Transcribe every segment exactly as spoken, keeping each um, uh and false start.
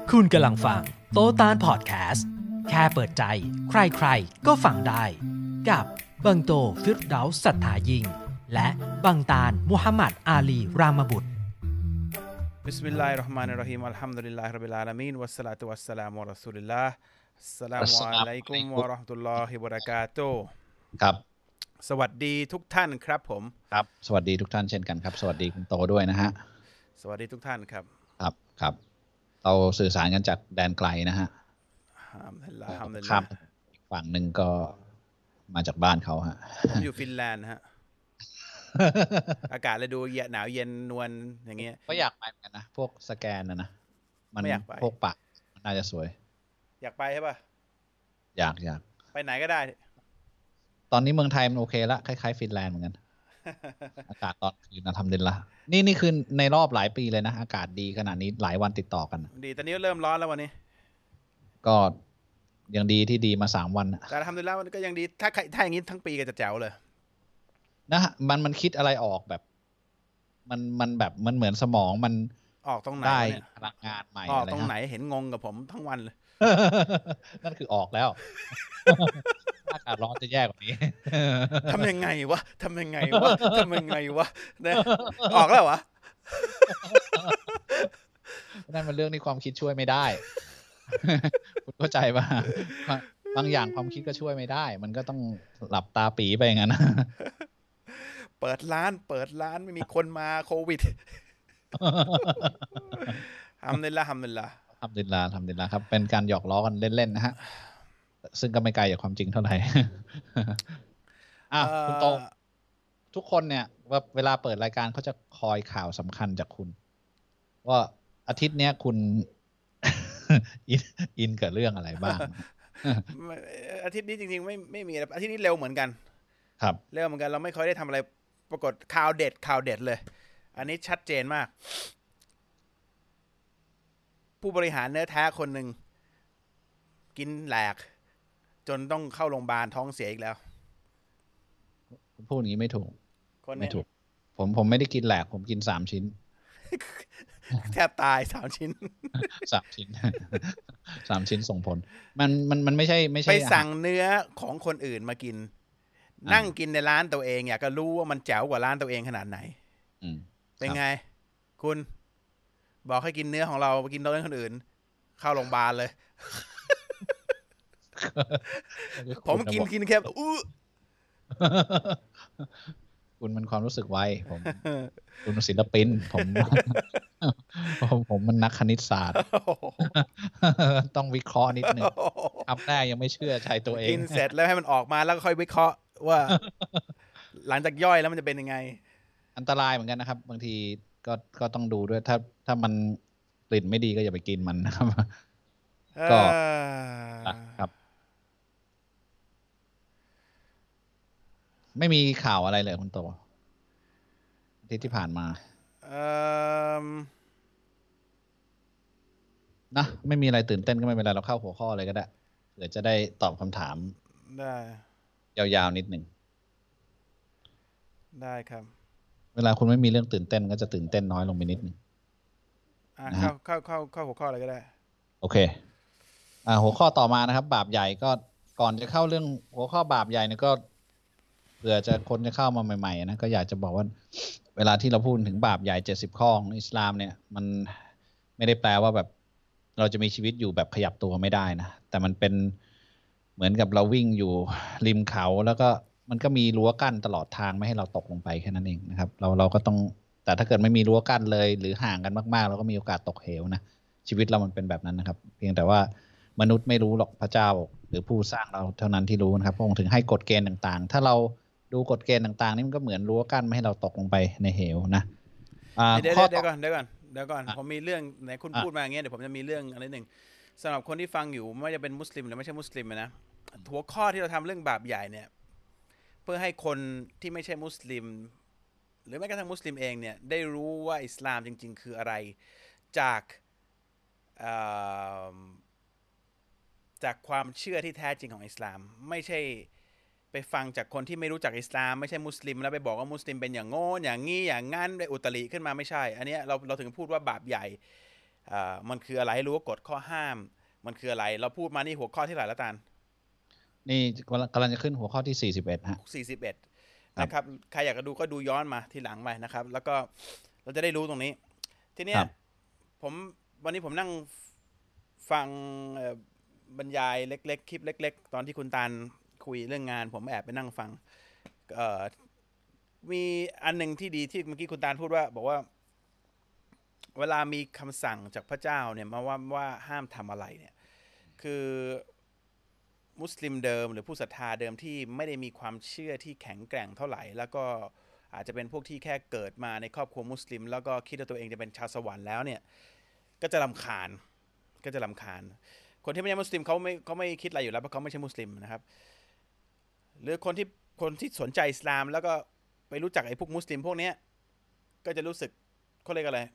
คุณกำลังฟังโตตานพอดแคสต์แค่เปิดใจใครๆก็ฟังได้กับบังโตฟิรเดาสัทธายิ่งและบังตาลมุฮัมมัดอาลีรามบุตรบิสมิลลาฮิรเราะห์มานิรเราะฮีมอัลฮัมดุลิลลาฮิร็อบบิลอาลามีนวัสสลาตุวัสสลามุอะลารอซูลิลลาฮ์อัสสลามุอะลัยกุมวะเราะห์มะตุลลอฮิวะบะเราะกาตุฮ์ครับสวัสดีทุกท่านครับผมครับสวัสดีทุกท่านเช่นกันครับสวัสดีคุณโตด้วยนะฮะสวัสดีทุกท่านครับครับครับเราสื่อสารกันจากแดนไกลนะฮะอัลฮัมดุลิลลาฮ์อัลฮัมดุลิลครัลาบฮ์อีกฝั่งหนึ่งก็มาจากบ้านเขาฮะผมอยู่ฟินแลนด์ฮะ อากาศเลยดูหนาวเย็นนวลอย่างเงี้ยก็อยากไปเหมือนกันนะพวกสแกนนะนะมันพวกปะมันน่าจะสวยอยากไปใช่ป่ะอยากอยากไปไหนก็ได้ตอนนี้เมืองไทยมันโอเคละคล้ายๆฟินแลนด์เหมือนกัน อากาศตอนคืนนะทำเด่นละนี่นี่คือในรอบหลายปีเลยนะอากาศดีขนาดนี้หลายวันติดต่อกันดีตอนนี้เริ่มร้อนแล้ววันนี้ก็ยังดีที่ดีมาสามวันแต่ทำได้แล้วมันก็ยังดีถ้าถ้าอย่างนี้ทั้งปีก็จะแจ๋วเลยนะฮะมันมันคิดอะไรออกแบบมันมันแบบมันเหมือนสมองมันออกตรงไหนได้เนี่ยพลังงานใหม่ออกอะไรตรงไหนเห็นงงกับผมทั้งวันเลยนั่นคือออกแล้ว อากาศร้อนจะแย่กว่านี้ทำยังไงวะทำยังไงวะทำยังไงวะเนี่ยออกแล้ววะนั่นมันเรื่องที่ความคิดช่วยไม่ได้ คุณเข้าใจป่ะบางอย่างความคิดก็ช่วยไม่ได้มันก็ต้องหลับตาปีไปอย่างนั้นเปิดร้านเปิดร้านไม่มีคนมาโควิด ทำเลยละทำเลยละทำดินลาทำดินลาครับเป็นการหยอกล้อกันเล่นๆนะฮะซึ่งก็ไม่ไกลจากความจริงเท่าไหร่ อ่ะคุณโตทุกคนเนี่ยว่าเวลาเปิดรายการเขาจะคอยข่าวสำคัญจากคุณว่าอาทิตย์เนี้ยคุณ อินอินกับเรื่องอะไรบ้างอาทิตย์นี้จริงๆไม่ไม่มีอาทิตย์นี้เร็วเหมือนกันครับเร็วเหมือนกันเราไม่ค่อยได้ทำอะไรปรากฏข่าวเด็ดข่าวเด็ดเลยอันนี้ชัดเจนมากผู้บริหารเนื้อแท้คนหนึ่งกินแหลกจนต้องเข้าโรงพยาบาลท้องเสียอีกแล้วพูดอย่างนี้ไม่ถูกคนไม่ถูกผมผมไม่ได้กินแหลกผมกินสามชิ้นแทบตายสามชิ้นสามชิ้น สามชิ้นส่งผลมันมันมันไม่ใช่ไม่ใช่ไปสั่งเนื้อของคนอื่นมากินนั่งกินในร้านตัวเองอยากก็รู้ว่ามันแจ๋วกว่าร้านตัวเองขนาดไหนเป็นไงคุณบอกให้กินเนื้อของเราไปกินเนื้อคนอื่นเข้าโรงพยาบาลเลย ผมกินกินแค่อื้อคุณมันความรู้สึกไวผมคุณศิลปินผมผมผมมันนักคณิตศาสตร์ ต้องวิเคราะห์นิดนึงทำได้ยังไม่เชื่อใจตัวเองกินเสร็จแล้วให้มันออกมาแล้วก็ค่อยวิเคราะห์ว่า หลังจากย่อยแล้วมันจะเป็นยังไงอันตรายเหมือนกันนะครับบางทีก็ก็ต้องดูด้วยถ้าถ้ามันกลิ่นไม่ดีก็อย่าไปกินมันนะครับก็ครับไม่มีข่าวอะไรเลยคุณโตอาทิตย์ที่ผ่านมานะไม่มีอะไรตื่นเต้นก็ไม่เป็นไรเราเข้าหัวข้อเลยก็ได้เผื่อจะได้ตอบคำถามได้ยาวๆนิดหนึ่งได้ครับเวลาคุณไม่มีเรื่องตื่นเต้นก็จะตื่นเต้นน้อยลงไปนิดนึงเข้าเข้าเข้าเข้าหัวข้ออะไรก็ได้โอเคอ่าหัวข้อต่อมานะครับบาปใหญ่ก็ก่อนจะเข้าเรื่องหัวข้อบาปใหญ่เนี่ยก็เผื่อจะคนจะเข้ามาใหม่ๆนะก็อยากจะบอกว่าเวลาที่เราพูดถึงบาปใหญ่เจ็ดสิบข้อของอิสลามเนี่ยมันไม่ได้แปลว่าแบบเราจะมีชีวิตอยู่แบบขยับตัวไม่ได้นะแต่มันเป็นเหมือนกับเราวิ่งอยู่ริมเขาแล้วก็มันก็มีรั้วกั้นตลอดทางไม่ให้เราตกลงไปแค่นั้นเองนะครับเราเราก็ต้องแต่ถ้าเกิดไม่มีรั้วกั้นเลยหรือห่างกันมากๆเราก็มีโอกาสตกเหวนะชีวิตเรามันเป็นแบบนั้นนะครับเพียงแต่ว่ามนุษย์ไม่รู้หรอกพระเจ้าหรือผู้สร้างเราเท่านั้นที่รู้นะครับพระองค์ถึงให้กฎเกณฑ์ต่างๆถ้าเราดูกฎเกณฑ์ต่างๆนี่มันก็เหมือนรั้วกั้นไม่ให้เราตกลงไปในเหวนะเดี๋ยวเดี๋ยวก่อนเดี๋ยวก่อนเดี๋ยวก่อนผมมีเรื่องไหนคุณพูดมาอย่างเงี้ยเดี๋ยวผมจะมีเรื่องอะไรหนึ่งสำหรับคนที่ฟังอยู่ไม่ว่าจะเป็นมุสลิมหรือไม่ใช่มุสลิมนะหัวข้อที่เราทำเรื่องบาปใหญ่เนี่ยเพื่อให้คนที่ไม่ใช่มุสลิมหรือแม้กระทั่งมุสลิมเองเนี่ยได้รู้ว่าอิสลามจริงๆคืออะไรจากจากความเชื่อที่แท้จริงของอิสลามไม่ใช่ไปฟังจากคนที่ไม่รู้จักอิสลามไม่ใช่มุสลิมแล้วไปบอกว่ามุสลิมเป็นอย่างโง่อย่างงี้อย่างงั้นได้อุตริขึ้นมาไม่ใช่อันนี้เราเราถึงพูดว่าบาปใหญ่อ่ามันคืออะไรรู้ว่ากฎข้อห้ามมันคืออะไรเราพูดมานี่หัวข้อที่ไหนละตาลนี่กำลังจะขึ้นหัวข้อที่สี่สิบเอ็ดฮะสี่สิบเอ็ดนะครับใครอยากจะดูก็ดูย้อนมาทีหลังไปนะครับแล้วก็เราจะได้รู้ตรงนี้ทีเนี้ยผมวันนี้ผมนั่งฟังบรรยายเล็กๆคลิปเล็กๆตอนที่คุณตาลคุยเรื่องงานผมแอบไปนั่งฟังเอ่อมีอันหนึ่งที่ดีที่เมื่อกี้คุณตาลพูดว่าบอกว่าเวลามีคำสั่งจากพระเจ้าเนี่ยมาว่าว่าห้ามทำอะไรเนี่ยคือมุสลิมเดิมหรือผู้ศรัทธาเดิมที่ไม่ได้มีความเชื่อที่แข็งแกร่งเท่าไหร่แล้วก็อาจจะเป็นพวกที่แค่เกิดมาในครอบครัวมุสลิมแล้วก็คิดว่าตัวเองจะเป็นชาวสวรรค์แล้วเนี่ยก็จะรำคาญก็จะรำคาญคนที่ไม่ใช่มุสลิมเขาไม่เขาไม่คิดอะไรอยู่แล้วเพราะเขาไม่ใช่มุสลิมนะครับหรือคนที่คนที่สนใจอิสลามแล้วก็ไปรู้จักไอ้พวกมุสลิมพวกเนี้ยก็จะรู้สึกเขาเรียกอะไร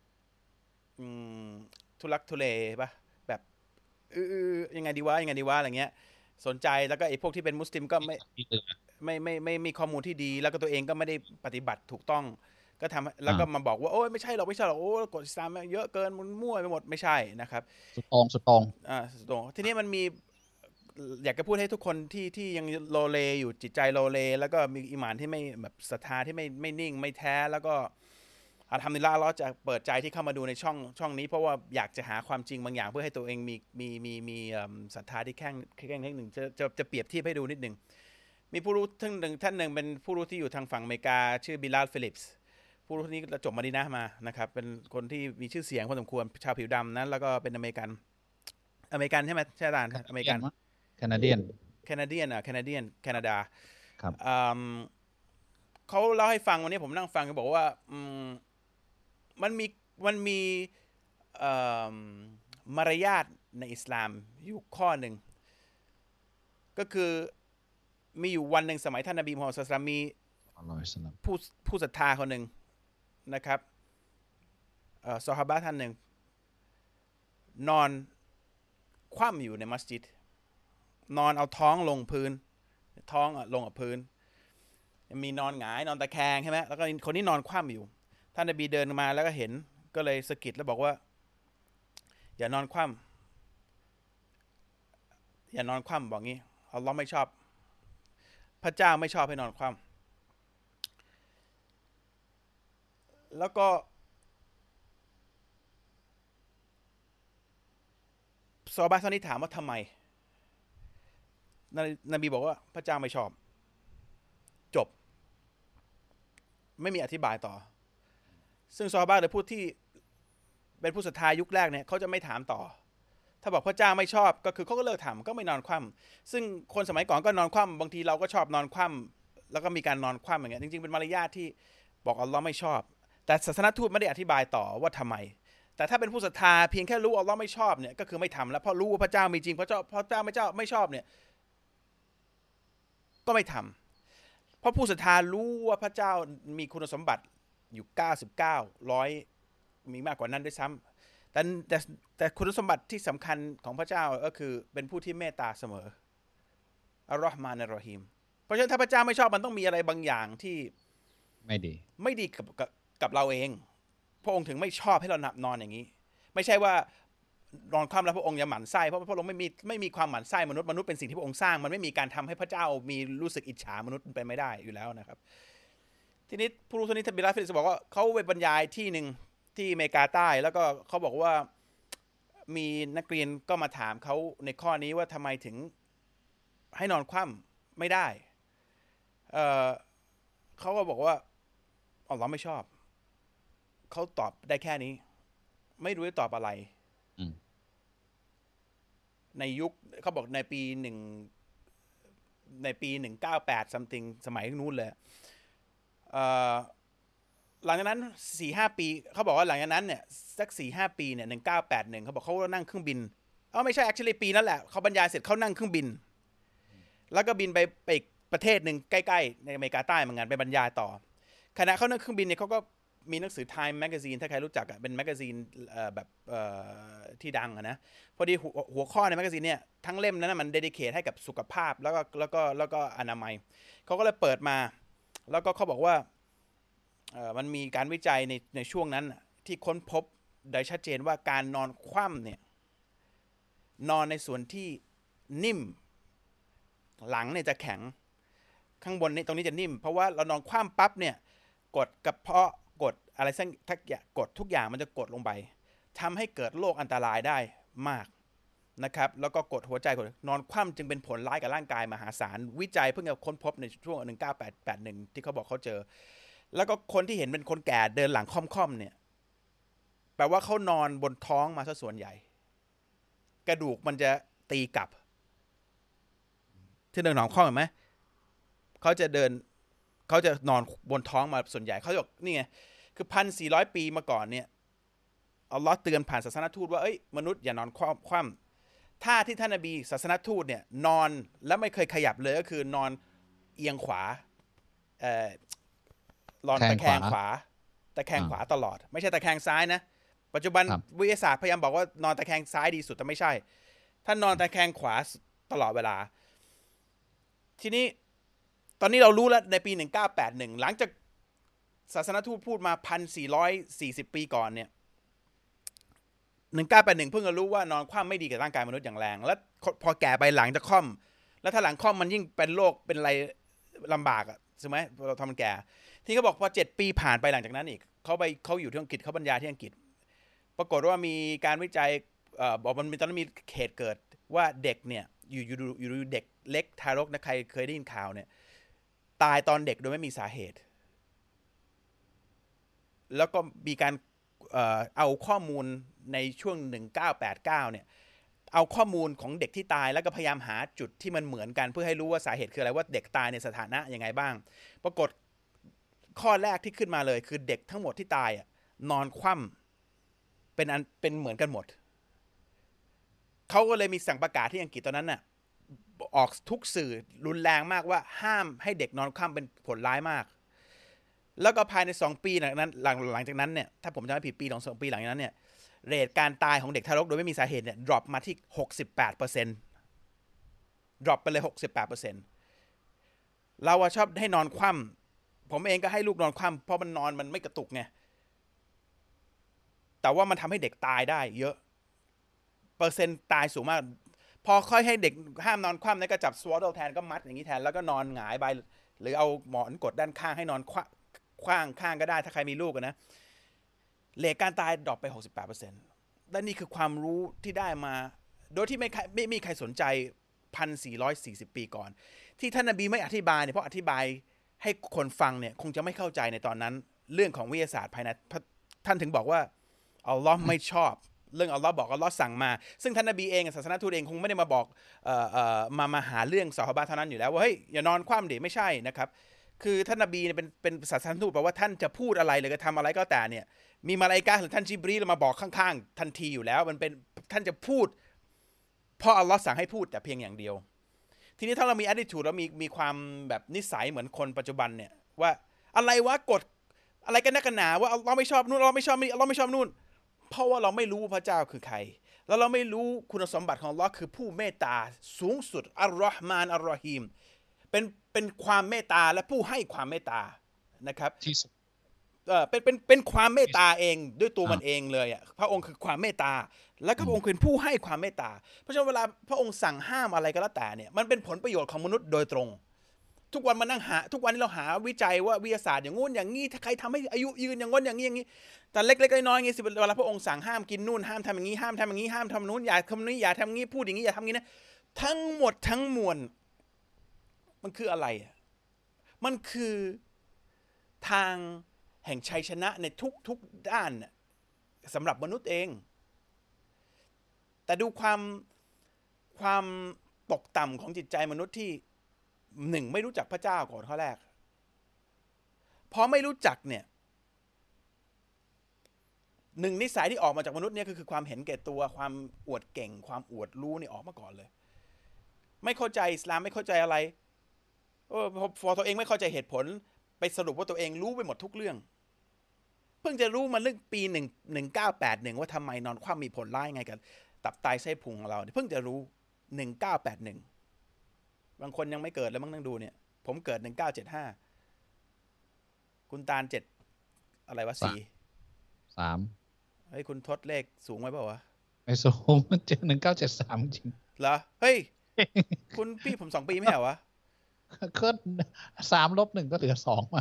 ทุลักทุเลป่ะแบบเออยังไงดีวะยังไงดีวะอะไรเงี้ยสนใจแล้วก็ไอ้พวกที่เป็นมุสลิมก็ไม่ไม่ไม่ไม่มีข้อมูลที่ดีแล้วก็ตัวเองก็ไม่ได้ปฏิบัติถูกต้องก็ทำแล้วก็มาบอกว่าโอ้ยไม่ใช่หรอกไม่ใช่หรอกโอ้กฎอิสลามเยอะเกินมันมั่วไปหมดไม่ใช่นะครับสุดตรงสุดตรงอ่าสุดตรงทีนี้มันมีอยากจะพูดให้ทุกคนที่ที่ยังโลเลอยู่จิตใจโลเลแล้วก็มีอีหม่านที่ไม่แบบศรัทธาที่ไม่ไม่นิ่งไม่แท้แล้วก็อัลฮัมดุลิลละห์เราจะเปิดใจที่เข้ามาดูในช่องช่องนี้เพราะว่าอยากจะหาความจริงบางอย่างเพื่อให้ตัวเองมีมีมีมีศรัทธาที่แข็งแข็งนิดหนึ่งจะจะจะเปรียบเทียบให้ดูนิดหนึ่งมีผู้รู้ท่านหนึ่งท่านหนึ่งเป็นผู้รู้ที่อยู่ทางฝั่งอเมริกาชื่อบิลลาลฟิลิปส์ผู้รู้นี้จบมาดีนะมานะครับเป็นคนที่มีชื่อเสียงพอสมควรชาวผิวดำนั้นแล้วก็เป็นอเมริกันอเมริกันใช่ไหมใช่อาจารย์อเมริกันแคนาเดียนแคนาเดียนอ่ะแคนาเดียนแคนาดาครับเขาเล่าให้ฟังวันนี้ผมนั่งฟังเขาบอกว่ามันมีมันมีมารยาทในอิสลามอยู่ข้อหนึ่งก็คือมีอยู่วันหนึ่งสมัยท่านนบีมูฮัมมัดศ็อลลัลลอฮุอะลัยฮิวะซัลลัมมีผู้ผู้ศรัทธาคนหนึ่งนะครับซอฮาบะห์ท่านหนึ่งนอนคว่ำอยู่ในมัสยิดนอนเอาท้องลงพื้นท้องลงกับพื้นมีนอนหงายนอนตะแคงใช่ไหมแล้วก็คนนี้นอนคว่ำอยู่ท่านนบีเดินมาแล้วก็เห็นก็เลยสะกิดแล้วบอกว่าอย่านอนคว่ำอย่านอนคว่ำบอกงี้อัลเลาะห์ไม่ชอบพระเจ้าไม่ชอบให้นอนคว่ำแล้วก็ซอฮาบะห์ท่านนี้ถามว่าทำไมนบีบอกว่าพระเจ้าไม่ชอบจบไม่มีอธิบายต่อซึ่งซอฮาบะห์หรือผู้ที่เป็นผู้ศรัทธายุคแรกเนี่ยเขาจะไม่ถามต่อถ้าบอกพระเจ้าไม่ชอบก็คือเขาก็เลิกทำก็ไม่นอนคว่ำซึ่งคนสมัยก่อนก็นอนคว่ำบางทีเราก็ชอบนอนคว่ำแล้วก็มีการนอนคว่ำอย่างเงี้ยจริงๆเป็นมารยาทที่บอกอัลเลาะห์ไม่ชอบแต่ศาสนทูตไม่ได้อธิบายต่อว่าทำไมแต่ถ้าเป็นผู้ศรัทธาเพียงแค่รู้อัลเลาะห์ไม่ชอบเนี่ยก็คือไม่ทำแล้วเพราะรู้ว่าพระเจ้ามีจริงพระเจ้าพระเจ้าไม่เจ้าไม่ชอบเนี่ยก็ไม่ทำเพราะผู้ศรัทธารู้ว่าพระเจ้ามีคุณสมบัติอยู่เก้าสิบเก้า ร้อยมีมากกว่านั้นด้วยซ้ำแต่แต่แต่คุณสมบัติที่สำคัญของพระเจ้าก็คือเป็นผู้ที่เมตตาเสมออัลลอฮ์มานะรอฮีมเพราะฉะนั้นถ้าพระเจ้าไม่ชอบมันต้องมีอะไรบางอย่างที่ไม่ดีไม่ดีกับกับกับเราเองพระองค์ถึงไม่ชอบให้เราหลับนอนอย่างนี้ไม่ใช่ว่านอนคว่ำแล้วพระองค์จะหมั่นไส้เพราะพระองค์ไม่มีไม่มีความหมั่นไส้มนุษย์มนุษย์เป็นสิ่งที่พระองค์สร้างมันไม่มีการทำให้พระเจ้ามีรู้สึกอิจฉามนุษย์เป็นไม่ได้อยู่แล้วนะครับทีนี้ผู้รู้ท่านนี้ท่านบิลลาลฟิลิปส์บอกว่าเขาไปบรรยายที่หนึ่งที่อเมริกาใต้แล้วก็เขาบอกว่ามีนักเรียนก็มาถามเขาในข้อนี้ว่าทำไมถึงให้นอนคว่ำไม่ได้เอ่อเขาก็บอกว่าอัลเลาะห์ไม่ชอบเขาตอบได้แค่นี้ไม่รู้จะตอบอะไรในยุคเขาบอกในปีหนึ่งในปีหนึ่งเก้าแปด something สมัยนู้นเลยเอ่อหลังจากนั้น สี่ห้า ปีเขาบอกว่าหลังจากนั้นเนี่ยสัก สี่ห้า ปีเนี่ยหนึ่งเก้าแปดหนึ่งเขาบอกเขานั่งเครื่องบินเอ้าไม่ใช่ actually ปีนั้นแหละเขาบรรยายเสร็จเขานั่งเครื่องบินแล้วก็บินไปไปอีกประเทศหนึ่งใกล้ๆในอเมริกาใต้เหมือนกันไปบรรยายต่อขณะเขานั่งเครื่องบินเนี่ยเขาก็มีหนังสือ Time Magazine ถ้าใครรู้จักอ่ะเป็นแมกกาซีนแบบที่ดังอ่ะนะพอดีหัวข้อในแมกกาซีนเนี่ยทั้งเล่มนั้นมันเดดิเคทให้กับสุขภาพแล้วก็แล้วก็แล้วก็อนามัยเขาก็เลยเปิดมาแล้วก็เขาบอกว่ามันมีการวิจัยในในช่วงนั้นที่ค้นพบโดยชัดเจนว่าการนอนคว่ำเนี่ยนอนในส่วนที่นิ่มหลังเนี่ยจะแข็งข้างบนนี่ตรงนี้จะนิ่มเพราะว่าเรานอนคว่ำปั๊บเนี่ยกดกระเพาะกดอะไรสักทักอย่างกดทุกอย่างมันจะกดลงไปทำให้เกิดโรคอันตรายได้มากนะครับแล้วก็กดหัวใจกดนอนคว่ำจึงเป็นผลร้ายกับร่างกายมหาศาลวิจัยเพิ่งจะค้นพบในช่วงหนึ่งเก้าแปดแปดหนึ่งที่เขาบอกเขาเจอแล้วก็คนที่เห็นเป็นคนแก่เดินหลังค่อมๆเนี่ยแปลว่าเขานอนบนท้องมาซะส่วนใหญ่กระดูกมันจะตีกลับที่เดินหลังค่อมเห็นไหมเขาจะเดินเขาจะนอนบนท้องมาส่วนใหญ่เขาบอกนี่ไงคือพันสี่ร้อยปีมาก่อนเนี่ยอัลลอฮ์เตือนผ่านศาสนทูตว่าเอ้ยมนุษย์อย่านอนคว่ำท่าที่ท่านนบีศาสนทูตเนี่ยนอนแล้วไม่เคยขยับเลยก็คือนอนเอียงขวาเอ่อลอนตะแคงขวาตะแคงขวาตลอดไม่ใช่ตะแคงซ้ายนะปัจจุบันวิทยาศาสตร์พยายามบอกว่านอนตะแคงซ้ายดีสุดแต่ไม่ใช่ท่านนอนตะแคงขวาตลอดเวลาทีนี้ตอนนี้เรารู้แล้วในปีหนึ่งเก้าแปดหนึ่งหลังจากศาสนทูตพูดมา หนึ่งพันสี่ร้อยสี่สิบ ปีก่อนเนี่ยหนึ่งเก้าแปดหนึ่งเพิ่งจะรู้ว่านอนคว่ำไม่ดีกับร่างกายมนุษย์อย่างแรงแล้วพอแก่ไปหลังจะค่อมแล้วถ้าหลังค่อมมันยิ่งเป็นโรคเป็นอะไรลำบากอ่ะใช่ไหมเราทำมันแก่ที่เขาบอกพอเจ็ดปีผ่านไปหลังจากนั้นอีกเขาไปเขาอยู่ที่อังกฤษเขาบรรยายที่อังกฤษปรากฏว่ามีการวิจัยเอ่อบอกมันมีตอนนั้นมีเหตุเกิดว่าเด็กเนี่ยอยู่อยู่อยู่เด็กเล็กทารกนะใครเคยได้ยินข่าวเนี่ยตายตอนเด็กโดยไม่มีสาเหตุแล้วก็มีการเอ่อเอาข้อมูลในช่วงหนึ่งเก้าแปดเก้าเนี่ยเอาข้อมูลของเด็กที่ตายแล้วก็พยายามหาจุดที่มันเหมือนกันเพื่อให้รู้ว่าสาเหตุคืออะไรว่าเด็กตายในสถานะยังไงบ้างปรากฏข้อแรกที่ขึ้นมาเลยคือเด็กทั้งหมดที่ตายอ่ะนอนคว่ำเป็นอันเป็นเหมือนกันหมดเขาก็เลยมีสั่งประกาศที่อังกฤษตอนนั้นน่ะออกทุกสื่อรุนแรงมากว่าห้ามให้เด็กนอนคว่ำเป็นผลร้ายมากแล้วก็ภายในสองปีหลังนั้นหลังหลังจากนั้นเนี่ยถ้าผมจำไม่ผิดปีสองปีหลังจากนั้นเนี่ยเรทการตายของเด็กทารกโดยไม่มีสาเหตุเนี่ยดรอปมาที่ หกสิบแปดเปอร์เซ็นต์ ดรอปไปเลย หกสิบแปดเปอร์เซ็นต์ เราชอบให้นอนคว่ำผมเองก็ให้ลูกนอนคว่ำเพราะมันนอนมันไม่กระตุกไงแต่ว่ามันทำให้เด็กตายได้เยอะเปอร์เซ็นต์ตายสูงมากพอค่อยให้เด็กห้ามนอนคว่ำแล้วก็จับสวอตเดิลแทนก็มัดอย่างนี้แทนแล้วก็นอนหงายไปหรือเอาหมอนกดด้านข้างให้นอนคว้างข้างก็ได้ถ้าใครมีลูกนะเรทการตายดรอปไป หกสิบแปดเปอร์เซ็นต์ และนี่คือความรู้ที่ได้มาโดยที่ไม่ไม่มีใครสนใจ หนึ่งพันสี่ร้อยสี่สิบ ปีก่อนที่ท่านนบีไม่อธิบายเนี่ยเพราะอธิบายให้คนฟังเนี่ยคงจะไม่เข้าใจในตอนนั้นเรื่องของวิทยาศาสตร์ภายในท่านถึงบอกว่าอัลลอฮ์ไม่ชอบเรื่องอัลลอฮ์บอกอัลลอฮ์สั่งมาซึ่งท่านนบีเองศาสนาทูตเองคงไม่ได้มาบอกเอ่อเอ่อมามาหาเรื่องซอฮาบะห์เท่านั้นอยู่แล้วว่าเฮ้ยอย่านอนคว่ำดิไม่ใช่นะครับคือท่านนบีเนี่ยเป็นเป็นศาสนาทูตแปลว่าท่านจะพูดอะไรหรือจะทำอะไรก็แต่เนี่ยมีมาลาอิกะฮ์หรือท่านจิบรีลมาบอกข้างๆทันทีอยู่แล้วมันเป็นท่านจะพูดเพราะอัลลอฮ์สั่งให้พูดแต่เพียงอย่างเดียวทีนี้ถ้าเรามี attitude แล้วมีมีความแบบนิสัยเหมือนคนปัจจุบันเนี่ยว่าอะไรวะกดอะไรกันนักกันหนาว่าอัลลอฮ์ไม่ชอบนู่นอัลลอฮ์ไม่ชอบนี่อัลลอฮ์ไม่ชอบนู่นเพราะว่าเราไม่รู้พระเจ้าคือใครแล้วเราไม่รู้คุณสมบัติของอัลลอฮ์คือผู้เมตตาสูงสุดอัลลอฮ์มานอัลลอฮีมเป็นเป็นความเมตตาและผู้ให้ความเมตตานะครับที่เออเป็นเป็นเป็นความเมตตาเองด้วยตัวมันเองเลยอ่ะพระองค์คือความเมตตาและก็พระองค์เป็นผู้ให้ความเมตตาเพราะฉะนั้นเวลาพระองค์สั่งห้ามอะไรก็แล้วแต่เนี่ยมันเป็นผลประโยชน์ของมนุษย์โดยตรงทุกวันมานั่งหาทุกวันนี้เราหาวิจัยว่าวิทยาศาสตร์อย่างงู้นอย่างงี้ถ้าใครทำให้อายุยืนอย่างง้นอย่างงี้อย่างงี้แต่เล็กๆน้อยๆอย่างงี้สิเวลาพระองค์สั่งห้ามกินนู่นห้ามทำอย่างงี้ห้ามทำอย่างงี้ห้ามทำนู่นอย่าทำนี้อย่าทำงี้พูดอย่างงี้อย่าทำงี้นะทั้งหมดทั้งมวลมันคืออะไรมันคือทางแห่งชัยชนะในทุกๆด้านสำหรับมนุษย์เองแต่ดูความความตกต่ำของจิตใจมนุษย์ที่หนึ่งไม่รู้จักพระเจ้าก่อนข้อแรกพอไม่รู้จักเนี่ยหนึ่งนิสัยที่ออกมาจากมนุษย์เนี่ยคือความเห็นแก่ตัวความอวดเก่งความอวดรู้นี่ออกมาก่อนเลยไม่เข้าใจอิสลามไม่เข้าใจอะไรเออพอตัวเองไม่เข้าใจเหตุผลไปสรุปว่าตัวเองรู้ไปหมดทุกเรื่องเพิ่งจะรู้มาเรื่องปีหนึ่งหนึ่งเก้าแปดหนึ่งว่าทำไมนอนคว่ำมีผลร้ายไงกันตับไตไส้พุงของเราเพิ่งจะรู้หนึ่งเก้าแปดหนึ่งบางคนยังไม่เกิดแล้วมั้งนั่งดูเนี่ยผมเกิดหนึ่งเก้าเจ็ดห้าคุณตาลเจ็ดอะไรวะสี่สามเฮ้ยคุณทดเลขสูงไว้เปล่าวะไม่สูงมันเจ็ดหนึ่งเก้าเจ็ดสามจริงเหรอเฮ้ยคุณพี่ผมสองปีไม่เหรอวะก็สามลบหนึ่งก็เหลือสองมา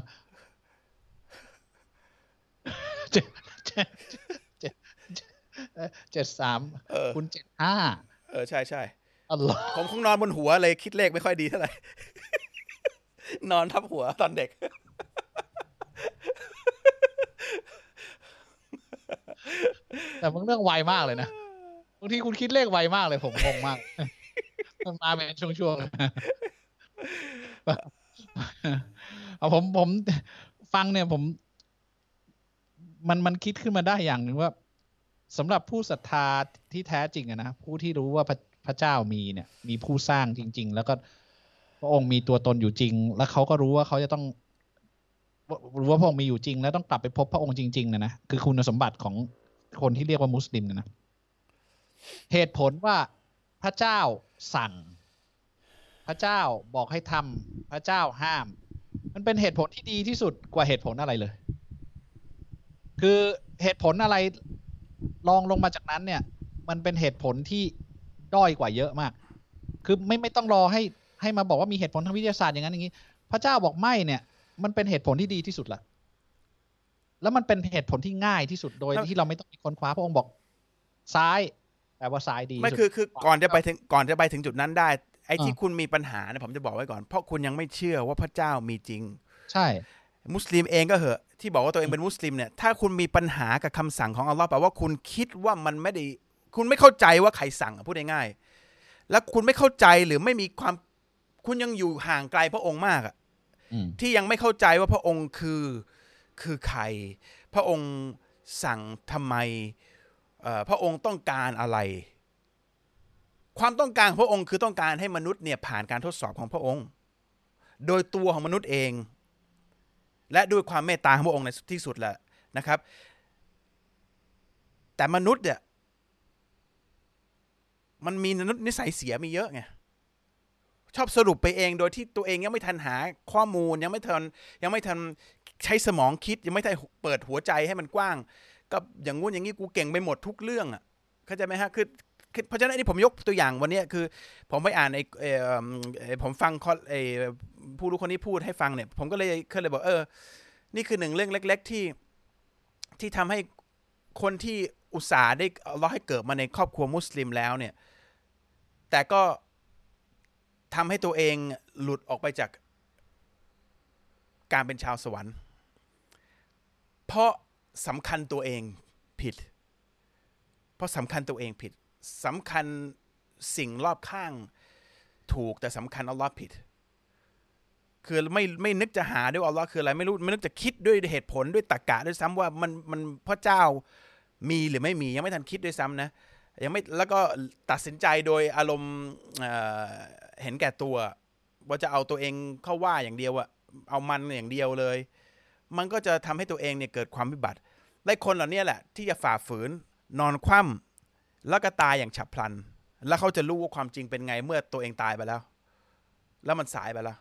เจ็ดเจ็ดเจ็ดเจ็ดสามคุณเจ็ดห้าเออใช่ใช่อ๋อผมคงนอนบนหัวเลยคิดเลขไม่ค่อยดีเท่าไหร่นอนทับหัวตอนเด็กแต่มันเรื่องไวมากเลยนะบางทีคุณคิดเลขไวมากเลยผมงงมากมันมาเป็นช่วงๆเอาผมผมฟังเนี่ยผมมันมันคิดขึ้นมาได้อย่างหนึ่งว่าสำหรับผู้ศรัทธาที่แท้จริงนะผู้ที่รู้ว่าพระพระเจ้ามีเนี่ยมีผู้สร้างจริงๆแล้วก็พระองค์มีตัวตนอยู่จริงแล้วเขาก็รู้ว่าเขาจะต้องรู้ว่าพระองค์มีอยู่จริงแล้วต้องกลับไปพบพระองค์จริงๆนะนะคือคุณสมบัติของคนที่เรียกว่ามุสลิมนะนะเหตุผลว่าพระเจ้าสั่งพระเจ้าบอกให้ทำพระเจ้าห้ามมันเป็นเหตุผลที่ดีที่สุดกว่าเหตุผลอะไรเลยคือเหตุผลอะไรลองลงมาจากนั้นเนี่ยมันเป็นเหตุผลที่ด้อยกว่าเยอะมากคือไม่ไม่ต้องรอให้ให้มาบอกว่ามีเหตุผลทางวิทยาศาสตร์อย่างนั้นอย่างนี้พระเจ้าบอกไม่เนี่ยมันเป็นเหตุผลที่ดีที่สุดละแล้วมันเป็นเหตุผลที่ง่ายที่สุดโดยที่เราไม่ต้องมีค้นคว้าพระองค์บอกซ้ายแปลว่าซ้ายดีไม่คือคือก่อนจะไปถึงก่อนจะไปถึงจุดนั้นได้ไอ้ที่คุณมีปัญหาเนี่ยผมจะบอกไว้ก่อนเพราะคุณยังไม่เชื่อว่าพระเจ้ามีจริงใช่มุสลิมเองก็เหอะที่บอกว่าตัวเองเป็นมุสลิมเนี่ยถ้าคุณมีปัญหากับคำสั่งของอัลลอฮ์แปลว่าคุณคิดว่ามันไม่ได้คุณไม่เข้าใจว่าใครสั่งพูดง่ายๆแล้วคุณไม่เข้าใจหรือไม่มีความคุณยังอยู่ห่างไกลพระองค์มากอะที่ยังไม่เข้าใจว่าพระองค์คือคือใครพระองค์สั่งทำไมพระองค์ต้องการอะไรความต้องการของพระองค์คือต้องการให้มนุษย์เนี่ยผ่านการทดสอบของพระองค์โดยตัวของมนุษย์เองและด้วยความเมตตาของพระองค์ในที่สุดแหละนะครับแต่มนุษย์เนี่ยมันมีนิสัยเสียมีเยอะไงชอบสรุปไปเองโดยที่ตัวเองยังไม่ทันหาข้อมูลยังไม่ทันยังไม่ทันใช้สมองคิดยังไม่ทันเปิดหัวใจให้มันกว้างก็อย่างงู้นอย่างนี้กูเก่งไปหมดทุกเรื่องอ่ะเข้าใจไหมฮะคือเพราะฉะนั้นนี่ผมยกตัวอย่างวันนี้คือผมไปอ่านไอ้ผมฟังไอ้ผู้รู้คนนี้พูดให้ฟังเนี่ยผมก็เลยเคยเลยบอกเออนี่คือหนึ่งเรื่องเล็กๆที่ที่ทำให้คนที่อุตส่าห์ได้รอให้เกิดมาในครอบครัวมุสลิมแล้วเนี่ยแต่ก็ทำให้ตัวเองหลุดออกไปจากการเป็นชาวสวรรค์เพราะสำคัญตัวเองผิดเพราะสำคัญตัวเองผิดสำคัญสิ่งรอบข้างถูกแต่สำคัญอัลลอฮ์ผิดคือไม่ไม่นึกจะหาด้วยอัลลอฮ์คืออะไรไม่รู้ไม่นึกจะคิดด้วยเหตุผลด้วยตรรกะด้วยซ้ำว่ามันมันพระเจ้ามีหรือไม่มียังไม่ทันคิดด้วยซ้ำนะยังไม่แล้วก็ตัดสินใจโดยอารมณ์ เอ่อ เห็นแก่ตัวว่าจะเอาตัวเองเข้าว่าอย่างเดียวอะเอามันอย่างเดียวเลยมันก็จะทำให้ตัวเองเนี่ยเกิดความวิบัติและคนเหล่านี้แหละที่จะฝ่าฝืนนอนคว่ำแล้วก็ตายอย่างฉับพลันแล้วเขาจะรู้ว่าความจริงเป็นไงเมื่อตัวเองตายไปแล้วแล้วมันสายไปแล้ว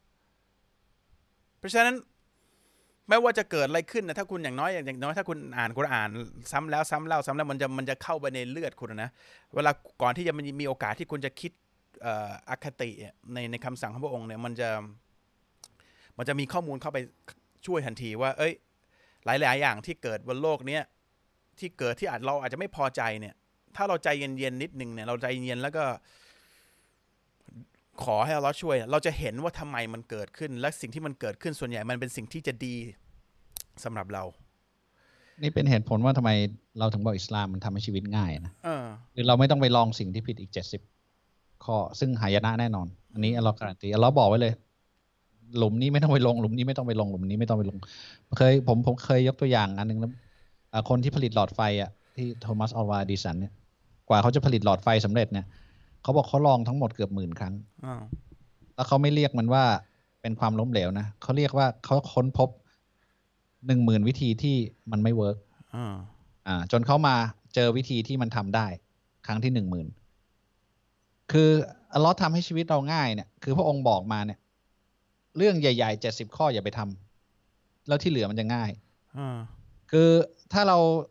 เพราะฉะนั้นไม่ว่าจะเกิดอะไรขึ้นนะถ้าคุณอย่างน้อยอย่างน้อยถ้าคุณอ่านกุรอานซ้ำแล้วซ้ำเล่าซ้ำแล้วมันจะมันจะเข้าไปในเลือดคุณนะเวลาก่อนที่จะมีโอกาสที่คุณจะคิดอคติในในคำสั่งของพระองค์เนี่ยมันจะมันจะมีข้อมูลเข้าไปช่วยทันทีว่าเอ้ยหลายๆอย่างที่เกิดบนโลกนี้ที่เกิดที่อาจเราอาจจะไม่พอใจเนี่ยถ้าเราใจเย็นๆนิดนึงเนี่ยเราใจเย็นแล้วก็ขอให้เราช่วยเราจะเห็นว่าทำไมมันเกิดขึ้นและสิ่งที่มันเกิดขึ้นส่วนใหญ่มันเป็นสิ่งที่จะดีสำหรับเรานี่เป็นเหตุผลว่าทำไมเราถึงบอกอิสลามมันทำให้ชีวิตง่ายนะคือเราไม่ต้องไปลองสิ่งที่ผิดอีกเจ็ดสิบข้อซึ่งหายนะแน่นอนอันนี้เราการันตีเราบอกไว้เลยหลุมนี้ไม่ต้องไปลงหลุมนี้ไม่ต้องไปลงหลุมนี้ไม่ต้องไปลงเคยผมผมเคยยกตัวอย่างอันนึงแล้วคนที่ผลิตหลอดไฟอ่ะที่โทมัสอัลวาดิสันเนี่ยกว่าเขาจะผลิตหลอดไฟสำเร็จเนี่ยเขาบอกเขาลองทั้งหมดเกือบหมื่นครั้งแล้วเขาไม่เรียกมันว่าเป็นความล้มเหลวนะเขาเรียกว่าเขาค้นพบหนึ่งหมื่นวิธีที่มันไม่เวิร์กอ่าจนเขามาเจอวิธีที่มันทำได้ครั้งที่หนึ่งหมื่นคืออัลเลาะห์ทำให้ชีวิตเราง่ายเนี่ยคือพระองค์บอกมาเนี่ยเรื่องใหญ่ๆเจ็ดสิบข้ออย่าไปทำแล้วที่เหลือมันจะง่ายคือถ้าเรา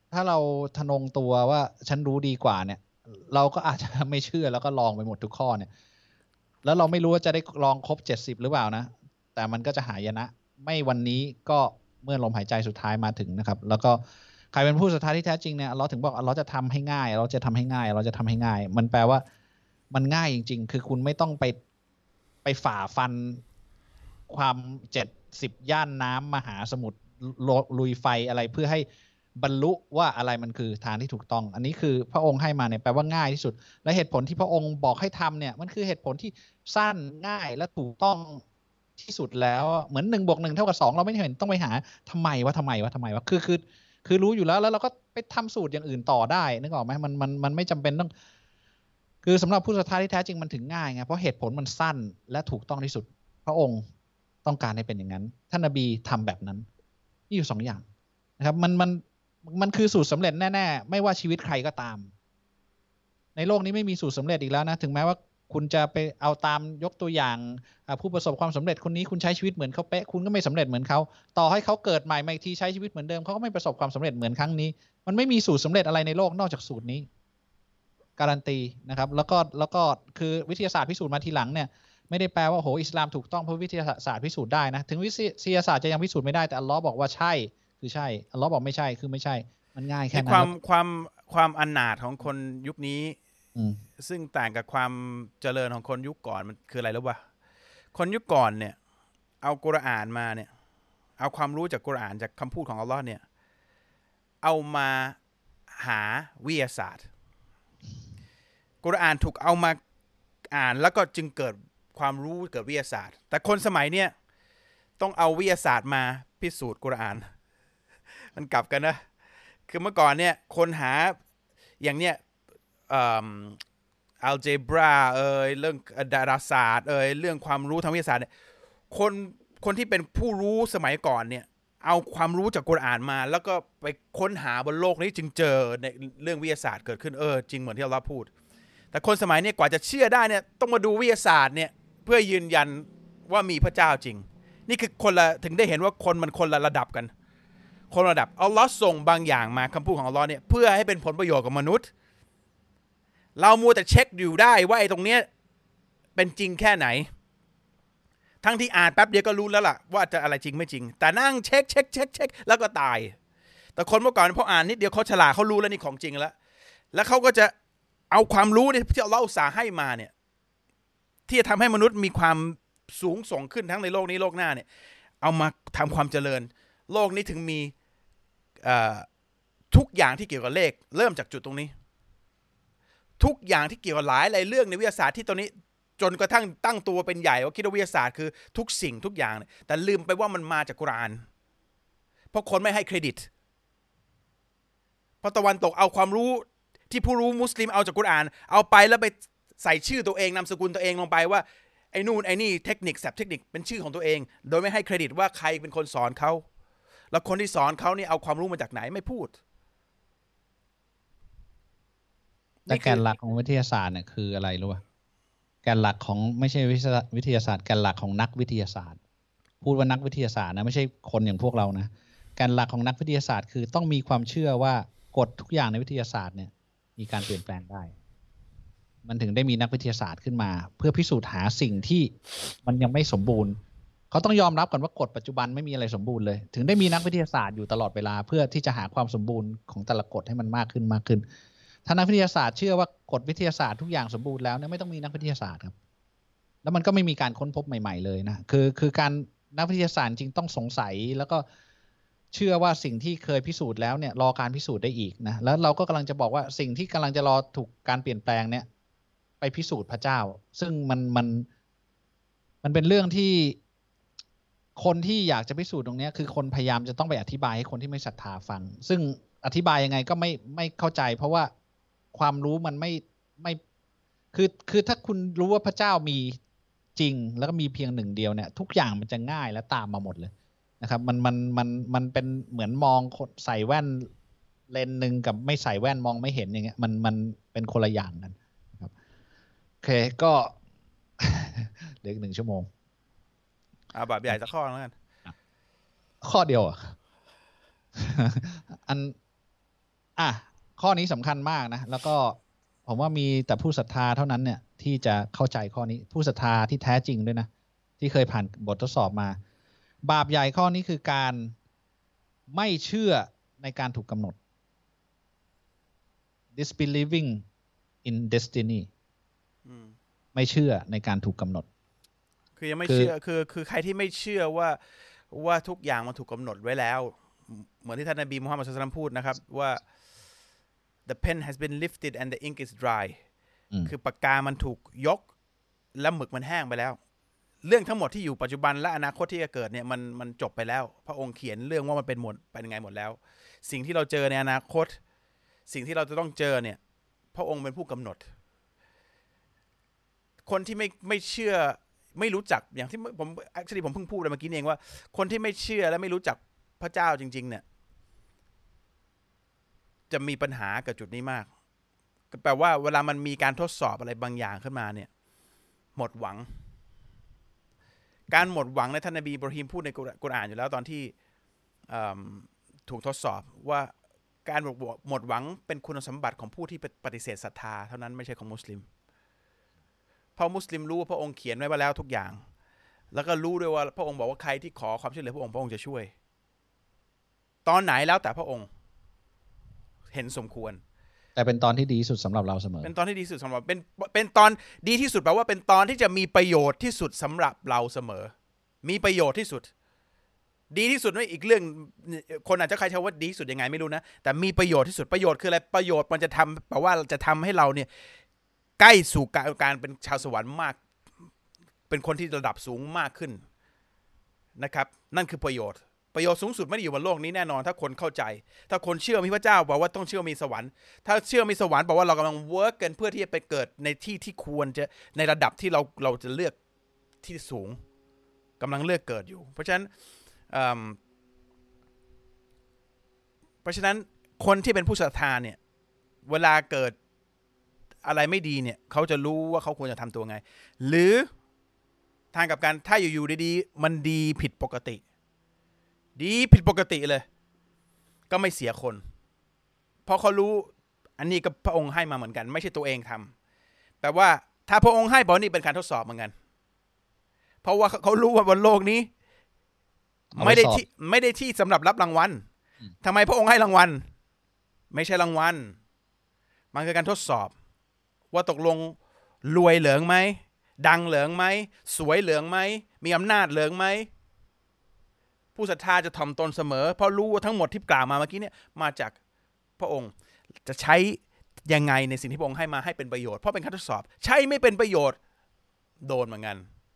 ถ้าเราทะนงตัวว่าฉันรู้ดีกว่าเนี่ยเราก็อาจจะไม่เชื่อแล้วก็ลองไปหมดทุกข้อเนี่ยแล้วเราไม่รู้ว่าจะได้ลองครบเจ็ดสิบหรือเปล่านะแต่มันก็จะหายนะไม่วันนี้ก็เมื่อลมหายใจสุดท้ายมาถึงนะครับแล้วก็ใครเป็นผู้ศรัทธาที่แท้จริงเนี่ยเราถึงบอกเราจะทำให้ง่ายเราจะทำให้ง่ายเราจะทำให้ง่ายมันแปลว่ามันง่ายจริงๆคือคุณไม่ต้องไปไปฝ่าฟันความเจ็ดสิบย่านน้ำมหาสมุทรลุยไฟอะไรเพื่อให้บรรลุว่าอะไรมันคือทางที่ถูกต้องอันนี้คือพระองค์ให้มาเนี่ยแปลว่าง่ายที่สุดและเหตุผลที่พระองค์บอกให้ทำเนี่ยมันคือเหตุผลที่สั้นง่ายและถูกต้องที่สุดแล้วเหมือนหนึ่งบวกหนึ่งเท่ากับสองเราไม่เห็นต้องไปหาทำไมวะทำไมวะทำไมวะคือคือคือรู้อยู่แล้วแล้วเราก็ไปทำสูตรอย่างอื่นต่อได้นึกออกไหมมันมันมันไม่จำเป็นต้องคือสำหรับผู้ศรัทธาที่แท้จริงมันถึงง่ายไงเพราะเหตุผลมันสั้นและถูกต้องที่สุดพระองค์ต้องการให้เป็นอย่างนั้นท่านนบีทำแบบนั้นนี่อยู่สองอย่างนะครับมันมันมันคือสูตรสำเร็จแน่ๆไม่ว่าชีวิตใครก็ตามในโลกนี้ไม่มีสูตรสำเร็จอีกแล้วนะถึงแม้ว่าคุณจะไปเอาตามยกตัวอย่างผู้ประสบความสำเร็จคนนี้คุณใช้ชีวิตเหมือนเขาเป๊ะคุณก็ไม่สำเร็จเหมือนเขาต่อให้เขาเกิดใหม่มาอีกทีใช้ชีวิตเหมือนเดิมเขาก็ไม่ประสบความสำเร็จเหมือนครั้งนี้มันไม่มีสูตรสำเร็จอะไรในโลกนอกจากสูตรนี้การันตีนะครับแล้วก็แล้วก็คือวิทยาศาสตร์พิสูจน์มาทีหลังเนี่ยไม่ได้แปลว่าโหอิสลามถูกต้องเพราะวิทยาศาสตร์พิสูจน์ได้นะถึงวิทยาศาสตร์จะยังพิสูจน์ไม่ได้แต่อัลเลาะห์บอกว่าใช่คือใช่อัลเลาะห์บอกไม่ใช่คือไม่ใช่มันง่ายแค่นั้นความความความอนาถของคนยุคนี้ซึ่งต่างกับความเจริญของคนยุคก่อนมันคืออะไรรู้ป่ะคนยุคก่อนเนี่ยเอากุรอานมาเนี่ยเอาความรู้จากกุรอานจากคำพูดของอัลเลาะห์เนี่ยเอามาหาวิทยาศาสตร์กุรอานถูกเอามาอ่านแล้วก็จึงเกิดความรู้เกิดวิทยาศาสตร์แต่คนสมัยเนี้ยต้องเอาวิทยาศาสตร์มาพิสูจน์กุรอานมันกลับกันนะคือเมื่อก่อนเนี่ยคนหาอย่างเนี้ยอัลเจบราเอ่ยเรื่องดาราศาสตร์เอ่ยเรื่องความรู้ทางวิทยาศาสตร์เนี่ยคนคนที่เป็นผู้รู้สมัยก่อนเนี่ยเอาความรู้จากกุรอานมาแล้วก็ไปค้นหาบนโลกนี้จึงเจอในเรื่องวิทยาศาสตร์เกิดขึ้นเออจริงเหมือนที่เราพูดแต่คนสมัยนี้กว่าจะเชื่อได้เนี่ยต้องมาดูวิทยาศาสตร์เนี่ยเพื่อยืนยันว่ามีพระเจ้าจริงนี่คือคนละถึงได้เห็นว่าคนมันคนละระดับกันคนระดับอัลเลาะห์ส่งบางอย่างมาคำพูดของอัลเลาะห์เนี่ยเพื่อให้เป็นผลประโยชน์กับมนุษย์เรามัวแต่เช็คอยู่ได้ว่าไอ้ตรงเนี้ยเป็นจริงแค่ไหนทั้งที่อ่านแป๊บเดียวก็รู้แล้วล่ะว่าจะอะไรจริงไม่จริงแต่นั่งเช็คเช็คเช็คเช็คแล้วก็ตายแต่คนเมื่อก่อนพออ่านนิดเดียวเขาฉลาดเขารู้แล้วนี่ของจริงแล้วแล้วเขาก็จะเอาความรู้ที่อัลเลาะห์อุตส่าห์ให้มาเนี่ยที่จะทำให้มนุษย์มีความสูงส่งขึ้นทั้งในโลกนี้โลกหน้าเนี่ยเอามาทำความเจริญโลกนี้ถึงมีทุกอย่างที่เกี่ยวกับเลขเริ่มจากจุดตรงนี้ทุกอย่างที่เกี่ยวกับหลายหลายเรื่องในวิทยาศาสตร์ที่ตอนนี้จนกระทั่งตั้งตัวเป็นใหญ่ว่าคิดว่าวิทยาศาสตร์คือทุกสิ่งทุกอย่างแต่ลืมไปว่ามันมาจากกุรอานเพราะคนไม่ให้เครดิตเพราะตะวันตกเอาความรู้ที่ผู้รู้มุสลิมเอาจากกุรอานเอาไปแล้วไปใส่ชื่อตัวเองนามสกุลตัวเองลงไปว่าไอ้นู่นไอ้นี่เทคนิคแสบเทคนิคเป็นชื่อของตัวเองโดยไม่ให้เครดิตว่าใครเป็นคนสอนเขาแล้วคนที่สอนเขานี่เอาความรู้มาจากไหนไม่พูดแต่แกนหลักของวิทยาศาสตร์เนี่ยคืออะไรรู้ป่ะแกนหลักของไม่ใช่วิทยาศาสตร์แกนหลักของนักวิทยาศาสตร์พูดว่านักวิทยาศาสตร์นะไม่ใช่คนอย่างพวกเรานะแกนหลักของนักวิทยาศาสตร์คือต้องมีความเชื่อว่ากฎทุกอย่างในวิทยาศาสตร์เนี่ยมีการเปลี่ยนแปลงได้มันถึงได้มีนักวิทยาศาสตร์ขึ้นมาเพื่อพิสูจน์หาสิ่งที่มันยังไม่สมบูรณ์เขาต้องยอมรับก่อนว่ากฎปัจจุบันไม่มีอะไรสมบูรณ์เลยถึงได้มีนักวิทยาศาสตร์อยู่ตลอดเวลาเพื่อที่จะหาความสมบูรณ์ของแต่ละกฎให้มันมากขึ้นมากขึ้นถ้านักวิทยาศาสตร์เชื่อว่ากฎวิทยาศาสตร์ทุกอย่างสมบูรณ์แล้วเนี่ยไม่ต้องมีนักวิทยาศาสตร์ครับแล้วมันก็ไม่มีการค้นพบใหม่ๆเลยนะคือคือการนักวิทยาศาสตร์จริงต้องสงสัยแล้วก็เชื่อว่าสิ่งที่เคยพิสูจน์แล้วเนี่ยรอการพิสูจน์ได้อีกนะแล้วเราก็กำลังจะบอกว่าสิ่งที่กำลังจะรอถูกการเปลี่ยนแปลงเนี่ยไปพิสูจน์พระเจ้าซึ่งมันมันมันเป็นเรื่องที่คนที่อยากจะพิสูจน์ตรงนี้คือคนพยายามจะต้องไปอธิบายให้คนที่ไม่ศรัทธาฟังซึ่งอธิบายยังไงก็ไม่ไม่เข้าใจเพราะว่าความรู้มันไม่ไม่คือคือถ้าคุณรู้ว่าพระเจ้ามีจริงแล้วก็มีเพียงหนึ่งเดียวเนี่ยทุกอย่างมันจะง่ายและตามมาหมดเลยนะครับมันมันมันมันเป็นเหมือนมองใส่แว่นเลนส์นึงกับไม่ใส่แว่นมองไม่เห็นอย่างเงี้ยมันมันเป็นคนละอย่างกันนะครับโอเคก็เหลืออีกหนึ่งชั่วโมงอ่าบาปใหญ่สักข้อแล้วกันข้อเดียวอ่ะอันอ่ะข้อนี้สำคัญมากนะแล้วก็ผมว่ามีแต่ผู้ศรัทธาเท่านั้นเนี่ยที่จะเข้าใจข้อนี้ผู้ศรัทธาที่แท้จริงด้วยนะที่เคยผ่านบททดสอบมาบาปใหญ่ข้อนี้คือการไม่เชื่อในการถูกกำหนด disbelieving in destiny ไม่เชื่อในการถูกกำหนดคือยังไม่เชื่อคือคือใครที่ไม่เชื่อว่าว่าทุกอย่างมันถูกกำหนดไว้แล้วเหมือนที่ท่านนบีมุฮัมมัดศ็อลลัลลอฮุอะลัยฮิวะซัลลัมพูดนะครับว่า the pen has been lifted and the ink is dry คือปากกามันถูกยกและหมึกมันแห้งไปแล้วเรื่องทั้งหมดที่อยู่ปัจจุบันและอนาคตที่จะเกิดเนี่ยมันมันจบไปแล้วพระองค์เขียนเรื่องว่ามันเป็นหมดเป็นยังไงหมดแล้วสิ่งที่เราเจอในอนาคตสิ่งที่เราจะต้องเจอเนี่ยพระองค์เป็นผู้กำหนดคนที่ไม่ไม่เชื่อไม่รู้จักอย่างที่ผม actually ผมเพิ่งพูดเมื่อกี้เองว่าคนที่ไม่เชื่อและไม่รู้จักพระเจ้าจริงๆเนี่ยจะมีปัญหากับจุดนี้มากแปลว่าเวลามันมีการทดสอบอะไรบางอย่างขึ้นมาเนี่ยหมดหวังการหมดหวังในท่านนบีอิบราฮิมพูดในกุรอานอยู่แล้วตอนที่ถูกทดสอบว่าการหมดหวังเป็นคุณสมบัติของผู้ที่ปฏิเสธศรัทธาเท่านั้นไม่ใช่ของมุสลิมเพราะมุสลิมรู้ว่าพระองค์เขียนไว้แล้วทุกอย่างแล้วก็รู้ด้วยว่าพระองค์บอกว่าใครที่ขอความช่วยเหลือพระองค์พระองค์จะช่วยตอนไหนแล้วแต่พระองค์เห็นสมควรแต่เป็นตอนที่ดีที่สุดสำหรับเราเสมอเป็นตอนที่ดีที่สุดสำหรับเป็นเป็นตอนดีที่สุดแปลว่าเป็นตอนที่จะมีประโยชน์ที่สุดสำหรับเราเสมอมีประโยชน์ที่สุดดีที่สุดไม่อีกเรื่องคนอาจจะใครใช้ว่าดีที่สุดยังไงไม่รู้นะแต่มีประโยชน์ที่สุดประโยชน์คืออะไรประโยชน์มันจะทำแปลว่าจะทำให้เราเนี่ยใกล้สู่การเป็นชาวสวรรค์มากเป็นคนที่ระดับสูงมากขึ้นนะครับนั่นคือประโยชน์ประโยชน์สูงสุดไม่ได้อยู่บนโลกนี้แน่นอนถ้าคนเข้าใจถ้าคนเชื่อมีพระเจ้าบอกว่าต้องเชื่อมีสวรรค์ถ้าเชื่อมีสวรรค์บอกว่าเรากำลังเวิร์กกันเพื่อที่จะไปเกิดในที่ที่ควรจะในระดับที่เราเราจะเลือกที่สูงกำลังเลือกเกิดอยู่เพราะฉะนั้นเพราะฉะนั้นคนที่เป็นผู้ศรัทธาเนี่ยเวลาเกิดอะไรไม่ดีเนี่ยเขาจะรู้ว่าเขาควรจะทำตัวไงหรือทางกับการถ้าอยู่ๆดีๆมันดีผิดปกติดีผิดปกติเลยก็ไม่เสียคนเพราะเขารู้อันนี้ก็พระองค์ให้มาเหมือนกันไม่ใช่ตัวเองทำแต่ว่าถ้าพระองค์ให้บอกนี่เป็นการทดสอบเหมือนกันเพราะว่าเขารู้ว่าบนโลกนี้ไม่ได้ที่ไม่ได้ที่สำหรับรับรางวัลทำไมพระองค์ให้รางวัลไม่ใช่รางวัลมันคือการทดสอบว่าตกลงรวยเหลืองไหมดังเหลืองไหมสวยเหลืองไหมมีอำนาจเหลืองไหมผู้ศรัทธาจะถ่อมตนเสมอเพราะรู้ว่าทั้งหมดที่กล่าวมาเมื่อกี้เนี่ยมาจากพระองค์จะใช้ยังไงในสิ่งที่พระองค์ให้มาให้เป็นประโยชน์เพราะเป็นการทดสอบใช้ไม่เป็นประโยชน์โดนเหมือนกัน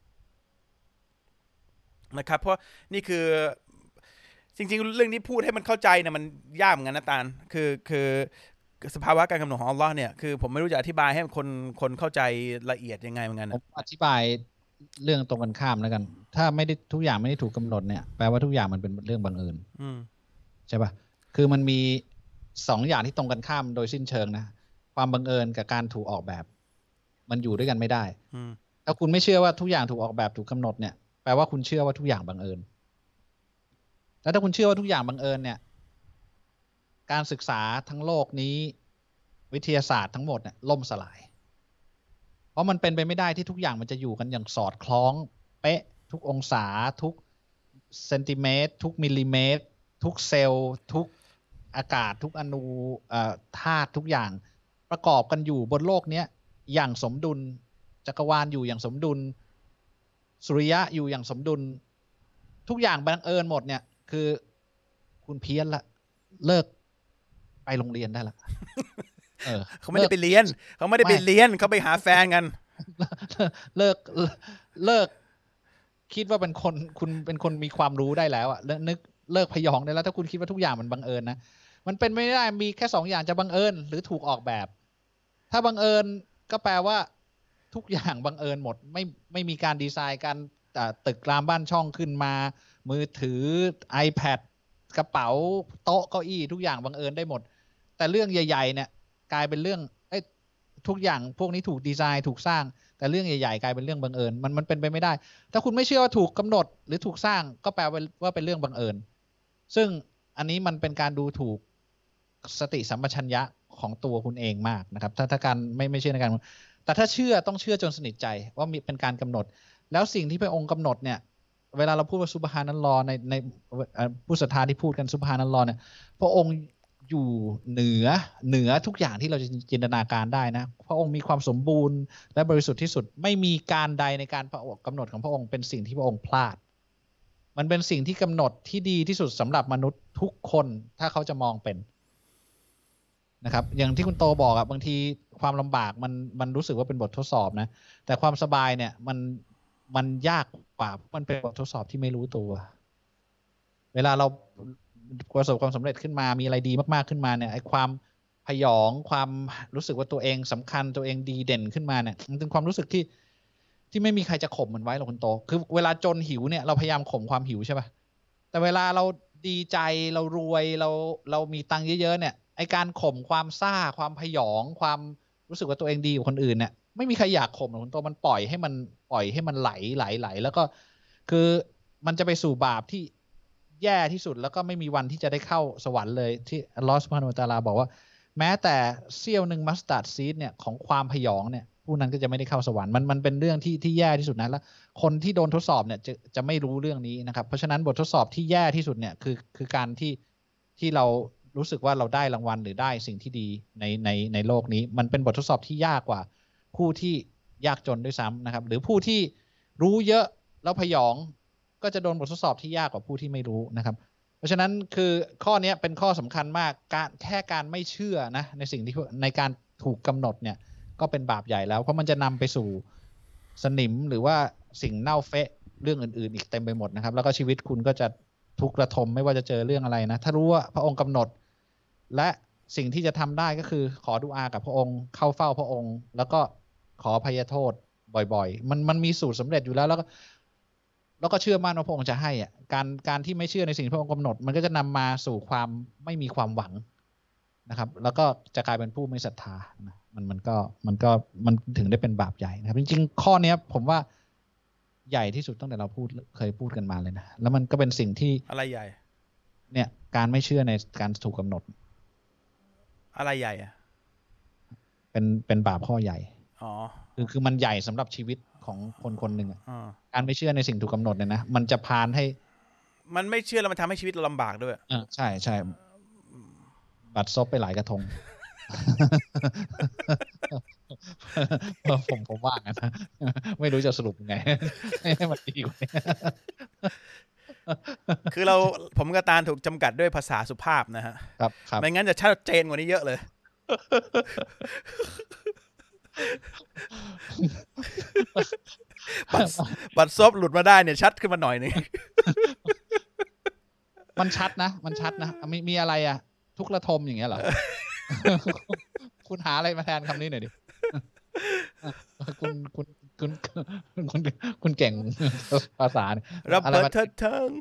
นะครับเพราะนี่คือจริงๆเรื่องนี้พูดให้มันเข้าใจนะมันยากเหมือนกันนะตาลคือคือสภาวะการกำหนดของอัลลอฮ์เนี่ยคือผมไม่รู้จะอธิบายให้คนคนเข้าใจละเอียดยังไงเหมือนกันผมอธิบายเรื่องตรงกันข้ามแล้วกันถ้าไม่ได้ทุกอย่างไม่ได้ถูกกำหนดเนี่ยแปลว่าทุกอย่างมันเป็นเรื่องบังเอิญใช่ป่ะคือมันมีสองอย่างที่ตรงกันข้ามโดยสิ้นเชิงนะความบังเอิญกับการถูกออกแบบมันอยู่ด้วยกันไม่ได้ถ้าคุณไม่เชื่อว่าทุกอย่างถูกออกแบบถูกกำหนดเนี่ยแปลว่าคุณเชื่อว่าทุกอย่างบังเอิญแล้วถ้าคุณเชื่อว่าทุกอย่างบังเอิญเนี่ยการศึกษาทั้งโลกนี้วิทยาศาสตร์ทั้งหมดเนี่ยล่มสลายเพราะมันเป็นไปไม่ได้ที่ทุกอย่างมันจะอยู่กันอย่างสอดคล้องเป๊ะทุกองศาทุกเซนติเมตรทุกมิลลิเมตรทุกเซลล์ทุกอากาศทุกอนูธาตุทุกอย่างประกอบกันอยู่บนโลกนี้อย่างสมดุลจักรวาลอยู่อย่างสมดุลสุริยะอยู่อย่างสมดุลทุกอย่างบังเอิญหมดเนี่ยคือคุณเพี้ยนละเลิกไปโรงเรียนได้ละเออเขาไม่ได้ไปเรียนเขาไม่ได้ไปเรียนเขาไปหาแฟนกันเลิกเลิกคิดว่าเป็นคนคุณเป็นคนมีความรู้ได้แล้วอ่ะเลิกนึกเลิกพยองได้แล้วถ้าคุณคิดว่าทุกอย่างมันบังเอิญนะมันเป็นไม่ได้มีแค่สองอย่างจะบังเอิญหรือถูกออกแบบถ้าบังเอิญก็แปลว่าทุกอย่างบังเอิญหมดไม่ไม่มีการดีไซน์การตึกรามบ้านช่องขึ้นมามือถือ iPad กระเป๋าโต๊ะเก้าอี้ทุกอย่างบังเอิญได้หมดแต่เรื่องใหญ่ๆเนี่ยกลายเป็นเรื่องเอ้ยทุกอย่างพวกนี้ถูกดีไซน์ถูกสร้างแต่เรื่องใหญ่ๆกลายเป็นเรื่องบังเอิญมันมันเป็นไปไม่ได้ถ้าคุณไม่เชื่อว่าถูกกำหนดหรือถูกสร้างก็แปลว่าเป็นเรื่องบังเอิญซึ่งอันนี้มันเป็นการดูถูกสติสัมปชัญญะของตัวคุณเองมากนะครับถ้าถ้าการไม่ไม่เชื่อในการแต่ถ้าเชื่อต้องเชื่อจนสนิทใจว่ามีเป็นการกำหนดแล้วสิ่งที่พระองค์กำหนดเนี่ยเวลาเราพูดว่าซุบฮานัลลอฮ์ในในผู้ศรัทธาที่พูดกันซุบฮานัลลอฮ์เนี่ยพระองค์อยู่เหนือเหนือทุกอย่างที่เราจะจินตนาการได้นะพระองค์มีความสมบูรณ์และบริสุทธิ์ที่สุดไม่มีการใดในการกำหนดของพระองค์เป็นสิ่งที่พระองค์พลาดมันเป็นสิ่งที่กำหนดที่ดีที่สุดสำหรับมนุษย์ทุกคนถ้าเขาจะมองเป็นนะครับอย่างที่คุณโตบอกอะบางทีความลำบากมันมันรู้สึกว่าเป็นบททดสอบนะแต่ความสบายเนี่ยมันมันยากกว่ามันเป็นบททดสอบที่ไม่รู้ตัวเวลาเราประสบความสำเร็จขึ้นมามีอะไรดีมากๆขึ้นมาเนี่ยไอ้ความพยองความรู้สึกว่าตัวเองสำคัญตัวเองดีเด่นขึ้นมาเนี่ยมันเป็นความรู้สึกที่ที่ไม่มีใครจะข่มมันไว้หรอกคุณโตคือเวลาจนหิวเนี่ยเราพยายามข่มความหิวใช่ป่ะแต่เวลาเราดีใจเรารวยเราเรามีตังค์เยอะๆเนี่ยไอ้การข่มความซ่าความพยองความรู้สึกว่าตัวเองดีกว่าคนอื่นเนี่ยไม่มีใครอยากข่มหรอกคุณโตมันปล่อยให้มันปล่อยให้มันไหลไหลไหลแล้วก็คือมันจะไปสู่บาปที่แย่ที่สุดแล้วก็ไม่มีวันที่จะได้เข้าสวรรค์เลยที่อัลลอฮฺซุบฮานะฮูวะตะอาลาบอกว่าแม้แต่เสี้ยวหนึ่งมัสตาร์ดซีดเนี่ยของความพยองเนี่ยผู้นั้นก็จะไม่ได้เข้าสวรรค์มันมันเป็นเรื่องที่ที่แย่ที่สุดนะแล้วคนที่โดนทดสอบเนี่ยจะจะไม่รู้เรื่องนี้นะครับเพราะฉะนั้นบททดสอบที่แย่ที่สุดเนี่ยคือคือการที่ที่เรารู้สึกว่าเราได้รางวัลหรือได้สิ่งที่ดีในในในโลกนี้มันเป็นบททดสอบที่ยากกว่าผู้ที่ยากจนด้วยซ้ำนะครับหรือผู้ที่รู้เยอะแล้วพยองก็จะโดนบททดสอบที่ยากกว่าผู้ที่ไม่รู้นะครับเพราะฉะนั้นคือข้อนี้เป็นข้อสำคัญมากการแค่การไม่เชื่อนะในสิ่งที่ในการถูกกำหนดเนี่ยก็เป็นบาปใหญ่แล้วเพราะมันจะนำไปสู่สนิมหรือว่าสิ่งเน่าเฟะเรื่องอื่นๆอีกเต็มไปหมดนะครับแล้วก็ชีวิตคุณก็จะทุกข์ระทมไม่ว่าจะเจอเรื่องอะไรนะถ้ารู้ว่าพระองค์กำหนดและสิ่งที่จะทำได้ก็คือขอดุอากับพระองค์เข้าเฝ้าพระองค์แล้วก็ขออภัยโทษบ่อยๆมันมันมีสูตรสำเร็จอยู่แล้วแล้วก็แล้วก็เชื่อมั่นว่าพระองค์จะให้อ่ะการการที่ไม่เชื่อในสิ่งที่พระองค์กำหนดมันก็จะนำมาสู่ความไม่มีความหวังนะครับแล้วก็จะกลายเป็นผู้ไม่ศรัทธานะมันมันก็มันก็มันถึงได้เป็นบาปใหญ่นะครับจริงๆข้อนี้ผมว่าใหญ่ที่สุดตั้งแต่เราพูดเคยพูดกันมาเลยนะแล้วมันก็เป็นสิ่งที่อะไรใหญ่เนี่ยการไม่เชื่อในการถูกกำหนดอะไรใหญ่อะเป็นเป็นบาปข้อใหญ่อ๋อคือคือมันใหญ่สำหรับชีวิตของคนคนหนึ่งอ่ะการไม่เชื่อในสิ่งถูกกำหนดเนี่ยนะมันจะพานให้มันไม่เชื่อแล้วมันทำให้ชีวิตเราลำบากด้วยอ่าใช่ใช่บัดซบไปหลายกระทง ผมผมว่านะไม่รู้จะสรุปยังไงให้มันดีกว่านี้คือเราผมกับตาลถูกจำกัดด้วยภาษาสุภาพนะฮะครับครับไม่งั้นจะชัดเจนกว่านี้เยอะเลยบัตรซบหลุดมาได้เนี่ยชัดขึ้นมาหน่อยนึงมันชัดนะมันชัดนะมีมีอะไรอ่ะทุกระทมอย่างเงี้ยเหรอ คุณหาอะไรมาแทนคำนี้หน่อยดิคุณคุณคุณคุณคุณเก่งภาษาเนี่ยอะไรมาเทิง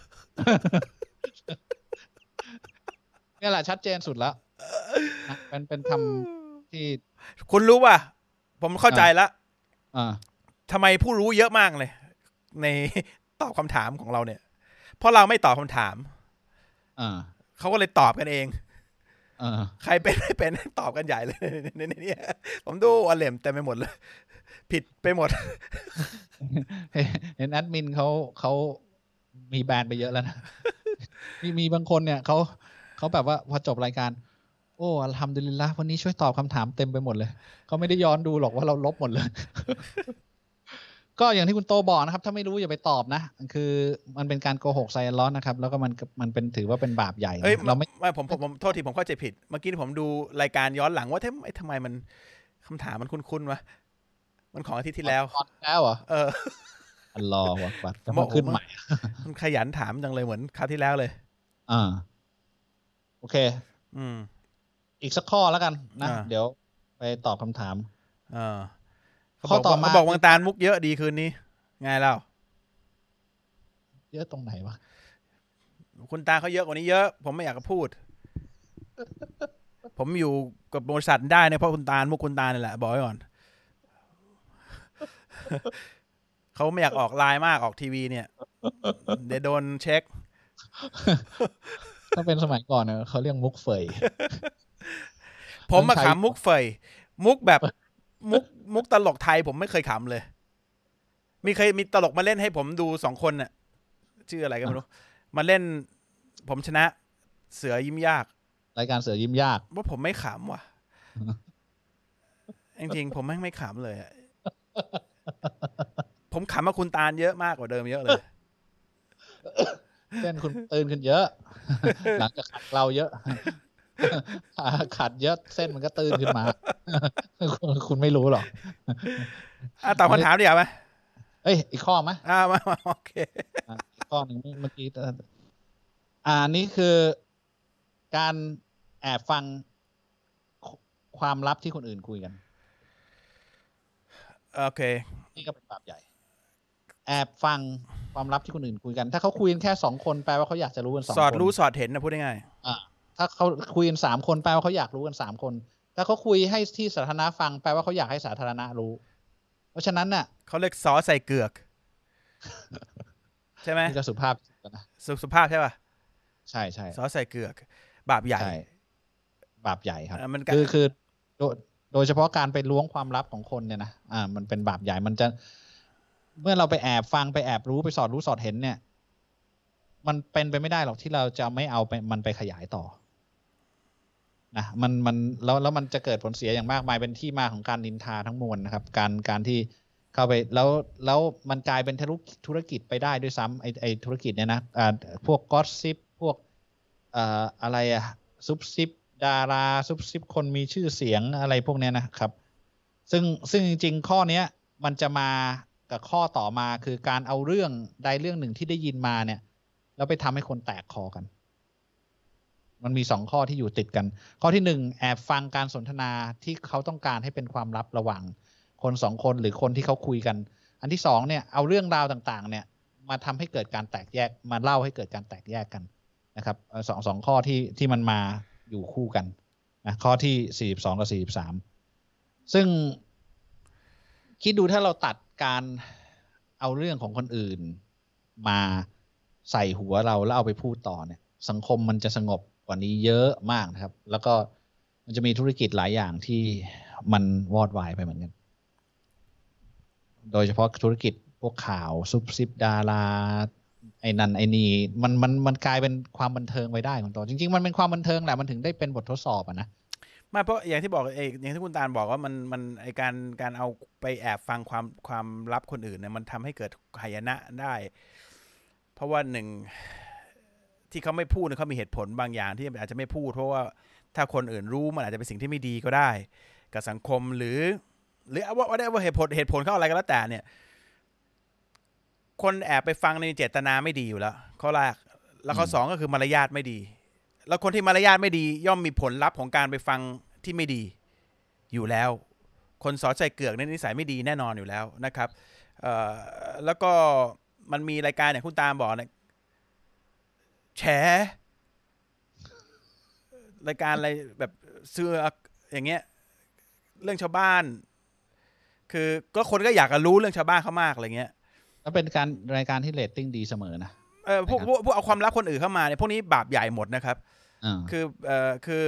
นี่แหละชัดเจนสุดแล้วเป็นเป็นคำที่คุณรู้ป่ะผมเข้าใจแล้วอ่าทำไมผู้รู้เยอะมากเลยในตอบคำถามของเราเนี่ยเพราะเราไม่ตอบคำถามอ่าเขาก็เลยตอบกันเองอ่าใครเป็นไม่เป็นตอบกันใหญ่เลยเนี่ยผมดูอเลมเต็มไปหมดเลยผิดไปหมดเห็นแอดมินเขาเขามีแบนไปเยอะแล้วนะมีมีบางคนเนี่ยเขาเขาแบบว่าพอจบรายการโอ้อัลฮัมดุลิลละห์วันนี้ช่วยตอบคำถามเต็มไปหมดเลยเขาไม่ได้ย้อนดูหรอกว่าเราลบหมดเลยก็อย่างที่คุณโตบอกนะครับถ้าไม่รู้อย่าไปตอบนะคือมันเป็นการโกหกไซอัลเลาะห์นะครับแล้วก็มันมันเป็นถือว่าเป็นบาปใหญ่เราไม่ไม่ผมผมโทษทีผมเข้าใจผิดเมื่อกี้ผมดูรายการย้อนหลังว่าทำไมทำไมมันคำถามมันคุ้นๆวะมันของอาทิตย์ที่แล้วแล้วเหรอเอออัลลอฮฺวักบัรมันขึ้นใหม่มันขยันถามจังเลยเหมือนคราวที่แล้วเลยอ่าโอเคอืมอีกสักข้อแล้วกันนะเดี๋ยวไปตอบคำถามอ่าข้อต่อมาเขาบอกวังตาลมุกเยอะดีคืนนี้ไงเล่าเยอะตรงไหนวะคุณตาเขาเยอะกว่านี้เยอะผมไม่อยากจะพูดผมอยู่กับบริษัทได้เนี่ยเพราะคุณตามุกคุณตานี่แหละบอกไว้ก่อนเขาไม่อยากออกไลน์มากออกทีวีเนี่ยเดี๋ยวโดนเช็คถ้าเป็นสมัยก่อนเนี่ยเขาเรียกมุกเฟยผมมาขำมุกเฟยมุกแบบมุกมุกตลกไทยผมไม่เคยขำเลยมีเคยมีตลกมาเล่นให้ผมดูสองคนน่ะชื่ออะไรก็ไม่รู้มาเล่นผมชนะเสือยิ้มยากรายการเสือยิ้มยากว่าผมไม่ขำว่ะจริงๆผมไม่ไม่ขำเลยผมขำมาคุณตาลเยอะมากกว่าเดิมเยอะเลยเส้นคุณตื่นขึ้นเยอะหลังจากขัดเราเยอะขัดเยอะเส้นมันก็ตื่นขึ้นมาคุณไม่รู้หรอกตอบคำถามดีกว่าไหมเอ้ยอีกข้อไหมอ่ามาโอเคอีกข้อหนึ่งเมื่อกี้อ่านี่คือการแอบฟังความลับที่คนอื่นคุยกันโอเคนี่ก็เป็นบาปใหญ่แอบฟังความลับที่คนอื่นคุยกันถ้าเขาคุยกันแค่สองคนแปลว่าเขาอยากจะรู้กันสองคนสอดรู้สอดเห็นนะพูดง่ายๆอ่าถ้าเขาคุยกันสามคนแปลว่าเขาอยากรู้กันสามคนถ้าเขาคุยให้ที่สาธารณะฟังแปลว่าเขาอยากให้สาธารณะรู้เพราะฉะนั้นน่ะเขาเรียกซอใส่เกือกใช่ไหมนี่ก็สุภาพนะสุภาพใช่ป่ะใช่ใช่ซอใส่เกือกบาปใหญ่บาปใหญ่ครับคือคือโดยเฉพาะการไปล้วงความลับของคนเนี่ยนะอ่ามันเป็นบาปใหญ่มันจะเมื่อเราไปแอบฟังไปแอบรู้ไปสอดรู้สอดเห็นเนี่ยมันเป็นไปไม่ได้หรอกที่เราจะไม่เอาไปมันไปขยายต่อนะมันมันแล้วแล้วมันจะเกิดผลเสียอย่างมากมายเป็นที่มาของการนินทาทั้งมวลนะครับการการที่เข้าไปแล้วแล้วมันกลายเป็นธุรกิจไปได้ด้วยซ้ำไอไอธุรกิจเนี่ยนะอ่าพวกก็อสซิปพวกเอ่ออะไรอะซุบซิบดาราซุบซิบคนมีชื่อเสียงอะไรพวกนี้นะครับซึ่งซึ่งจริงๆข้อเนี้ยมันจะมากับข้อต่อมาคือการเอาเรื่องใดเรื่องหนึ่งที่ได้ยินมาเนี่ยแล้วไปทำให้คนแตกคอกันมันมีสองข้อที่อยู่ติดกันข้อที่หนึ่งแอบฟังการสนทนาที่เขาต้องการให้เป็นความลับระหว่างคนสองคนหรือคนที่เขาคุยกันอันที่สองเนี่ยเอาเรื่องราวต่างๆเนี่ยมาทำให้เกิดการแตกแยกมาเล่าให้เกิดการแตกแยกกันนะครับสองสองข้อที่ที่มันมาอยู่คู่กันนะข้อที่สี่สิบสองกับสี่สิบสามซึ่งคิดดูถ้าเราตัดการเอาเรื่องของคนอื่นมาใส่หัวเราแล้วเอาไปพูดต่อเนี่ยสังคมมันจะสงบกว่านี้เยอะมากนะครับแล้วก็มันจะมีธุรกิจหลายอย่างที่มันวอดวายไปเหมือนกันโดยเฉพาะธุรกิจพวกข่าวซุบซิบดาราไอ้นั่นไอ้นี่มันมันมันกลายเป็นความบันเทิงไปได้ของตัวจริงๆมันเป็นความบันเทิงแหละมันถึงได้เป็นบททดสอบอ่ะนะไม่เพราะอย่างที่บอกเองอย่างที่คุณตาลบอกว่ามันมันไอการการเอาไปแอบฟังความความลับคนอื่นเนี่ยมันทำให้เกิดหายนะได้เพราะว่าหนึ่งที่เขาไม่พูดเนี่ยเขามีเหตุผลบางอย่างที่อาจจะไม่พูดเพราะว่าถ้าคนอื่นรู้มันอาจจะเป็นสิ่งที่ไม่ดีก็ได้กับสังคมหรือหรือว่าได้ว่าเหตุผลเหตุผลเขาอะไรก็แล้วแต่เนี่ยคนแอบไปฟังในเจตนาไม่ดีอยู่แล้วข้อแรกแล้วข้อสองก็คือมารยาทไม่ดีแล้วคนที่มารยาทไม่ดีย่อมมีผลลัพธ์ของการไปฟังที่ไม่ดีอยู่แล้วคนสอใจเกือกในนิสัยไม่ดีแน่นอนอยู่แล้วนะครับแล้วก็มันมีรายการอย่างคุณตามบอกนะแฉรายการอะไรแบบเสื้ออย่างเงี้ยเรื่องชาวบ้านคือก็คนก็อยากจะรู้เรื่องชาวบ้านเขามากอะไรเงี้ยแล้วเป็นการรายการที่เรตติ้งดีเสมอนะเออพวกพวกเอาความลับคนอื่นเข้ามาเนี่ยพวกนี้บาปใหญ่หมดนะครับคือเอ่อคือ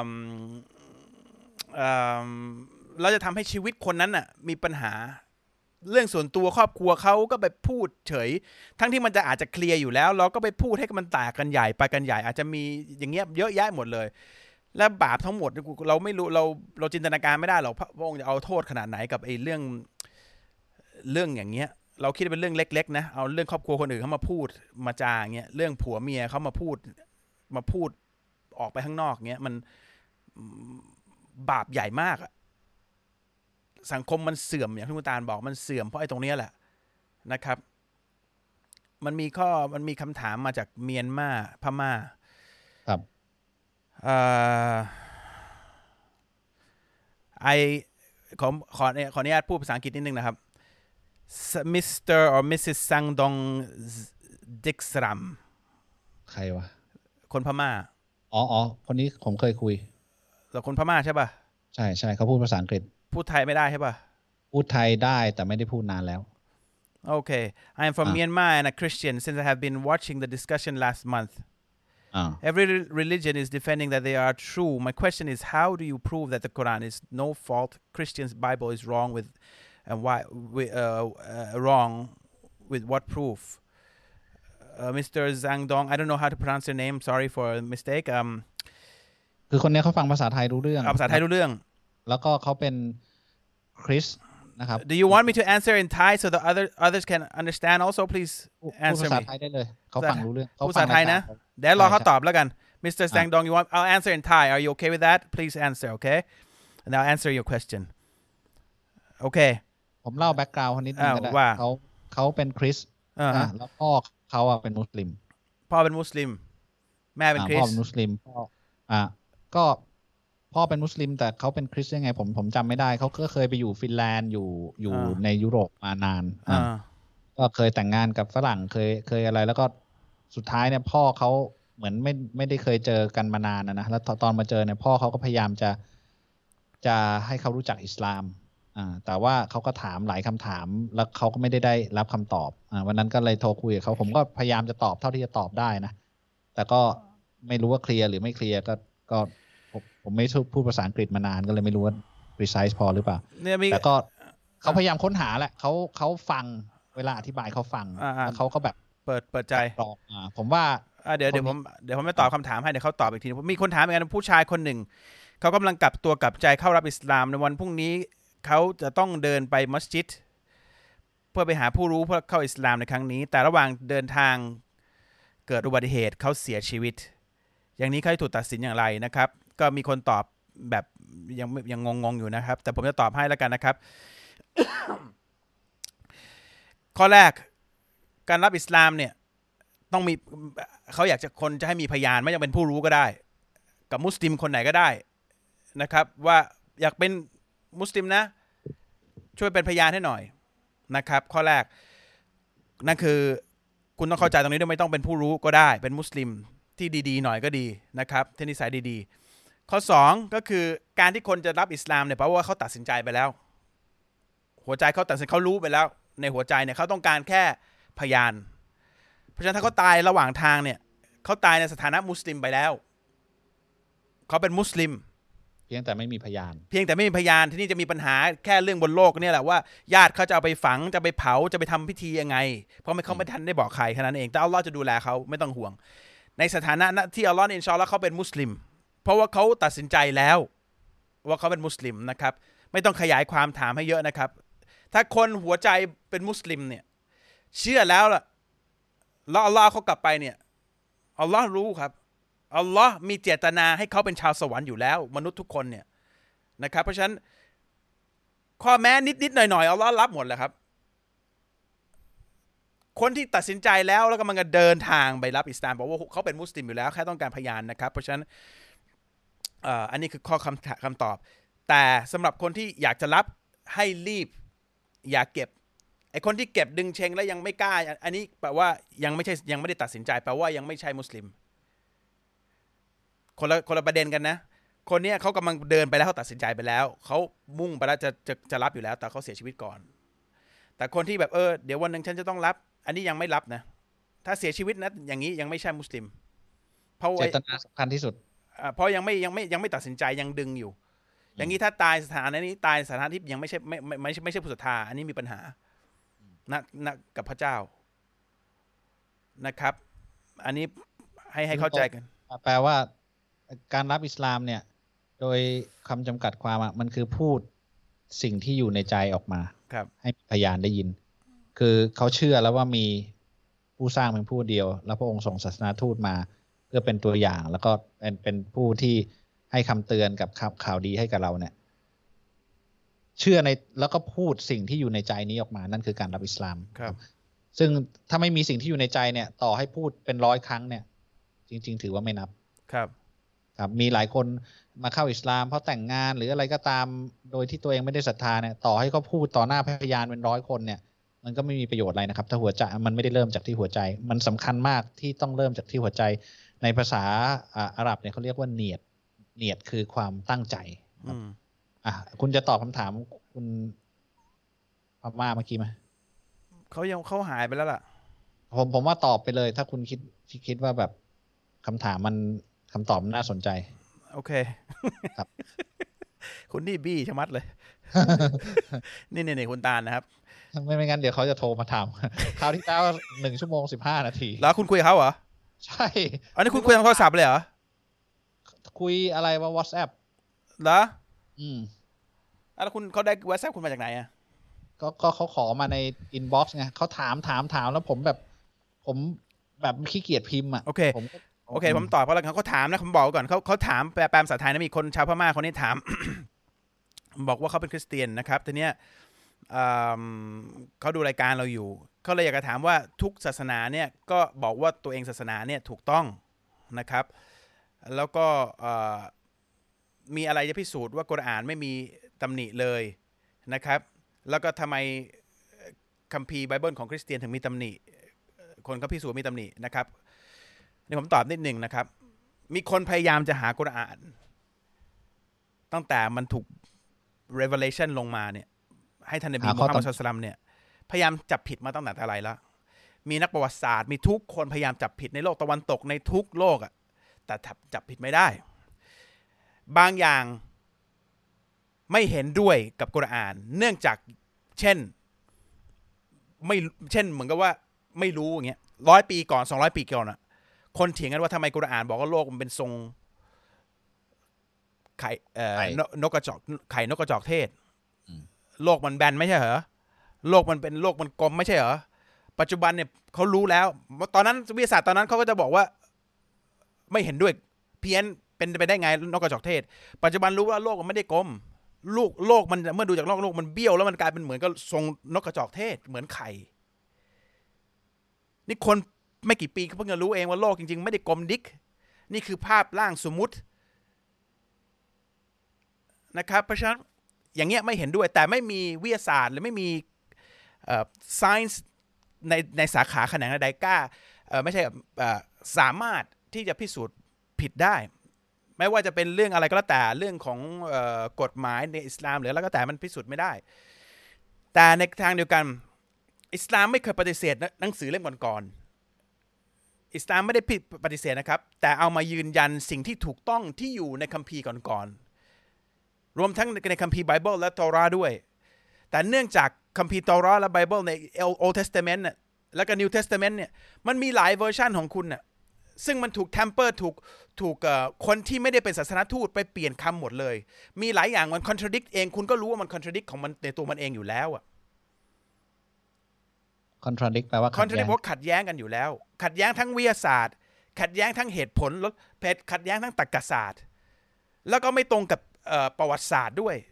เราจะทำให้ชีวิตคนนั้นน่ะมีปัญหาเรื่องส่วนตัวครอบครัวเขาก็ไปพูดเฉยทั้งที่มันจะอาจจะเคลียร์อยู่แล้วเราก็ไปพูดให้มันแตกกันใหญ่ไปกันใหญ่อาจจะมีอย่างเงี้ยเยอะแยะหมดเลยและบาปทั้งหมดเราไม่รู้เราเราจินตนาการไม่ได้หรอกพระองค์จะเอาโทษขนาดไหนกับไอ้เรื่องเรื่องอย่างเงี้ยเราคิดว่าเป็นเรื่องเล็กๆนะเอาเรื่องครอบครัวคนอื่นเขามาพูดมาจาอย่างเงี้ยเรื่องผัวเมียเขามาพูดมาพูดออกไปข้างนอกเงี้ยมันบาปใหญ่มากอะสังคมมันเสื่อมอย่างที่คุณตาลบอกมันเสื่อมเพราะไอ้ตรงนี้แหละนะครับมันมีข้อมันมีคำถามมาจากเมียนมาพม่าครับเอ่อไอขอขอขออนุญาตพูดภาษาอังกฤษนิดนึงนะครับ มิสเตอร์ or มิสซิส ซังดงดิกสรัมใครวะคนพม่าอ๋ออ๋อคนนี้ผมเคยคุยเราคนพม่าใช่ป่ะใช่ใช่เขาพูดภาษาอังกฤษพูดไทยไม่ได้ใช่ป่ะพูดไทยได้แต่ไม่ได้พูดนานแล้ว Okay, I am from Myanmar and a Christian. Since I have been watching the discussion last month, uh. Every religion is defending that they are true. My question is, how do you prove that the Quran is no fault? Christians' Bible is wrong with, and why uh, uh, wrong with what proof? Uh, Mister Zhang Dong, I don't know how to pronounce your name. Sorry for a mistake. Um, คือคนนี้เขาฟังภาษาไทยรู้เรื่องภาษาไทยรู้เรื่องแล้วก็เขาเป็นคริสต์นะครับ Do you want me to answer in Thai so the other others can understand also? Please พูด answer ภาษา me. ไทยได้เลยเขาฟังรู้เรื่องภาษาไทยนะเดี๋ยวรอเขาตอบแล้วกัน Mister Zhang Dong, you want? I'll answer in Thai. Are you okay with that? Please answer, okay? And I'll answer your question. Okay. ผมเล่าแบ็กกราวด์เขานิดนึงก็ได้เขาเขาเป็นคริสต์นะแล้วพ่อเขาอ่ะเป็นมุสลิมพ่อเป็นมุสลิมแม่เป็นคริสต์พ่อเป็นมุสลิมพ่ออ่ะก็พ่อเป็นมุสลิมแต่เขาเป็นคริสต์ยังไงผมผมจำไม่ได้เขาก็เคยไปอยู่ฟินแลนด์อยู่อยู่ในยุโรปมานานอ่าก็เคยแต่งงานกับฝรั่งเคยเคยอะไรแล้วก็สุดท้ายเนี่ยพ่อเขาเหมือนไม่ไม่ได้เคยเจอกันมานานนะนะแล้วตอนมาเจอเนี่ยพ่อเขาก็พยายามจะจะให้เขารู้จักอิสลามอ่าแต่ว่าเขาก็ถามหลายคำถามแล้วเขาก็ไม่ได้ได้รับคำตอบอ่าวันนั้นก็เลยโทรคุยกับเขาผมก็พยายามจะตอบเท่าที่จะตอบได้นะแต่ก็ไม่รู้ว่าเคลียร์หรือไม่เคลียร์ก็ก็ผมผมไม่พูดภาษาอังกฤษมานานก็เลยไม่รู้ว่า precise พอหรือเปล่าแต่ก็เขาพยายามค้นหาแหละเขาเขาฟังเวลาอธิบายเขาฟังแล้วเขาก็แบบเปิดเปิดใจตอบอ่าผมว่าเดี๋ยวเดี๋ยวผมเดี๋ยวผมไม่ตอบคำถามให้เดี๋ยวเขาตอบอีกทีผมมีคนถามเหมือนกันผู้ชายคนหนึ่งเขากำลังกลับตัวกลับใจเข้ารับอิสลามในวันพรุ่งนี้เขาจะต้องเดินไปมัสยิดเพื่อไปหาผู้รู้เพื่อเข้าอิสลามในครั้งนี้แต่ระหว่างเดินทางเกิดอุบัติเหตุเขาเสียชีวิตอย่างนี้เขาถูกตัดสินอย่างไรนะครับก็มีคนตอบแบบยังยังงงๆอยู่นะครับแต่ผมจะตอบให้แล้วกันนะครับ ข้อแรกการรับอิสลามเนี่ยต้องมีเขาอยากจะคนจะให้มีพยานไม่จำเป็นผู้รู้ก็ได้กับมุสลิมคนไหนก็ได้นะครับว่าอยากเป็นมุสลิมนะช่วยเป็นพยานให้หน่อยนะครับข้อแรกนั่นคือคุณต้องเข้าใจตรงนี้ด้วยไม่ต้องเป็นผู้รู้ก็ได้เป็นมุสลิมที่ดีๆหน่อยก็ดีนะครับที่นิสัยดีๆข้อสองก็คือการที่คนจะรับอิสลามเนี่ยเพราะว่าเขาตัดสินใจไปแล้วหัวใจเขาตัดสินเขารู้ไปแล้วในหัวใจเนี่ยเขาต้องการแค่พยานเพราะฉะนั้นถ้าเขาตายระหว่างทางเนี่ยเขาตายในสถานะมุสลิมไปแล้วเขาเป็นมุสลิมเพียงแต่ไม่มีพยานเพียงแต่ไม่มีพยานที่นี่จะมีปัญหาแค่เรื่องบนโลกเนี่ยแหละว่าญาติเขาจะเอาไปฝังจะไปเผาจะไปทำพิธียังไงเพราะไม่เขาไม่ทันได้บอกใครแค่นั้นเองแต่อัลลอฮ์จะดูแลเขาไม่ต้องห่วงในสถานะที่อัลลอฮ์อินชาอัลลอฮ์เขาเป็นมุสลิมเพราะว่าเขาตัดสินใจแล้วว่าเขาเป็นมุสลิมนะครับไม่ต้องขยายความถามให้เยอะนะครับถ้าคนหัวใจเป็นมุสลิมเนี่ยเชื่อแล้วล่ะแล้วอัลลอฮ์เขากลับไปเนี่ยอัลลอฮ์รู้ครับอัลลอฮ์มีเจตนาให้เขาเป็นชาวสวรรค์อยู่แล้วมนุษย์ทุกคนเนี่ยนะครับเพราะฉะนั้นข้อแม้นิดๆหน่อยๆอัลลอฮ์รับหมดแหละครับคนที่ตัดสินใจแล้วแล้วก็มันก็เดินทางไปรับอิสลามบอกว่าเขาเป็นมุสลิมอยู่แล้วแค่ต้องการพยานนะครับเพราะฉะนั้นอันนี้คือข้อคำคำตอบแต่สำหรับคนที่อยากจะรับให้รีบอย่าเก็บไอคนที่เก็บดึงเชงแล้วยังไม่กล้าอันนี้แปลว่ายังไม่ใช่ยังไม่ได้ตัดสินใจแปลว่ายังไม่ใช่มุสลิมคนละคนละประเด็นกันนะคนนี้เขากำลังเดินไปแล้วเขาตัดสินใจไปแล้วเขามุ่งไปแล้วจะจะจะรับอยู่แล้วแต่เขาเสียชีวิตก่อนแต่คนที่แบบเออเดี๋ยววันหนึ่งฉันจะต้องรับอันนี้ยังไม่รับนะถ้าเสียชีวิตนะอย่างนี้ยังไม่ใช่มุสลิมเพราะเจตนาสำคัญที่สุดเพราะยังไม่ยังไม่ยังไม่ตัดสินใจยังดึงอยู่อย่างนี้ถ้าตายสถานะนี้ตายสถานะที่ยังไม่ใช่ไม่ไม่ไม่ใช่ไม่ใช่ผู้ศรัทธาอันนี้มีปัญหานะนะกับพระเจ้านะครับอันนี้ให้ให้เข้าใจกันแปลว่าการรับอิสลามเนี่ยโดยคำจำกัดความมันคือพูดสิ่งที่อยู่ในใจออกมาให้พยานได้ยินคือเขาเชื่อแล้วว่ามีผู้สร้างเป็นผู้เดียวแล้วพระองค์ส่งศาสนาทูตมาเพื่อเป็นตัวอย่างแล้วก็เป็นเป็นผู้ที่ให้คำเตือนกับข่าวดีให้กับเราเนี่ยเชื่อในแล้วก็พูดสิ่งที่อยู่ในใจนี้ออกมานั่นคือการรับอิสลามครับซึ่งถ้าไม่มีสิ่งที่อยู่ในใจเนี่ยต่อให้พูดเป็นร้อยครั้งเนี่ยจริงๆถือว่าไม่นับครับครับมีหลายคนมาเข้าอิสลามเพราะแต่งงานหรืออะไรก็ตามโดยที่ตัวเองไม่ได้ศรัทธาเนี่ยต่อให้เขาพูดต่อหน้าพยานเป็นร้อยคนเนี่ยมันก็ไม่มีประโยชน์อะไรนะครับถ้าหัวใจมันไม่ได้เริ่มจากที่หัวใจมันสำคัญมากที่ต้องเริ่มจากที่หัวใจในภาษาอาหรับเนี่ยเขาเรียกว่าเนียดเนียดคือความตั้งใจอ่ะคุณจะตอบคำถามคุณพม่าเมื่อกี้ไหมเขายังเขาหายไปแล้วล่ะผมผมว่าตอบไปเลยถ้าคุณคิดคิดว่าแบบคำถามมันคำตอบมันน่าสนใจโอเคครับคุณนี่บี้ชะมัดเลย นี่นี่คุณตาลนะครับไม่ไม่งั้นเดี๋ยวเขาจะโทรมาถามคราวที่แล้วหนึ่งชั่วโมงสิบห้านาทีแล้วคุณคุยกับเขาเหรอใช่อันนี้คุณคุยทางโทรศัพท์เลยเหรอคุยอะไรว่า WhatsApp เหรออืมแล้วคุณเขาได้ WhatsApp คุณมาจากไหนอ่ะก็ก็เขาขอมาใน inbox ไงเขาถามถามถามแล้วผมแบบผมแบบขี้เกียจพิมพ์อ่ะโอเคผมโอเคผมตอบเขาแล้วเขาถามนะผมบอกก่อนเขาเขาถามแปลภาษาไทยนะมีคนชาวพม่าคนนี้ถาม บอกว่าเขาเป็นคริสเตียนนะครับทีเนี้ยเขาดูรายการเราอยู่เขาเลยอยากจะถามว่าทุกศาสนาเนี่ยก็บอกว่าตัวเองศาสนาเนี่ยถูกต้องนะครับแล้วก็มีอะไรจะพิสูจน์ว่ากุรอานไม่มีตำหนิเลยนะครับแล้วก็ทำไมคัมภีร์ไบเบิลของคริสเตียนถึงมีตำหนิคนก็พิสูจน์มีตำหนินะครับนี่ผมตอบนิดหนึ่งนะครับมีคนพยายามจะหากุรอานตั้งแต่มันถูก revelation ลงมาเนี่ยให้ท่านนบีมุฮัมมัดศ็อลลัลลอฮุอะลัยฮิวะซัลลัมเนี่ยพยายามจับผิดมาตั้งแต่อะไรแล้วมีนักประวัติศาสตร์มีทุกคนพยายามจับผิดในโลกตะวันตกในทุกโลกอ่ะแต่จับผิดไม่ได้บางอย่างไม่เห็นด้วยกับกุรอานเนื่องจากเช่นไม่เช่นเหมือนกับว่าไม่รู้อย่างเงี้ยร้อยปีก่อนสองร้อยปีก่อนอ่ะคนเถียงกันว่าทำไมกุรอานบอกว่าโลกมันเป็นทรงไข่เอ่อนกกระจอกไข่นกกระจอกเทศโลกมันแบนไม่ใช่เหรอโลกมันเป็นโลกมันกลมไม่ใช่เหรอปัจจุบันเนี่ยเขารู้แล้วตอนนั้นวิทยาศาสตร์ตอนนั้นเขาก็จะบอกว่าไม่เห็นด้วยเพี้ยนเป็นไปได้ไงนกกระจอกเทศปัจจุบันรู้ว่าโลกมันไม่ได้กลมลูกโลกมันเมื่อดูจากโลกโลกมันเบี้ยวแล้วมันกลายเป็นเหมือนกับทรงนกกระจอกเทศเหมือนไข่นี่คนไม่กี่ปีเขาเพิ่งจะรู้เองว่าโลกจริงๆไม่ได้กลมดิกนี่คือภาพร่างสมมุตินะครับเพราะฉะนั้นอย่างเงี้ยไม่เห็นด้วยแต่ไม่มีวิทยาศาสตร์หรือไม่มีเอ่อ science ในในสาขาแขนงใดๆกล้าเอ่อไม่ใช่เอ่อสามารถที่จะพิสูจน์ผิดได้ไม่ว่าจะเป็นเรื่องอะไรก็แล้วแต่เรื่องของเอ่อกฎหมายในอิสลามหรืออะไรก็แต่มันพิสูจน์ไม่ได้แต่ในทางเดียวกันอิสลามไม่เคยปฏิเสธหนังสือเล่มก่อนๆอิสลามไม่ได้ปฏิเสธนะครับแต่เอามายืนยันสิ่งที่ถูกต้องที่อยู่ในคัมภีร์ก่อนๆรวมทั้งในคัมภีร์ไบเบิลและตอราห์ด้วยแต่เนื่องจากคัมภีร์ตอราห์และไบเบิลใน Old Testament น่ะแล้วก็ New Testament เนี่ยมันมีหลายเวอร์ชันของคุณน่ะซึ่งมันถูก temper ถูกถูกคนที่ไม่ได้เป็นศาสนทูตไปเปลี่ยนคำหมดเลยมีหลายอย่างมัน contradict เองคุณก็รู้ว่ามัน contradict ของมันในตัวมันเองอยู่แล้วอ่ะ contradict แปลว่า contradict เพราะขัดแย้งกันอยู่แล้วขัดแย้งทั้งวิทยาศาสตร์ขัดแย้งทั้งเหตุผลเพศขัดแย้งทั้งตรรกศาสตร์แล้วก็ไม่ตรงกับประวัติศาสตร์ด้วย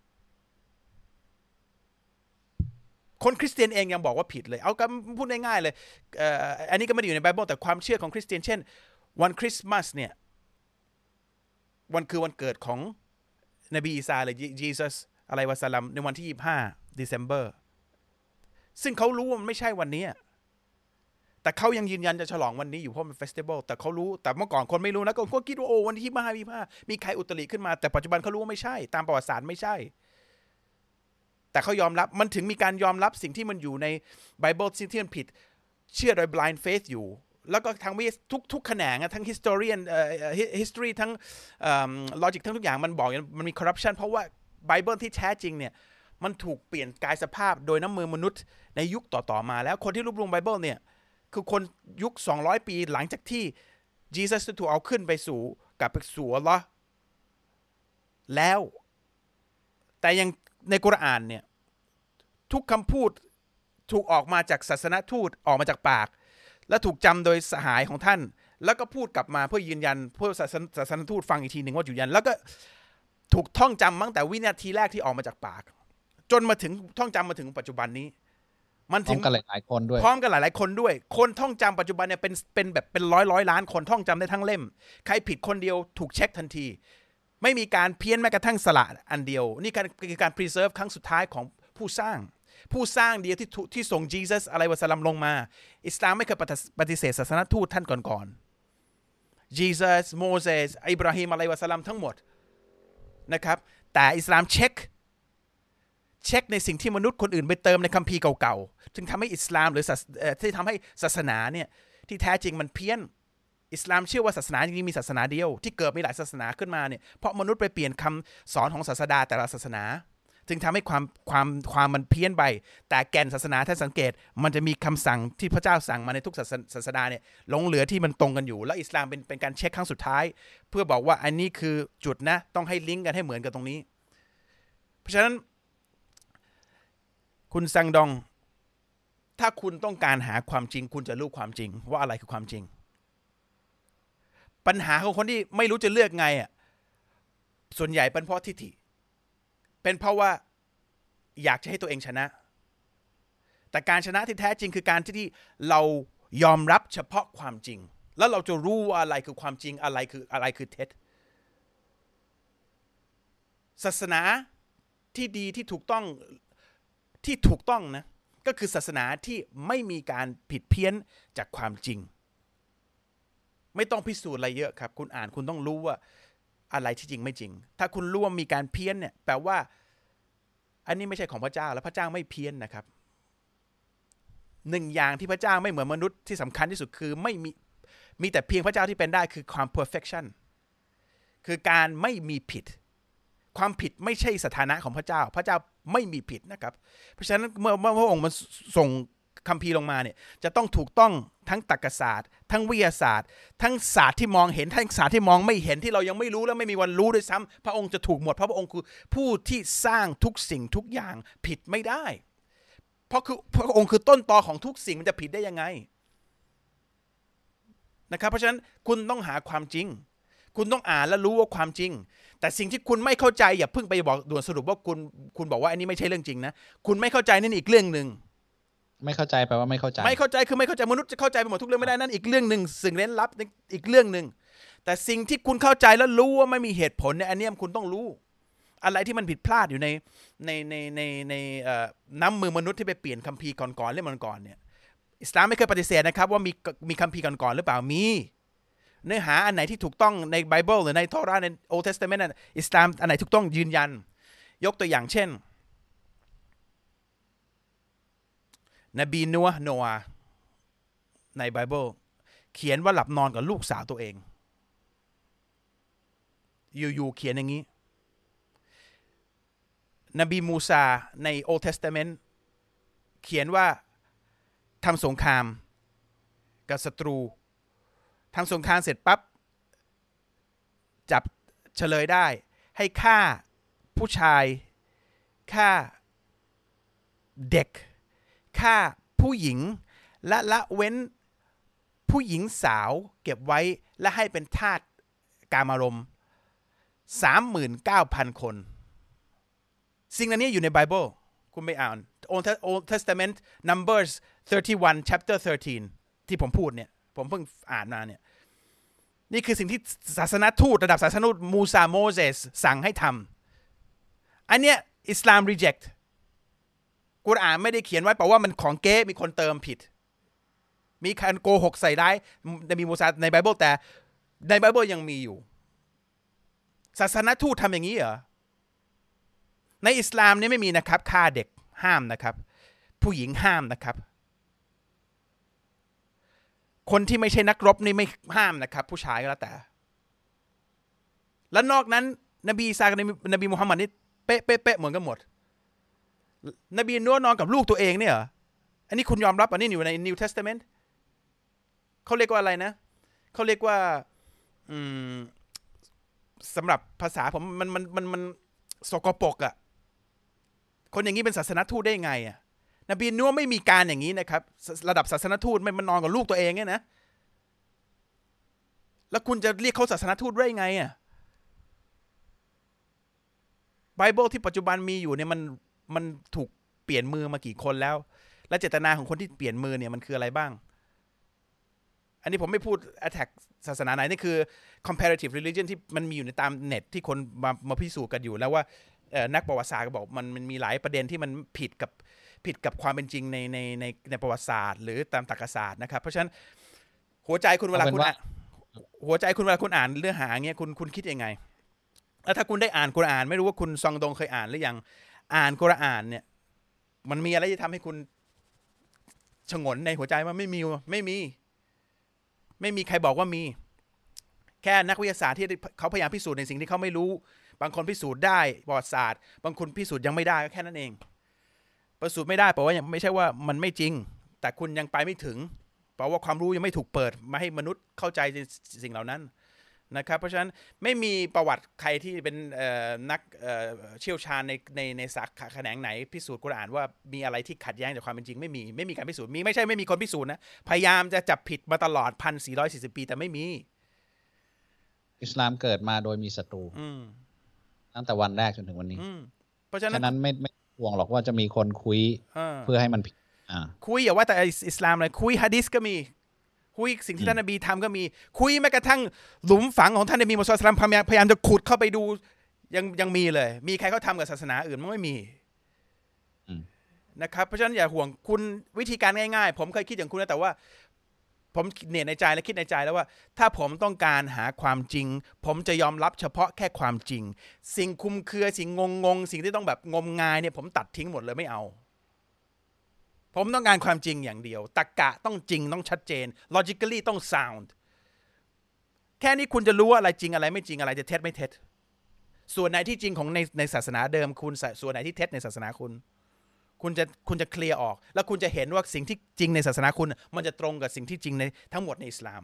คนคริสเตียนเองยังบอกว่าผิดเลยเอาก็พูดง่ายๆเลยเอ่ออันนี้ก็ไม่ได้อยู่ในไบเบิลแต่ความเชื่อของคริสเตียนเช่นวันคริสต์มาสเนี่ยวันคือวันเกิดของนบีอีสาหรือยีซัสอะไรวะซัลลัมในวันที่ยี่สิบห้า December ซึ่งเขารู้ว่ามันไม่ใช่วันนี้แต่เขายังยืนยันจะฉลองวันนี้อยู่เพราะมันเฟสติวัลแต่เขารู้แต่เมื่อก่อนคนไม่รู้นะก็คิดว่าโอ้วันที่ยี่สิบห้า ยี่สิบห้ามีใครอุตริขึ้นมาแต่ปัจจุบันเขารู้ว่าไม่ใช่ตามประวัติศาสตร์ไม่ใช่แต่เขายอมรับมันถึงมีการยอมรับสิ่งที่มันอยู่ในไบเบิลสิ่งที่มันผิดเชื่อโดย blind faith อยู่แล้วก็ทั้งทุกทุกแขนงทั้ง historian เอ่อ history ทั้งเอ่อ logic ทั้งทุกอย่างมันบอกมันมี corruption เพราะว่าไบเบิลที่แท้จริงเนี่ยมันถูกเปลี่ยนกายสภาพโดยน้ำมือมนุษย์ในยุคต่อๆมาแล้วคนที่รวบรวมไบเบิลเนี่ยคือคนยุคสองร้อยปีหลังจากที่จีซัสถูกเอาขึ้นไปสู่กับไปสู่อัลเลาะห์แล้วแต่ยังในกุรอานเนี่ยทุกคำพูดถูกออกมาจากศาสนทูตออกมาจากปากและถูกจำโดยสหายของท่านแล้วก็พูดกลับมาเพื่อยืนยันเพื่อศาสนทูตฟังอีกทีหนึ่งว่ายืนยันแล้วก็ถูกท่องจำตั้งแต่วินาทีแรกที่ออกมาจากปากจนมาถึงท่องจำมาถึงปัจจุบันนี้มันถึงกันหลายๆคนด้วยพร้อมกันหลายๆคนด้วยคนท่องจำปัจจุบันเนี่ยเป็นเป็นแบบเป็นร้อยร้อยล้านคนท่องจำได้ทั้งเล่มใครผิดคนเดียวถูกเช็คทันทีไม่มีการเพี้ยนแม้กระทั่งสระอันเดียวนี่คือการ preserve ครั้งสุดท้ายของผู้สร้างผู้สร้างเดียวที่ที่ส่งจีซัสอะลัยฮิวะซัลลัมลงมาอิสลามไม่เคยปฏิเสธศาสนทูตท่านก่อนๆจีซัสโมเสสอิบราฮิมอะลัยฮิวะซัลลัมทั้งหมดนะครับแต่อิสลามเช็คเช็คในสิ่งที่มนุษย์คนอื่นไปเติมในคัมภีร์เก่าๆจึงทำให้อิสลามหรือที่ทำให้ศาสนาเนี่ยที่แท้จริงมันเพี้ยนอิสลามเชื่อว่าศาสนาจริงๆมีศาสนาเดียวที่เกิดมีหลายศาสนาขึ้นมาเนี่ยเพราะมนุษย์ไปเปลี่ยนคำสอนของศาสดาแต่ละศาสนาจึงทำให้ความความความมันเพี้ยนไปแต่แก่นศาสนาถ้าสังเกตมันจะมีคำสั่งที่พระเจ้าสั่งมาในทุกศาสนาเนี่ยหลงเหลือที่มันตรงกันอยู่แล้วอิสลามเป็นเป็นการเช็คครั้งสุดท้ายเพื่อบอกว่าอันนี้คือจุดนะต้องให้ลิงก์กันให้เหมือนกันตรงนี้เพราะฉะนั้นคุณซังดองถ้าคุณต้องการหาความจริงคุณจะรู้ความจริงว่าอะไรคือความจริงปัญหาของคนที่ไม่รู้จะเลือกไงอ่ะส่วนใหญ่เป็นเพราะทิฏฐิเป็นเพราะว่าอยากจะให้ตัวเองชนะแต่การชนะที่แท้จริงคือการที่เรายอมรับเฉพาะความจริงแล้วเราจะรู้ว่าอะไรคือความจริงอะไรคืออะไรคือเท็จศาสนาที่ดีที่ถูกต้องที่ถูกต้องนะก็คือศาสนาที่ไม่มีการผิดเพี้ยนจากความจริงไม่ต้องพิสูจน์อะไรเยอะครับคุณอ่านคุณต้องรู้ว่าอะไรที่จริงไม่จริงถ้าคุณรู้ว่ามีการเพี้ยนเนี่ยแปลว่าอันนี้ไม่ใช่ของพระเจ้าแล้วพระเจ้าไม่เพี้ยนนะครับหนึ่งอย่างที่พระเจ้าไม่เหมือนมนุษย์ที่สำคัญที่สุดคือไม่มีมีแต่เพียงพระเจ้าที่เป็นได้คือความ perfection คือการไม่มีผิดความผิดไม่ใช่สถานะของพระเจ้าพระเจ้าไม่มีผิดนะครับเพราะฉะนั้นเมื่อเมื่อพระองค์มันส่งคัมภีร์ลงมาเนี่ยจะต้องถูกต้องทั้งตรรกศาสตร์ทั้งวิทยาศาสตร์ทั้งศาสตร์ที่มองเห็นทั้งศาสตร์ที่มองไม่เห็นที่เรายังไม่รู้และไม่มีวันรู้ด้วยซ้ำพระองค์จะถูกหมดเพราะพระองค์คือผู้ที่สร้างทุกสิ่งทุกอย่างผิดไม่ได้เพราะคือพระองค์คือต้นตอของทุกสิ่งมันจะผิดได้ยังไงนะครับเพราะฉะนั้นคุณต้องหาความจริงคุณต้องอ่านและรู้ว่าความจริงแต่สิ่งที่คุณไม่เข้าใจอย่าเพิ่งไปบอกด่วนสรุปว่าคุณคุณบอกว่าอันนี้ไม่ใช่เรื่องจริงนะคุณไม่เข้าใจนั่นอีกเรื่องนึงไม่เข้าใจแปลว่าไม่เข้าใจไม่เข้าใจคือไม่เข้าใจมนุษย์จะเข้าใจไปหมดทุกเรื่องไม่ได้นั่นอีกเรื่องนึงสิ่งเร้นลับอีกเรื่องนึงแต่สิ่งที่คุณเข้าใจแล้วรู้ว่าไม่มีเหตุผลเนี่ยอันนี้คุณต้องรู้อะไรที่มันผิดพลาดอยู่ในในในในในน้ำมือมนุษย์ที่ไปเปลี่ยนคัมภีร์ก่อนๆเล่มก่อนๆเนี่ยอิสลามไม่เคยปฏิเสธนะครับว่ามีมีคัมภีร์ก่อนๆหรือเปล่ามีเนื้อหาอันไหนที่ถูกต้องในไบเบิลหรือในทอราห์ใน Old Testament นั้นอิสลามอันไหนถูกต้องยืนยันยกตัวอย่างเช่นนบีนัวโนอาห์ในไบเบิลเขียนว่าหลับนอนกับลูกสาวตัวเองอยู่ๆเขียนอย่างนี้นบีมูซาใน Old Testament เขียนว่าทำสงครามกับศัตรูทำสงครามเสร็จปั๊บจับเฉลยได้ให้ฆ่าผู้ชายฆ่าเด็กฆ่าผู้หญิงและละเว้นผู้หญิงสาวเก็บไว้และให้เป็นทาสกามารมณ์ สามหมื่นเก้าพัน คนสิ่งนี้อยู่ในไบเบิลคุณไปอ่าน Old Testament Numbers thirty-one chapter thirteen ที่ผมพูดเนี่ยผมเพิ่งอ่านมาเนี่ยนี่คือสิ่งที่ศาสนทูตระดับศาสนทูตมูซาโมเสสสั่งให้ทำอันเนี้ยอิสลาม reject กุรอานไม่ได้เขียนไว้เพราะว่ามันของเก๊มีคนเติมผิดมีการโกหกใส่ร้ายนบีมูซาในไบเบิลแต่ในไบเบิลยังมีอยู่ศาสนทูตทำอย่างนี้เหรอในอิสลามนี่ไม่มีนะครับฆ่าเด็กห้ามนะครับผู้หญิงห้ามนะครับคนที่ไม่ใช่นักรบนี่ไม่ห้ามนะครับผู้ชายก็แล้วแต่และนอกนั้นนบีซากับนบีมุฮัมมัดนี่เป๊ะเป๊ะเป๊ะเหมือนกันหมดนบีนัวนอนกับลูกตัวเองเนี่ยเหรออันนี้คุณยอมรับอันนี้อยู่ใน New Testament เขาเรียกว่าอะไรนะเขาเรียกว่าอืมสำหรับภาษาผมมันมันมันมันสกปรกอ่ะคนอย่างนี้เป็นศาสนทูตได้ไงอ่ะนบีนัวไม่มีการอย่างนี้นะครับระดับศาสนทูตไม่มันนอนกับลูกตัวเองเนี่ยนะแล้วคุณจะเรียกเขาศาสนทูตได้ไงอ่ะไบเบิลที่ปัจจุบันมีอยู่เนี่ยมันมันถูกเปลี่ยนมือมากี่คนแล้วและเจตนาของคนที่เปลี่ยนมือเนี่ยมันคืออะไรบ้างอันนี้ผมไม่พูด attack ศาสนาไหนนี่คือ comparative religion ที่มันมีอยู่ในตามเน็ตที่คนมามาพิสูจน์กันอยู่แล้วว่านักประวัติศาสตร์ก็บอกมันมันมีหลายประเด็นที่มันผิดกับผิดกับความเป็นจริงในในในในประวัติศาสตร์หรือตามตรรกศาสตร์นะครับเพราะฉะนั้นหัวใจคุณเวลาคุณอ่านหัวใจคุณเวลาคุณอ่านเรื่องหาเงี้ยคุณคุณคิดยังไงแล้วถ้าคุณได้อ่านกุรอานไม่รู้ว่าคุณซองดงเคยอ่านหรือยังอ่านกุรอานเนี่ยมันมีอะไรที่ทำให้คุณฉงนในหัวใจว่าไม่มีไม่มีไม่มีใครบอกว่ามีแค่นักวิทยาศาสตร์ที่เขาพยายามพิสูจน์ในสิ่งที่เขาไม่รู้บางคนพิสูจน์ได้ประวัติศาสตร์บางคนพิสูจน์ยังไม่ได้ก็แค่นั้นเองพิสูจน์ไม่ได้แปลว่ายังไม่ใช่ว่ามันไม่จริงแต่คุณยังไปไม่ถึงเพราะว่าความรู้ยังไม่ถูกเปิดมาให้มนุษย์เข้าใจสิ่งเหล่านั้นนะครับเพราะฉะนั้นไม่มีประวัติใครที่เป็นนักเชี่ยวชาญในในในสาขาแขนงไหนพิสูจน์กุรอานว่ามีอะไรที่ขัดแย้งจากความเป็นจริงไม่มีไม่มีการพิสูจน์มีไม่ใช่ไม่มีคนพิสูจน์นะพยายามจะจับผิดมาตลอด หนึ่งพันสี่ร้อยสี่สิบ ปีแต่ไม่มีอิสลามเกิดมาโดยมีศัตรูตั้งแต่วันแรกจนถึงวันนี้เพราะฉะนั้นไม่ไม่ห่วงหรอกว่าจะมีคนคุยเพื่อให้มันผิดคุยอย่าว่าแต่อิสลามเลยคุยหะดีษก็มีคุยสิ่งที่ท่านนบีทำก็มีคุยแม้กระทั่งหลุมฝังของท่านนบีมุฮัมมัดศ็อลลัลลอฮุอะลัยฮิวะซัลลัมพยายามจะขุดเข้าไปดูยังยังมีเลยมีใครเขาทำกับศาสนาอื่นมันไม่มีนะครับเพราะฉะนั้นอย่าห่วงคุณวิธีการง่ายๆผมเคยคิดอย่างคุณนะแต่ว่าผมเนี่ยในใจและคิดในใจแล้วว่าถ้าผมต้องการหาความจริงผมจะยอมรับเฉพาะแค่ความจริงสิ่งคุมเครือสิ่งงงงสิ่งที่ต้องแบบงมงายเนี่ยผมตัดทิ้งหมดเลยไม่เอาผมต้องการความจริงอย่างเดียวตรรกะต้องจริงต้องชัดเจน logically ต้อง sound แค่นี้คุณจะรู้ว่าอะไรจริงอะไรไม่จริงอะไรจะเท็จไม่เท็จส่วนไหนที่จริงของในในศาสนาเดิมคุณส่วนไหนที่เท็จในศาสนาคุณคุณจะคุณจะเคลียร์ออกแล้วคุณจะเห็นว่าสิ่งที่จริงในศาสนาคุณมันจะตรงกับสิ่งที่จริงในทั้งหมดในอิสลาม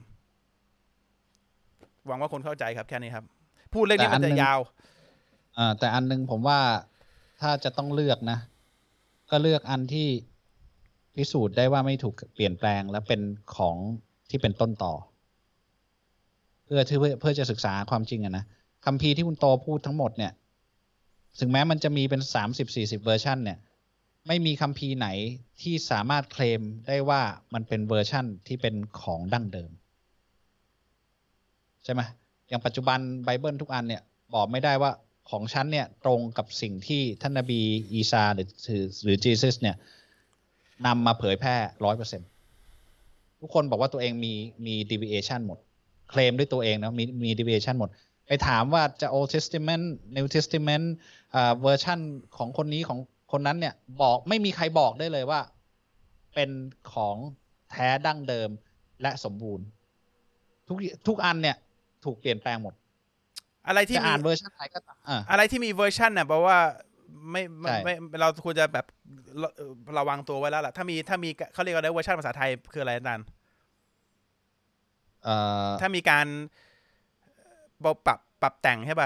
หวังว่าคนเข้าใจครับแค่นี้ครับพูดเรื่องนี้มันจะยาวอ่าแต่อันนึงผมว่าถ้าจะต้องเลือกนะก็เลือกอันที่พิสูจน์ได้ว่าไม่ถูกเปลี่ยนแปลงและเป็นของที่เป็นต้นต่อเพื่อที่เพื่อจะศึกษาความจริงอะนะคัมภีร์ที่คุณโตพูดทั้งหมดเนี่ยถึงแม้มันจะมีเป็นสามสิบ สี่สิบเวอร์ชันเนี่ยไม่มีคัมภีร์ไหนที่สามารถเคลมได้ว่ามันเป็นเวอร์ชันที่เป็นของดั้งเดิมใช่ไหมอย่างปัจจุบันไบเบิลทุกอันเนี่ยบอกไม่ได้ว่าของฉันเนี่ยตรงกับสิ่งที่ท่านนบีอีซาหรือหรือจีซัสเนี่ยนำมาเผยแพร่ ร้อยเปอร์เซ็นต์ ทุกคนบอกว่าตัวเองมีมี deviation หมดเคลมด้วยตัวเองนะมีมี deviation หมดไปถามว่าจะ Old Testament New Testament อ่าเวอร์ชันของคนนี้ของคนนั้นเนี่ยบอกไม่มีใครบอกได้เลยว่าเป็นของแท้ดั้งเดิมและสมบูรณ์ทุกทุกอันเนี่ยถูกเปลี่ยนแปลงหมดอะไรที่มีอ่านเวอร์ชันไหนก็ตามอะไรที่มีเวอร์ชันน่ะแปลว่าไม่ไม่เราควรจะแบบระวังตัวไว้แล้วล่ะถ้ามีถ้ามีเขาเรียกว่าเวอร์ชันภาษาไทยคืออะไรอาจารย์ถ้ามีการปรับปรับแต่งใช่ป่ะ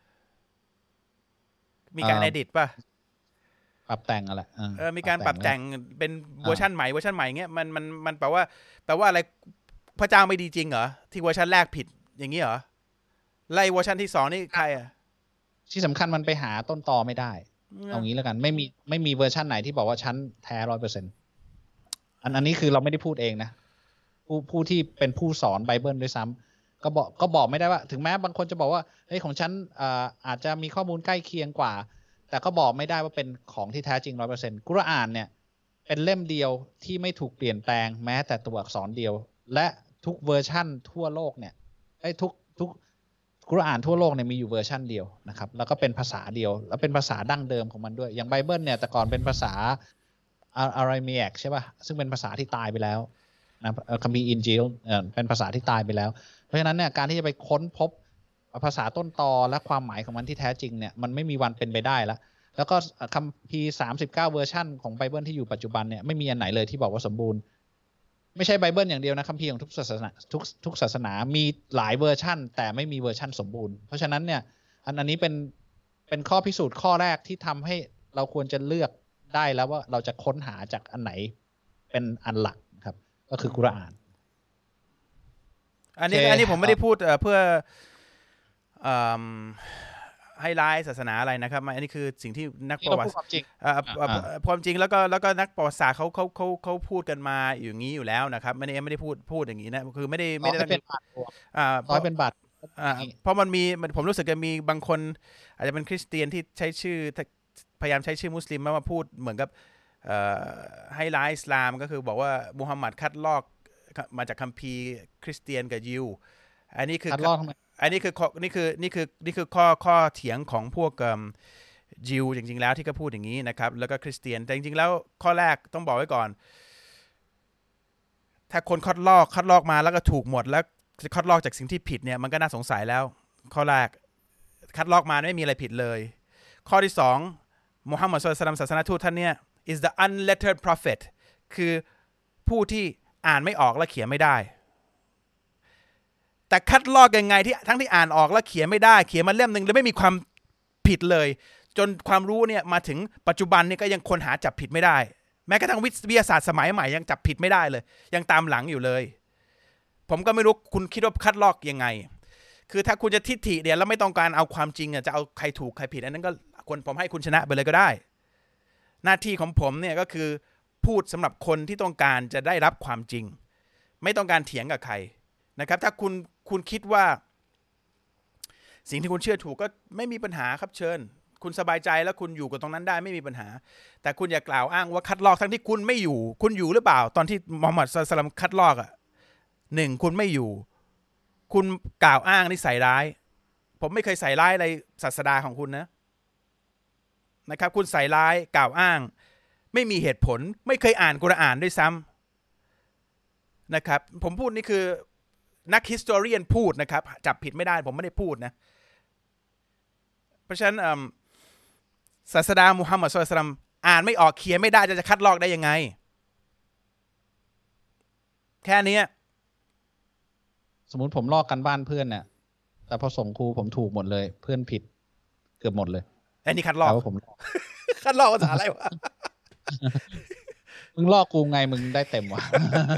มีการ edit ป่ะปรับแต่งอะไรเออมีการปรับแต่งเป็นเวอร์ชันใหม่เวอร์ชันใหม่เงี้ยมันมันมันแปลว่าแปลว่าอะไรพระเจ้าไม่ดีจริงเหรอที่เวอร์ชันแรกผิดอย่างนี้เหรอไล่เวอร์ชันที่สองนี่ใครอ่ะที่สำคัญมันไปหาต้นตอไม่ได้เอางี้แล้วกันไม่มีไม่มีเวอร์ชันไหนที่บอกว่าฉันแท้ร้อยเปอร์เซ็นต์อันอันนี้คือเราไม่ได้พูดเองนะผู้ผู้ที่เป็นผู้สอนไบเบิลด้วยซ้ำก็บอกก็บอกไม่ได้ว่าถึงแม้บางคนจะบอกว่าเฮ้ยของฉันอ่าอาจจะมีข้อมูลใกล้เคียงกว่าแต่ก็บอกไม่ได้ว่าเป็นของที่แท้จริงร้อยเปอร์เซ็นต์กุรอานเนี่ยเป็นเล่มเดียวที่ไม่ถูกเปลี่ยนแปลงแม้แต่ตัวอักษรเดียวและทุกเวอร์ชั่นทั่วโลกเนี่ยไอ้ทุกทุกกุรอานทั่วโลกเนี่ยมีอยู่เวอร์ชันเดียวนะครับแล้วก็เป็นภาษาเดียวแล้วเป็นภาษาดั้งเดิมของมันด้วยอย่างไบเบิลเนี่ยแต่ก่อนเป็นภาษาอารามีแอกใช่ป่ะซึ่งเป็นภาษาที่ตายไปแล้วนะคัมภีร์อินจีลเป็นภาษาที่ตายไปแล้วเพราะฉะนั้นเนี่ยการที่จะไปค้นพบภาษาต้นตอและความหมายของมันที่แท้จริงเนี่ยมันไม่มีวันเป็นไปได้แล้วแล้วก็คัมภีร์สามสิบเก้าเวอร์ชันของไบเบิลที่อยู่ปัจจุบันเนี่ยไม่มีอันไหนเลยที่บอกว่าสมบูรณ์ไม่ใช่ไบเบิลอย่างเดียวนะคัมภีร์ของทุกศาสนาทุกทุกศาสนามีหลายเวอร์ชันแต่ไม่มีเวอร์ชันสมบูรณ์เพราะฉะนั้นเนี่ยอันอันนี้เป็นเป็นข้อพิสูจน์ข้อแรกที่ทำให้เราควรจะเลือกได้แล้วว่าเราจะค้นหาจากอันไหนเป็นอันหลักครับก็คือกุรอานอันนี้อันนี้ผมไม่ได้พูดเพื่อให้ร้ายศาสนาอะไรนะครับอันนี้คือสิ่งที่นักประวัติความจริงความจริงแล้วก็แล้วก็นักประวัติศาสตร์เขาเขาเขาเขาพูดกันมาอย่างนี้อยู่แล้วนะครับไม่ได้ไม่ได้พูดพูดอย่างนี้นะคือไม่ได้ไม่ได้เป็นบาทอ่าเพราะเป็นบาทเพราะมันมีผมรู้สึกจะมีบางคนอาจจะเป็นคริสเตียนที่ใช้ชื่อพยายามใช้ชื่อมุสลิมมาพูดเหมือนกับให้ร้ายอิสลามก็คือบอกว่ามุฮัมมัดคัดลอกมาจากคัมภีร์คริสเตียนกับยิวอันนี้คืออันนี้คือนี่คือนี่คือนี่คือข้อข้อเถียงของพวกยิวจริงๆแล้วที่เขาพูดอย่างนี้นะครับแล้วก็คริสเตียนแต่จริงๆแล้วข้อแรกต้องบอกไว้ก่อนถ้าคนคัดลอกคัดลอกมาแล้วก็ถูกหมดแล้วคัดลอกจากสิ่งที่ผิดเนี่ยมันก็น่าสงสัยแล้วข้อแรกคัดลอกมาไม่มีอะไรผิดเลยข้อที่สองมุฮัมมัดศ็อลลัลลอฮุอะลัยฮิวะซัลลัมศาสนทูตท่านเนี่ย is the unlettered prophet คือผู้ที่อ่านไม่ออกและเขียนไม่ได้แต่คัดลอกยังไงที่ทั้งที่อ่านออกและเขียนไม่ได้เขียนมาเล่มนึงแล้วไม่มีความผิดเลยจนความรู้เนี่ยมาถึงปัจจุบันนี่ก็ยังคนหาจับผิดไม่ได้แม้กระทั่งวิทยาศาสตร์สมัยใหม่ยังจับผิดไม่ได้เลยยังตามหลังอยู่เลยผมก็ไม่รู้คุณคิดว่าคัดลอกยังไงคือถ้าคุณจะทิฏฐิเนี่ยแล้วไม่ต้องการเอาความจริงอ่ะจะเอาใครถูกใครผิดอันนั้นก็คนผมให้คุณชนะไปเลยก็ได้หน้าที่ของผมเนี่ยก็คือพูดสำหรับคนที่ต้องการจะได้รับความจริงไม่ต้องการเถียงกับใครนะครับถ้าคุณคุณคิดว่าสิ่งที่คุณเชื่อถูกก็ไม่มีปัญหาครับเชิญคุณสบายใจแล้วคุณอยู่กับตรงนั้นได้ไม่มีปัญหาแต่คุณอย่ากล่าวอ้างว่าคัดลอกทั้งที่คุณไม่อยู่คุณอยู่หรือเปล่าตอนที่มุฮัมมัดศ็อลลัลลอฮุอะลัยฮิวะซัลลัมคัดลอกอ่ะหนึ่งคุณไม่อยู่คุณกล่าวอ้างนี่ใส่ร้ายผมไม่เคยใส่ร้ายอะไรศาสดาของคุณนะนะครับคุณใส่ร้ายกล่าวอ้างไม่มีเหตุผลไม่เคยอ่านกุรอานด้วยซ้ำนะครับผมพูดนี่คือนักฮิสโตเรียนพูดนะครับจับผิดไม่ได้ผมไม่ได้พูดนะเพราะฉะนั้นศาสดามุฮัมมัดศ็อลลัลลอฮุอะลัยฮิวะซัลลัมอ่านไม่ออกเขียนไม่ได้จะคัดลอกได้ยังไงแค่นี้สมมุติผมลอกกันบ้านเพื่อนเนี่ยแต่พอส่งครูผมถูกหมดเลยเพื่อนผิดเกือบหมดเลยไอ้นี่คัดลอกว่าผมคัดลอกภาษาอะไรวะมึงลอกกูไงมึงได้เต็มวะ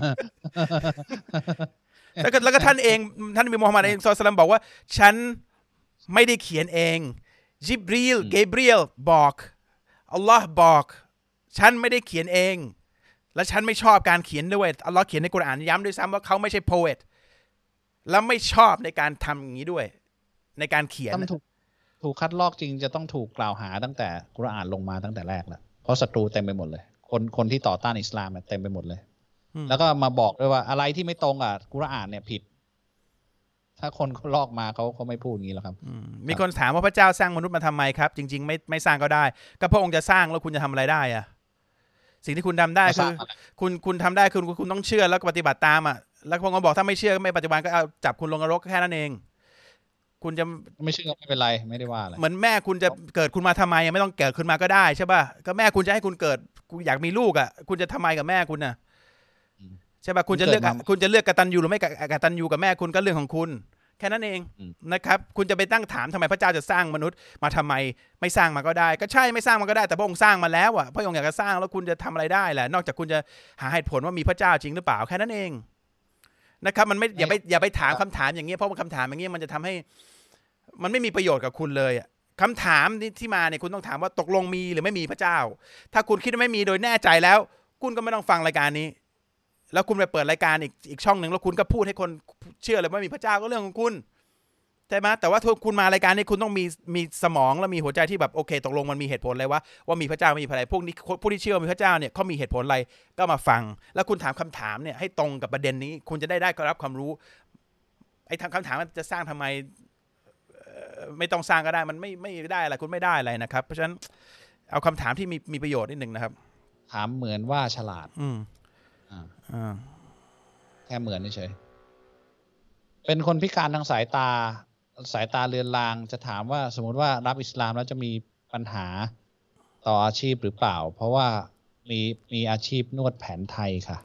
แล้วก็แล้วก็ท่านเองท่านมีมุฮัมมัดเองศ็อลลัลลอฮุอะลัยฮิวะซัลลัมบอกว่าฉันไม่ได้เขียนเองจิบรีลเกเบรียลบอกอัลลอฮ์บอกฉันไม่ได้เขียนเองและฉันไม่ชอบการเขียนด้วยอัลลอฮ์เขียนในกุรอานย้ำด้วยซ้ำว่าเขาไม่ใช่โพเอตแล้วไม่ชอบในการทำอย่างนี้ด้วยในการเขียนถูกถูกคัดลอกจริงจะต้องถูกกล่าวหาตั้งแต่กุรอานลงมาตั้งแต่แรกแล้วเพราะศัตรูเต็มไปหมดเลยคนคนที่ต่อต้านอิสลามเต็มไปหมดเลยแล้วก็มาบอกด้วยว่าอะไรที่ไม่ตรงอ่ะกุรอานเนี่ยผิดถ้าคนเขาลอกมาเขาเขาไม่พูดอย่างนี้หรอกครับมีคนถามว่าพระเจ้าสร้างมนุษย์มาทำไมครับจริงๆไม่ไม่สร้างก็ได้ก็พระองค์จะสร้างแล้วคุณจะทำอะไรได้อ่ะสิ่งที่คุณทำได้คือคุณคุณทำได้คือคุณต้องเชื่อแล้วก็ปฏิบัติตามอ่ะแล้วพระองค์บอกถ้าไม่เชื่อไม่ปฏิบัติก็เอาจับคุณลงนรกแค่นั้นเองคุณจะไม่เชื่อไม่เป็นไรไม่ได้ว่าอะไรเหมือนแม่คุณจะเกิดคุณมาทำไมไม่ต้องเกิดขึ้นมาก็ได้ใช่ป่ะก็แม่คุณจะให้คุณเกิดคุณอยากมีลูกอ่ะคุณจะทำไมกับแม่คุณน่ะใช่ป่ะคุณจะเลือกคุณจะเลือกกตัญญูหรือไม่กตัญญูกับแม่คุณก็เรื่องของคุณแค่นั้นเองนะครับคุณจะไปตั้งถามทำไมพระเจ้าจะสร้างมนุษย์มาทำไมไม่สร้างมาก็ได้ก็ใช่ไม่สร้างมาก็ได้แต่พระองค์สร้างมาแล้วอ่ะพระองค์อยากจะสร้างแล้วคุณจะทำอะไรได้แหละนอกจากคุณจะหาเหตุผลว่ามีพระเจ้าจริงหรือเปล่าแค่นั้นเองนะครับมันไม่อย่าไปอย่าไปถามคำถามอย่างเงี้ยเพราะว่าคำถามอย่างเงี้ยมันจะทำให้มันไม่มีประโยชน์กับคุณเลยอ่ะคำถามที่มาเนี่ยคุณต้องถามว่าตกลงมีหรือไม่มีพระเจ้าถ้าคุณคิดว่าไม่มีโดยแน่ใจแล้วคุณก็ไม่ต้องฟังรายการนี้แล้วคุณไปเปิดรายการอีกอีกช่องหนึ่งแล้วคุณก็พูดให้คนเชื่อเลยว่ามีพระเจ้าก็เรื่องของคุณใช่ไหมแต่ว่าถ้าคุณมารายการนี้คุณต้องมีมีสมองและมีหัวใจที่แบบโอเคตกลงมันมีเหตุผลอะไรวะว่ามีพระเจ้าไม่มีอะไรพวกนี้ผู้ที่เชื่อมีพระเจ้าเนี่ยเขามีเหตุผลอะไรก็มาฟังแล้วคุณถามคำถามเนี่ยให้ตรงกับประเด็นนี้คุณจะได้ได้รับความรู้ไอ้ทางคำถามมันจะสร้างทำไมไม่ต้องสร้างก็ได้มันไม่ไม่ได้อะไรคุณไม่ได้อะไรนะครับเพราะฉะนั้นเอาคำถามที่มีมีประโยชน์นิดหนึ่งนะครับถามเหมือนว่าฉลาดอืมอ่าอ่าแค่เหมือนเฉยเป็นคนพิการทางสายตาสายตาเลือนลางจะถามว่าสมมติว่ารับอิสลามแล้วจะมีปัญหาต่ออาชีพหรือเปล่าเพราะว่ามีมีอาชีพนวดแผนไทยค่ะ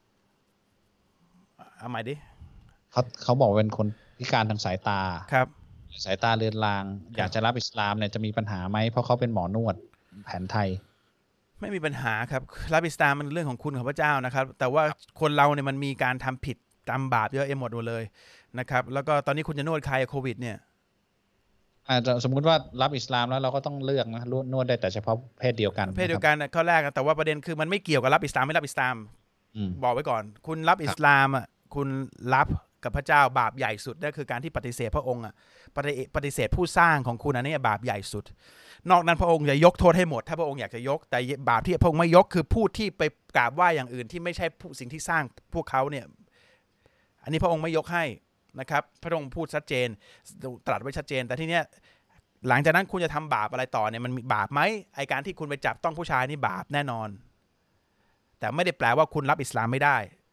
เอาใหม่ดิเขาเขาบอกเป็นคนพิการทางสายตาครับสายตาเลือนลางอยากจะรับอิสลามเนี่ยจะมีปัญหาไหมเพราะเขาเป็นหมอนวดแผนไทยไม่มีปัญหาครับรับอิสลามมันเรื่องของคุณของพระเจ้านะครับแต่ว่าคนเราเนี่ยมันมีการทำผิดทำบาปเยอะเอ็มหมดเลยนะครับแล้วก็ตอนนี้คุณจะนวดใครโควิดเนี่ยอาจจะสมมุติว่ารับอิสลามแล้วเราก็ต้องเลือกนะนวดได้แต่เฉพาะเพศเดียวกันเพศเดียวกันข้อแรกแต่ว่าประเด็นคือมันไม่เกี่ยวกับรับอิสลามไม่รับอิสลามบอกไว้ก่อนคุณรับอิสลามอ่ะคุณรับกับพระเจ้าบาปใหญ่สุดนั่นคือการที่ปฏิเสธพระองค์อ่ะปฏิเสธผู้สร้างของคุณอันนี้บาปใหญ่สุดนอกนั้นพระองค์จะยกโทษให้หมดถ้าพระองค์อยากจะยกแต่บาปที่พระองค์ไม่ยกคือผู้ที่ไปกราบไหว้อย่างอื่นที่ไม่ใช่สิ่งที่สร้างพวกเขาเนี่ยอันนี้พระองค์ไม่ยกให้นะครับพระองค์พูดชัดเจนตรัสไว้ชัดเจนแต่ที่เนี้ยหลังจากนั้นคุณจะทำบาปอะไรต่อเนี่ยมันมีบาปไหมไอการที่คุณไปจับต้องผู้ชายนี่บาปแน่นอนแต่ไม่ได้แปลว่าคุณรับอิสลามไม่ได้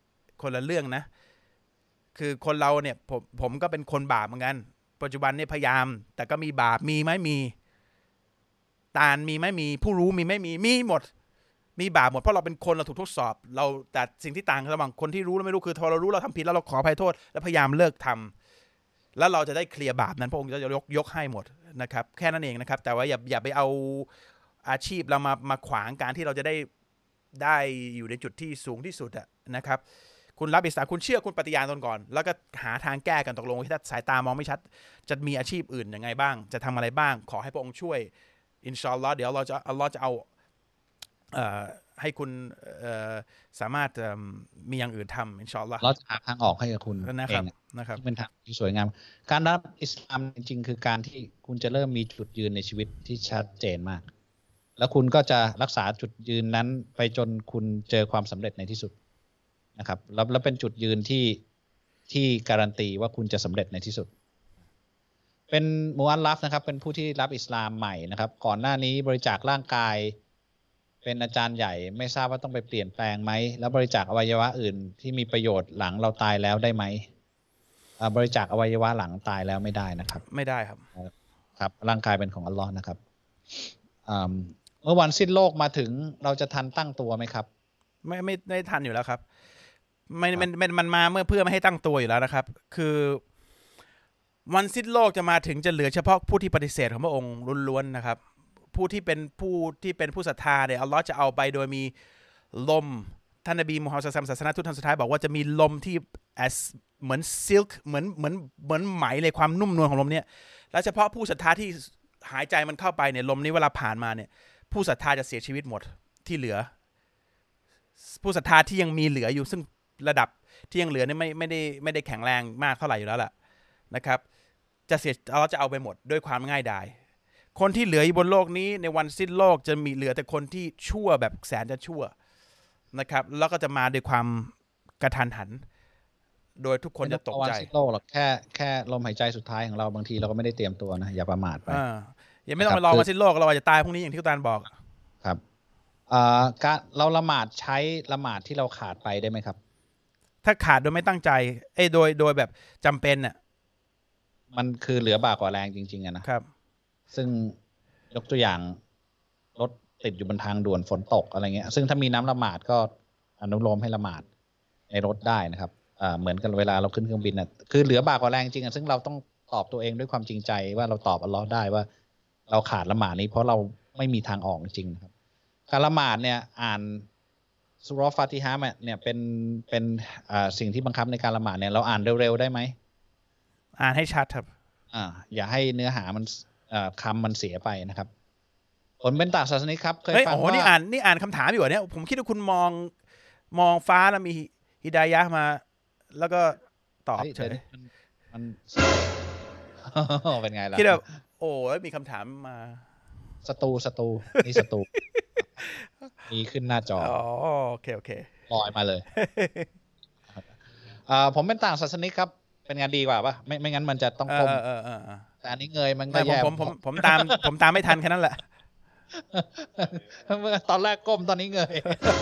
คนละเรื่องนะคือคนเราเนี่ยผมผมก็เป็นคนบาปเหมือนกันปัจจุบันเนี่ยพยายามแต่ก็มีบาปมีไหมมีตาลมีไหมมีผู้รู้มีไหมมีมีหมดมีบาปหมดเพราะเราเป็นคนเราถูกทดสอบเราแต่สิ่งที่ต่างระหว่างคนที่รู้และไม่รู้คือพอเรารู้เราทำผิดแล้วเราขออภัยโทษและพยายามเลิกทำแล้วเราจะได้เคลียร์บาปนั้นพระองค์จะยกยกให้หมดนะครับแค่นั้นเองนะครับแต่ว่าอย่าอย่าไปเอาอาชีพเรามามาขวางการที่เราจะได้ได้อยู่ในจุดที่สูงที่สุดอะนะครับคุณรับอิสลามคุณเชื่อคุณปฏิญาณตนก่อนแล้วก็หาทางแก้กันตกลงถ้าสายตามองไม่ชัดจะมีอาชีพอื่นยังไงบ้างจะทำอะไรบ้างขอให้พระองค์ช่วยอินชาอัลลอฮ์เดี๋ยวเราจะอัลลอฮ์จะเอาเอ่อให้คุณเอ่อสามารถมีอย่างอื่นทำอินชาอัลลอฮ์เราจะหาทางออกให้กับคุณเองนะครับเป็นทางที่สวยงามการรับอิสลามจริงๆคือการที่คุณจะเริ่มมีจุดยืนในชีวิตที่ชัดเจนมากแล้วคุณก็จะรักษาจุดยืนนั้นไปจนคุณเจอความสำเร็จในที่สุดนะครับแล้วแล้วเป็นจุดยืนที่ที่การันตีว่าคุณจะสำเร็จในที่สุดเป็นมูอัลลัฟนะครับเป็นผู้ที่รับอิสลามใหม่นะครับก่อนหน้านี้บริจาคร่างกายเป็นอาจารย์ใหญ่ไม่ทราบว่าต้องไปเปลี่ยนแปลงไหมแล้วบริจาคอวัยวะอื่นที่มีประโยชน์หลังเราตายแล้วได้ไหมบริจาคอวัยวะหลังตายแล้วไม่ได้นะครับไม่ได้ครับครับร่างกายเป็นของอัลลอฮ์นะครับเมื่อวันสิ้นโลกมาถึงเราจะทันตั้งตัวไหมครับไม่ไม่ไม่ทันอยู่แล้วครับไม่มันมันมาเมื่อเพื่อไม่ให้ตั้งตัวอยู่แล้วนะครับคือวันสิ้นโลกจะมาถึงจะเหลือเฉพาะผู้ที่ปฏิเสธของพระองค์ล้วนๆนะครับผู้ที่เป็นผู้ที่เป็นผู้ศรัทธาเนี่ยอัลลอฮ์จะเอาไปโดยมีลมท่านนบีมูฮัมมัดศาสนาทูตท่านสุดท้ายบอกว่าจะมีลมที่เหมือนซิลค์เหมือนเหมือนเหมือนไหมเลยความนุ่มนวลของลมเนี่ยแล้วเฉพาะผู้ศรัทธาที่หายใจมันเข้าไปเนี่ยลมนี้เวลาผ่านมาเนี่ยผู้ศรัทธาจะเสียชีวิตหมดที่เหลือผู้ศรัทธาที่ยังมีเหลืออยู่ซึ่งระดับที่ยังเหลือเนี่ยไม่ไม่ได้ไม่ได้แข็งแรงมากเท่าไหร่อยู่แล้วแหละนะครับจะเสียเราจะเอาไปหมดด้วยความง่ายดายคนที่เหลืออยู่บนโลกนี้ในวันสิ้นโลกจะมีเหลือแต่คนที่ชั่วแบบแสนจะชั่วนะครับแล้วก็จะมาด้วยความกระทันหันโดยทุกคนจะตกใจวันสิ้นโลกหรอกแค่แค่ลมหายใจสุดท้ายของเราบางทีเราก็ไม่ได้เตรียมตัวนะอย่าประมาทไปอย่าไม่ต้องไปรอวันสิ้นโลกเราอาจจะตายพรุ่งนี้อย่างที่ทุกท่านบอกครับการเราละหมาดใช้ละหมาดที่เราขาดไปได้ไหมครับถ้าขาดโดยไม่ตั้งใจเอ้โดยโดยแบบจำเป็นน่ะมันคือเหลือบากกว่าแรงจริงๆนะครับซึ่งยกตัวอย่างรถติดอยู่บนทางด่วนฝนตกอะไรเงี้ยซึ่งถ้ามีน้ำละหมาดก็อนุโลมให้ละหมาดในรถได้นะครับเหมือนกันเวลาเราขึ้นเครื่องบินน่ะคือเหลือบากกว่าแรงจริงซึ่งเราต้องตอบตัวเองด้วยความจริงใจว่าเราตอบอัลเลาะห์ได้ว่าเราขาดละหมาดนี้เพราะเราไม่มีทางออกจริงๆนะครับการละหมาดเนี่ยอ่านซูเราะห์ฟาติฮะห์เนี่ยเป็นเป็นสิ่งที่บังคับในการละหมาดเนี่ยเราอ่านเร็วๆได้ไหมอ่านให้ชัดครับอ่าอย่าให้เนื้อหามันคำมันเสียไปนะครับผลเป็นต่างศาสนิกครับเคยฟังว่านี่อ่านนี่อ่านคำถามอยู่เนี่ยผมคิดว่าคุณมองมองฟ้าแล้วมีฮิดายะห์มาแล้วก็ตอบเฉยมันเป็นไงล่ะคิดว่าโอ้ยมีคำถามมาสตูสตูนี่สตูมีขึ้นหน้าจออ๋อโอเคโอเคลอยมาเลยผมเป็นต่างศาสนิกครับเป็นงานดีกว่าป่ะไม่ไม่งั้นมันจะต้องก้มแต่อันนี้เงยมันก็แย่ผมผมผมตามผมตามไม่ทันแค่นั้นแหละเมื่อตอนแรกก้มตอนนี้เงย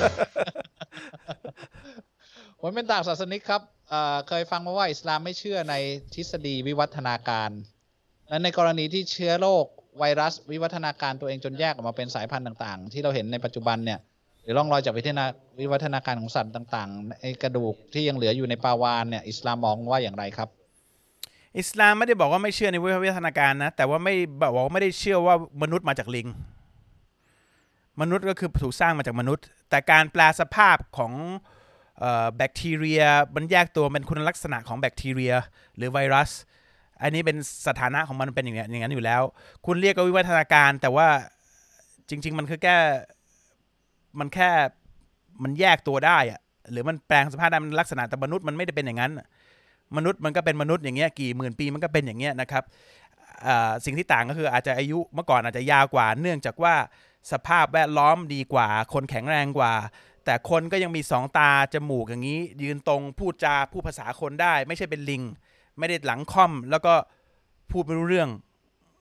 ผมเป็นต่างศาสนิกครับเคยฟังมาว่าอิสลามไม่เชื่อในทฤษฎีวิวัฒนาการและในกรณีที่เชื้อโรคไวรัสวิวัฒนาการตัวเองจนแยกออกมาเป็นสายพันธุ์ต่างๆที่เราเห็นในปัจจุบันเนี่ยหรือร่องรอยจากวิวัฒนาการของสัตว์ต่างๆไอ้กระดูกที่ยังเหลืออยู่ในปลาวาฬเนี่ยอิสลามมองว่าอย่างไรครับอิสลามไม่ได้บอกว่าไม่เชื่อในวิวัฒนาการนะแต่ว่าไม่บอกว่าไม่ได้เชื่อว่ามนุษย์มาจากลิงมนุษย์ก็คือถูกสร้างมาจากมนุษย์แต่การแปลสภาพของแบคทีเรียมันแยกตัวเป็นคุณลักษณะของแบคทีเรียหรือไวรัสอันนี้เป็นสถานะของมันเป็นอย่างนี้อย่างนั้นอยู่แล้วคุณเรียกว่าวิวัฒนาการแต่ว่าจริงๆมันคือแค่มันแค่มันแยกตัวได้อะหรือมันแปลงสภาพได้มันลักษณะแต่มนุษย์มันไม่ได้เป็นอย่างนั้นมนุษย์มันก็เป็นมนุษย์อย่างเงี้ยกี่หมื่นปีมันก็เป็นอย่างเงี้ยนะครับสิ่งที่ต่างก็คืออาจจะอายุเมื่อก่อนอาจจะยาวกว่าเนื่องจากว่าสภาพแวดล้อมดีกว่าคนแข็งแรงกว่าแต่คนก็ยังมีสองตาจมูกอย่างนี้ยืนตรงพูดจาพูดภาษาคนได้ไม่ใช่เป็นลิงไม่ได้หลังค่อมแล้วก็พูดไม่รู้เรื่อง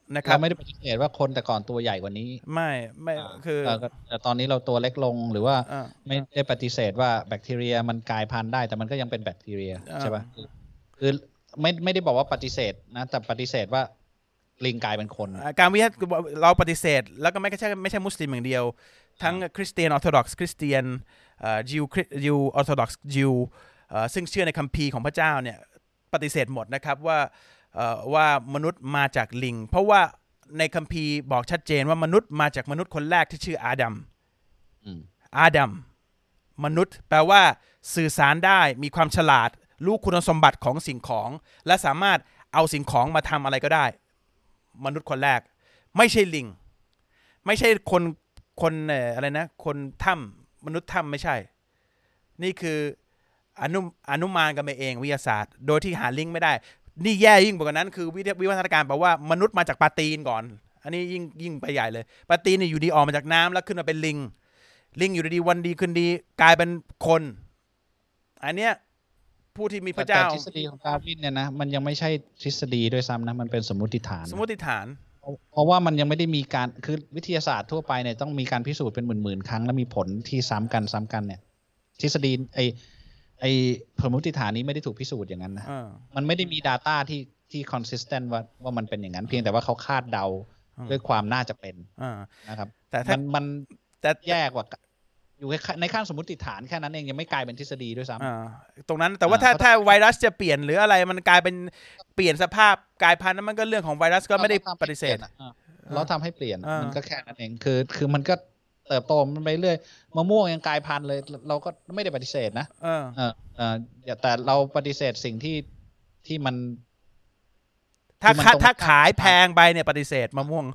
นะครับเราไม่ได้ปฏิเสธว่าคนแต่ก่อนตัวใหญ่กว่านี้ไม่ไม่คือแต่ตอนนี้เราตัวเล็กลงหรือว่าอ่าไม่ได้ปฏิเสธว่าแบคทีเรียมันกลายพันธุ์ได้แต่มันก็ยังเป็นแบคทีเรียอ่าใช่ป่ะคือไม่ไม่ได้บอกว่าปฏิเสธนะแต่ปฏิเสธว่าลิงกลายเป็นคนอ่าการวิจารณ์เราปฏิเสธแล้วก็ไม่ใช่ไม่ใช่มุสลิมอย่างเดียวทั้งคริสเตียนออร์โธดอกซ์คริสเตียนเอ่อยิวยิวออร์โธดอกซ์ยิวเอ่อซึ่งเชื่อในคัมภีร์ของพระเจ้าเนี่ยปฏิเสธหมดนะครับว่าเอ่อว่ามนุษย์มาจากลิงเพราะว่าในคัมภีร์บอกชัดเจนว่ามนุษย์มาจากมนุษย์คนแรกที่ชื่ออาดัมอาดัมมนุษย์แปลว่าสื่อสารได้มีความฉลาดรู้คุณสมบัติของสิ่งของและสามารถเอาสิ่งของมาทำอะไรก็ได้มนุษย์คนแรกไม่ใช่ลิงไม่ใช่คนคนเอ่ออะไรนะคนถ้ำมนุษย์ถ้ำไม่ใช่นี่คืออนุอนุมานกันไปเองวิทยาศาสตร์โดยที่หาลิงก์ไม่ได้นี่แย่ยิ่งกว่านั้นคือวิวัฒนาการแปลว่ามนุษย์มาจากปลาตีนก่อนอันนี้ยิ่งยิ่งไปใหญ่เลยปลาตีนเนี่ยอยู่ดีออกมาจากน้ำแล้วขึ้นมาเป็นลิงลิงอยู่ดีวันดีคืนดีกลายเป็นคนอันเนี้ยผู้ที่มีพระเจ้าแต่ทฤษฎีของดาร์วินเนี่ยนะมันยังไม่ใช่ทฤษฎีด้วยซ้ำนะมันเป็นสมมติฐานสมมติฐานเพราะว่ามันยังไม่ได้มีการคือวิทยาศาสตร์ทั่วไปเนี่ยต้องมีการพิสูจน์เป็นหมื่นๆครั้งแล้วมีผลที่ซ้ำกันซ้ำกันเนี่ยทฤษฎีไอไอสมมติฐานนี้ไม่ได้ถูกพิสูจน์อย่างนั้นนะมันไม่ได้มี data ที่ที่ consistent ว่าว่ามันเป็นอย่างนั้นเพียงแต่ว่าเขาคาดเดาด้วยความน่าจะเป็นนะครับแต่มันมันแต่แย่กว่าอยู่ในขั้นสมมติฐานแค่นั้นเองยังไม่กลายเป็นทฤษฎีด้วยซ้ำตรงนั้นแต่ว่าถ้าถ้าไวรัสจะเปลี่ยนหรืออะไรมันกลายเป็นเปลี่ยนสภาพกลายพันธุ์นั้นมันก็เรื่องของไวรัสก็ไม่ได้ปฏิเสธเราทำให้เปลี่ยนมันก็แค่นั้นเองคือคือมันก็เติบโตมันไปเรื่อยมะม่วงยังกลายพันธุ์เลยเราก็ไม่ได้ปฏิเสธนะเออเออแต่เราปฏิเสธสิ่งที่ที่มันถ้าถ้าขายแพงไปเนี่ยปฏิเสธมะม่วง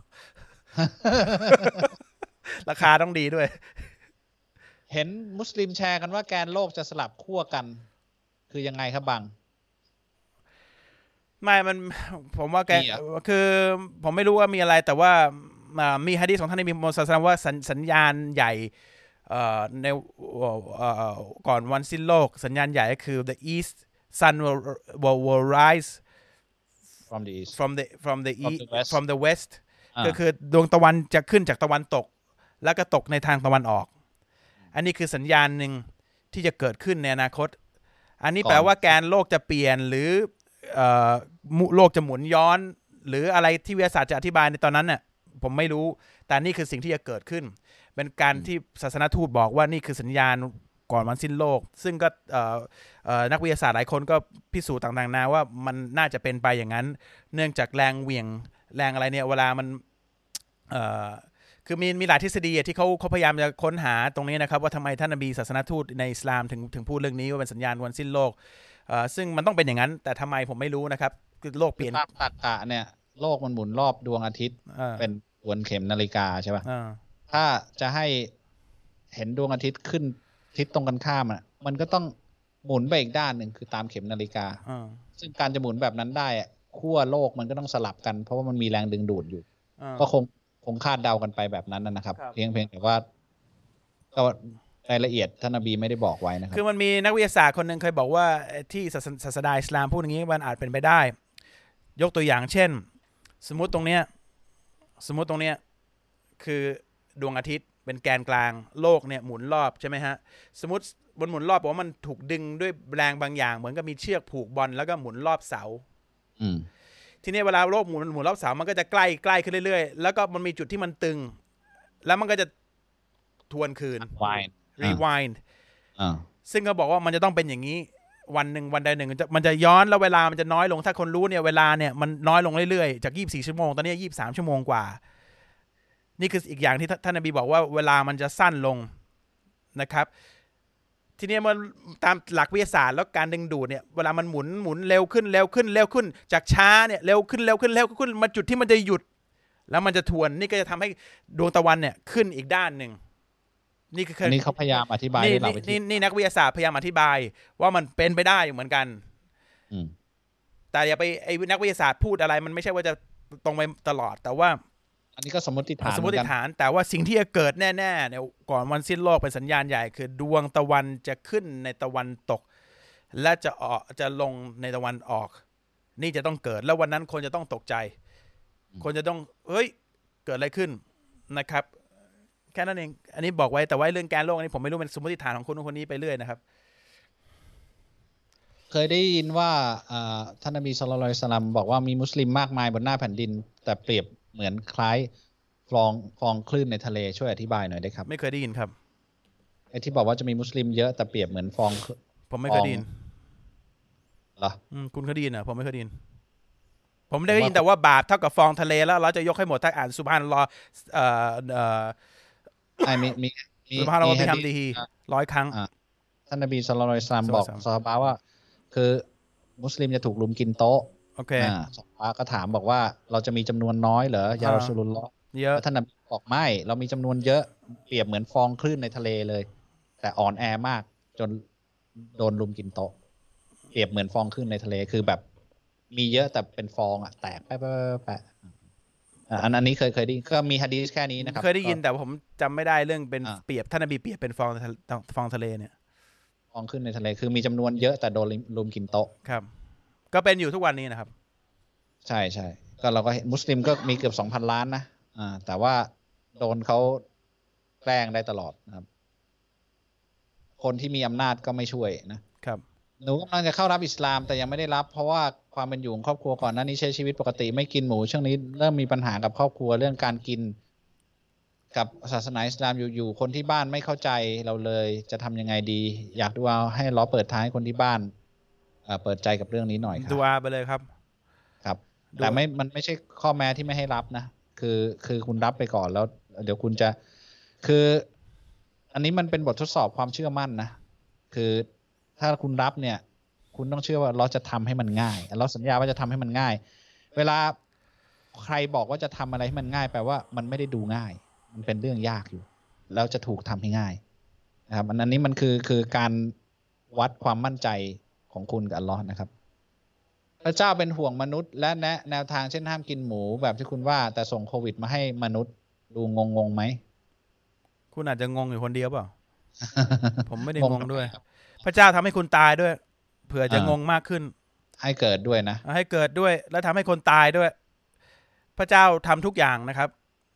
ราคาต้องดีด้วยเห็นมุสลิมแชร์กันว่าแกนโลกจะสลับขั้วกันคือยังไงครับบังไม่มันผมว่าแกคือผมไม่รู้ว่ามีอะไรแต่ว่ามีหะดีษของท่านนบีมุฮัมมัดศ็อลลัลลอฮุอะลัยฮิวะซัลลัมว่าสัญญาณใหญ่ในก่อนวันสิ้นโลกสัญญาณใหญ่ก็คือ the east sun will, will, will rise from the east from the from the east from the west ก็คือดวงตะวันจะขึ้นจากตะวันตกแล้วก็ตกในทางตะวันออกอันนี้คือสัญญาณหนึ่งที่จะเกิดขึ้นในอนาคตอันนี้แปลว่าแกนโลกจะเปลี่ยนหรือโลกจะหมุนย้อนหรืออะไรที่วิทยาศาสตร์จะอธิบายในตอนนั้นน่ะผมไม่รู้แต่นี่คือสิ่งที่จะเกิดขึ้นเป็นการที่ศาสนทูตบอกว่านี่คือสัญญาณก่อนวันสิ้นโลกซึ่งก็นักวิทยาศาสตร์หลายคนก็พิสูจน์ต่างๆนาว่ามันน่าจะเป็นไปอย่างนั้นเนื่องจากแรงเหวี่ยงแรงอะไรเนี่ยเวลามันคือมีมีหลายทฤษฎีที่เขาเขาพยายามจะค้นหาตรงนี้นะครับว่าทำไมท่านนบีศาสนทูตในอิสลามถึงถึงพูดเรื่องนี้ว่าเป็นสัญญาณวันสิ้นโลกซึ่งมันต้องเป็นอย่างนั้นแต่ทำไมผมไม่รู้นะครับคือโลกเปลี่ยนตามตรรกะเนี่ยโลกมันหมุนรอบดวงอาทิตย์เป็นทวนเข็มนาฬิกาใช่ป่ะถ้าจะให้เห็นดวงอาทิตย์ขึ้นทิศตรงกันข้ามอ่ะมันก็ต้องหมุนไปอีกด้านหนึ่งคือตามเข็มนาฬิกาซึ่งการจะหมุนแบบนั้นได้ขั้วโลกมันก็ต้องสลับกันเพราะว่ามันมีแรงดึงดูดอยู่ก็คงคงคาดเดากันไปแบบนั้นนะครับเพียงเพียงแต่ว่าก็รายละเอียดท่านนบีไม่ได้บอกไว้นะครับคือมันมีนักวิทยาศาสตร์คนหนึ่งเคยบอกว่าที่ศาสดาอิสลามพูดอย่างนี้มันอาจเป็นไปได้ยกตัวอย่างเช่นสมมุติตรงเนี้ยสมมุติตรงเนี้ยคือดวงอาทิตย์เป็นแกนกลางโลกเนี่ยหมุนรอบใช่ไหมฮะสมมติบนหมุนรอบบอกว่ามันถูกดึงด้วยแรงบางอย่างเหมือนกับมีเชือกผูกบอลแล้วก็หมุนรอบเสาทีนี้เวลาโลกหมุนหมุนรอบเสามันก็จะใกล้ใกล้ขึ้นเรื่อยๆแล้วก็มันมีจุดที่มันตึงแล้วมันก็จะทวนคืน rewind ซึ่งก็บอกว่ามันจะต้องเป็นอย่างนี้วันหนึ่งวันใดหนึ่งมันจะย้อนแล้วเวลามันจะน้อยลงถ้าคนรู้เนี่ยเวลาเนี่ยมันน้อยลงเรื่อยๆจากยี่สิบสี่ชั่วโมงตอนนี้ยี่สิบสามชั่วโมงกว่านี่คืออีกอย่างที่ท่านนบีบอกว่าเวลามันจะสั้นลงนะครับทีนี้มันตามหลักวิทยาศาสตร์แล้วการดึงดูดเนี่ยเวลามันหมุนหมุนเร็วขึ้นเร็วขึ้นเร็วขึ้นจากช้าเนี่ยเร็วขึ้นเร็วขึ้นเร็วขึ้นมาจุดที่มันจะหยุดแล้วมันจะทวนนี่ก็จะทำให้ดวงตะวันเนี่ยขึ้นอีกด้านหนึ่งนี่คือนี่เขาพยายามอธิบายให้เราไปนี่นี่นักวิทยาศาสตร์พยายามอธิบายว่ามันเป็นไปได้เหมือนกันแต่อย่าไปไอ้นักวิทยาศาสตร์พูดอะไรมันไม่ใช่ว่าจะตรงไปตลอดแต่ว่าอันนี้ก็สมมติฐานสมมติฐานแต่ว่าสิ่งที่จะเกิดแน่ๆเนี่ยก่อนวันสิ้นโลกเป็นสัญญาณใหญ่คือดวงตะวันจะขึ้นในตะวันตกและจะออกจะลงในตะวันออกนี่จะต้องเกิดแล้ววันนั้นคนจะต้องตกใจคนจะต้องเฮ้ยเกิดอะไรขึ้นนะครับแค่นั้นเองอันนี้บอกไว้แต่ว่าเรื่องแกนโลกอันนี้ผมไม่รู้เป็นสมมติฐานของคนคนนี้ไปเรื่อยนะครับเคยได้ยินว่าท่านนบีศ็อลลัลลอฮุอะลัยฮิวะซัลลัมบอกว่ามีมุสลิมมากมายบนหน้าแผ่นดินแต่เปรียบเหมือนคล้ายฟองฟองคลื่นในทะเลช่วยอธิบายหน่อยได้ครับไม่เคยได้ยินครับไอ้ที่บอกว่าจะมีมุสลิมเยอะแต่เปรียบเหมือนฟองผมไม่เคยได้ยินเหรอคุณเคยได้ยินเหรอผมไม่เคยได้ยินผมได้ยินแต่ว่าบาปเท่ากับฟองทะเลแล้วเราจะยกให้หมดถ้าอ่านซุบฮานัลลอฮ์เอ่อเอ่อไอ้มีมีซุบฮานัลลอฮ์บิฮัมดิฮิร้อยครั้งท่านนบีศ็อลลัลลอฮุอะลัยฮิวะซัลลัมบอกซอฮาบะห์ว่าคือมุสลิมจะถูกลุมกินโต๊ะโอเคซอฮาบะห์ก็ถามบอกว่าเราจะมีจำนวนน้อยเหรอยารอซูลุลลอฮ์เยอะท่านนบีบอกไม่เรามีจำนวนเยอะเปรียบเหมือนฟองคลื่นในทะเลเลยแต่อ่อนแอมากจนโดนลุมกินโต๊ะเปรียบเหมือนฟองคลื่นในทะเลคือแบบมีเยอะแต่เป็นฟองอ่ะแตกแป๊ะแป๊ะอันอันนี้เคยเคยได้ก็มีหะดีษแค่นี้นะครับเคยได้ยินแต่ผมจำไม่ได้เรื่องเป็นเปรียบท่านนบีเปรียบเป็นฟองฟองทะเลเนี่ยฟองขึ้นในทะเลคือมีจำนวนเยอะแต่โดนลุมกินโต๊ะครับก็เป็นอยู่ทุกวันนี้นะครับใช่ใช่ก็เราก็เห็นมุสลิมก็มีเกือบสองพันล้านนะอ่าแต่ว่าโดนเขาแกล้งได้ตลอดนะครับคนที่มีอำนาจก็ไม่ช่วยนะครับหนูกำลังจะเข้ารับอิสลามแต่ยังไม่ได้รับเพราะว่าความเป็นอยู่ของครอบครัวก่อนหน้านี้ใช้ชีวิตปกติไม่กินหมูช่วงนี้เริ่มมีปัญหากับครอบครัวเรื่องการกินกับศาสนาอิสลามอยู่ๆคนที่บ้านไม่เข้าใจเราเลยจะทำยังไงดีอยากดูเอาให้ล้อเปิดท้ายคนที่บ้านเปิดใจกับเรื่องนี้หน่อยครับดูอาไปเลยครับครับแต่ไม่มันไม่ใช่ข้อแม้ที่ไม่ให้รับนะคือคือคุณรับไปก่อนแล้วเดี๋ยวคุณจะคืออันนี้มันเป็นบททดสอบความเชื่อมั่นนะคือถ้าคุณรับเนี่ยคุณต้องเชื่อว่าเราจะทำให้มันง่ายเราสัญญาว่าจะทำให้มันง่ายเวลาใครบอกว่าจะทำอะไรให้มันง่ายแปลว่ามันไม่ได้ดูง่ายมันเป็นเรื่องยากอยู่แล้วจะถูกทำให้ง่ายนะครับอันนี้มันคือคือการวัดความมั่นใจของคุณกับอัลเลาะห์นะครับพระเจ้าเป็นห่วงมนุษย์และแนะแนวทางเช่นห้ามกินหมูแบบที่คุณว่าแต่ส่งโควิดมาให้มนุษย์ดูงงงไหมคุณอาจจะงงอยู่คนเดียวเปล่า ผมไม่ได้งงด้วยพระเจ้าทำให้คุณตายด้วยเผื่อจะงงมากขึ้นให้เกิดด้วยนะให้เกิดด้วยแล้วทำให้คนตายด้วยพระเจ้าทำทุกอย่างนะครับ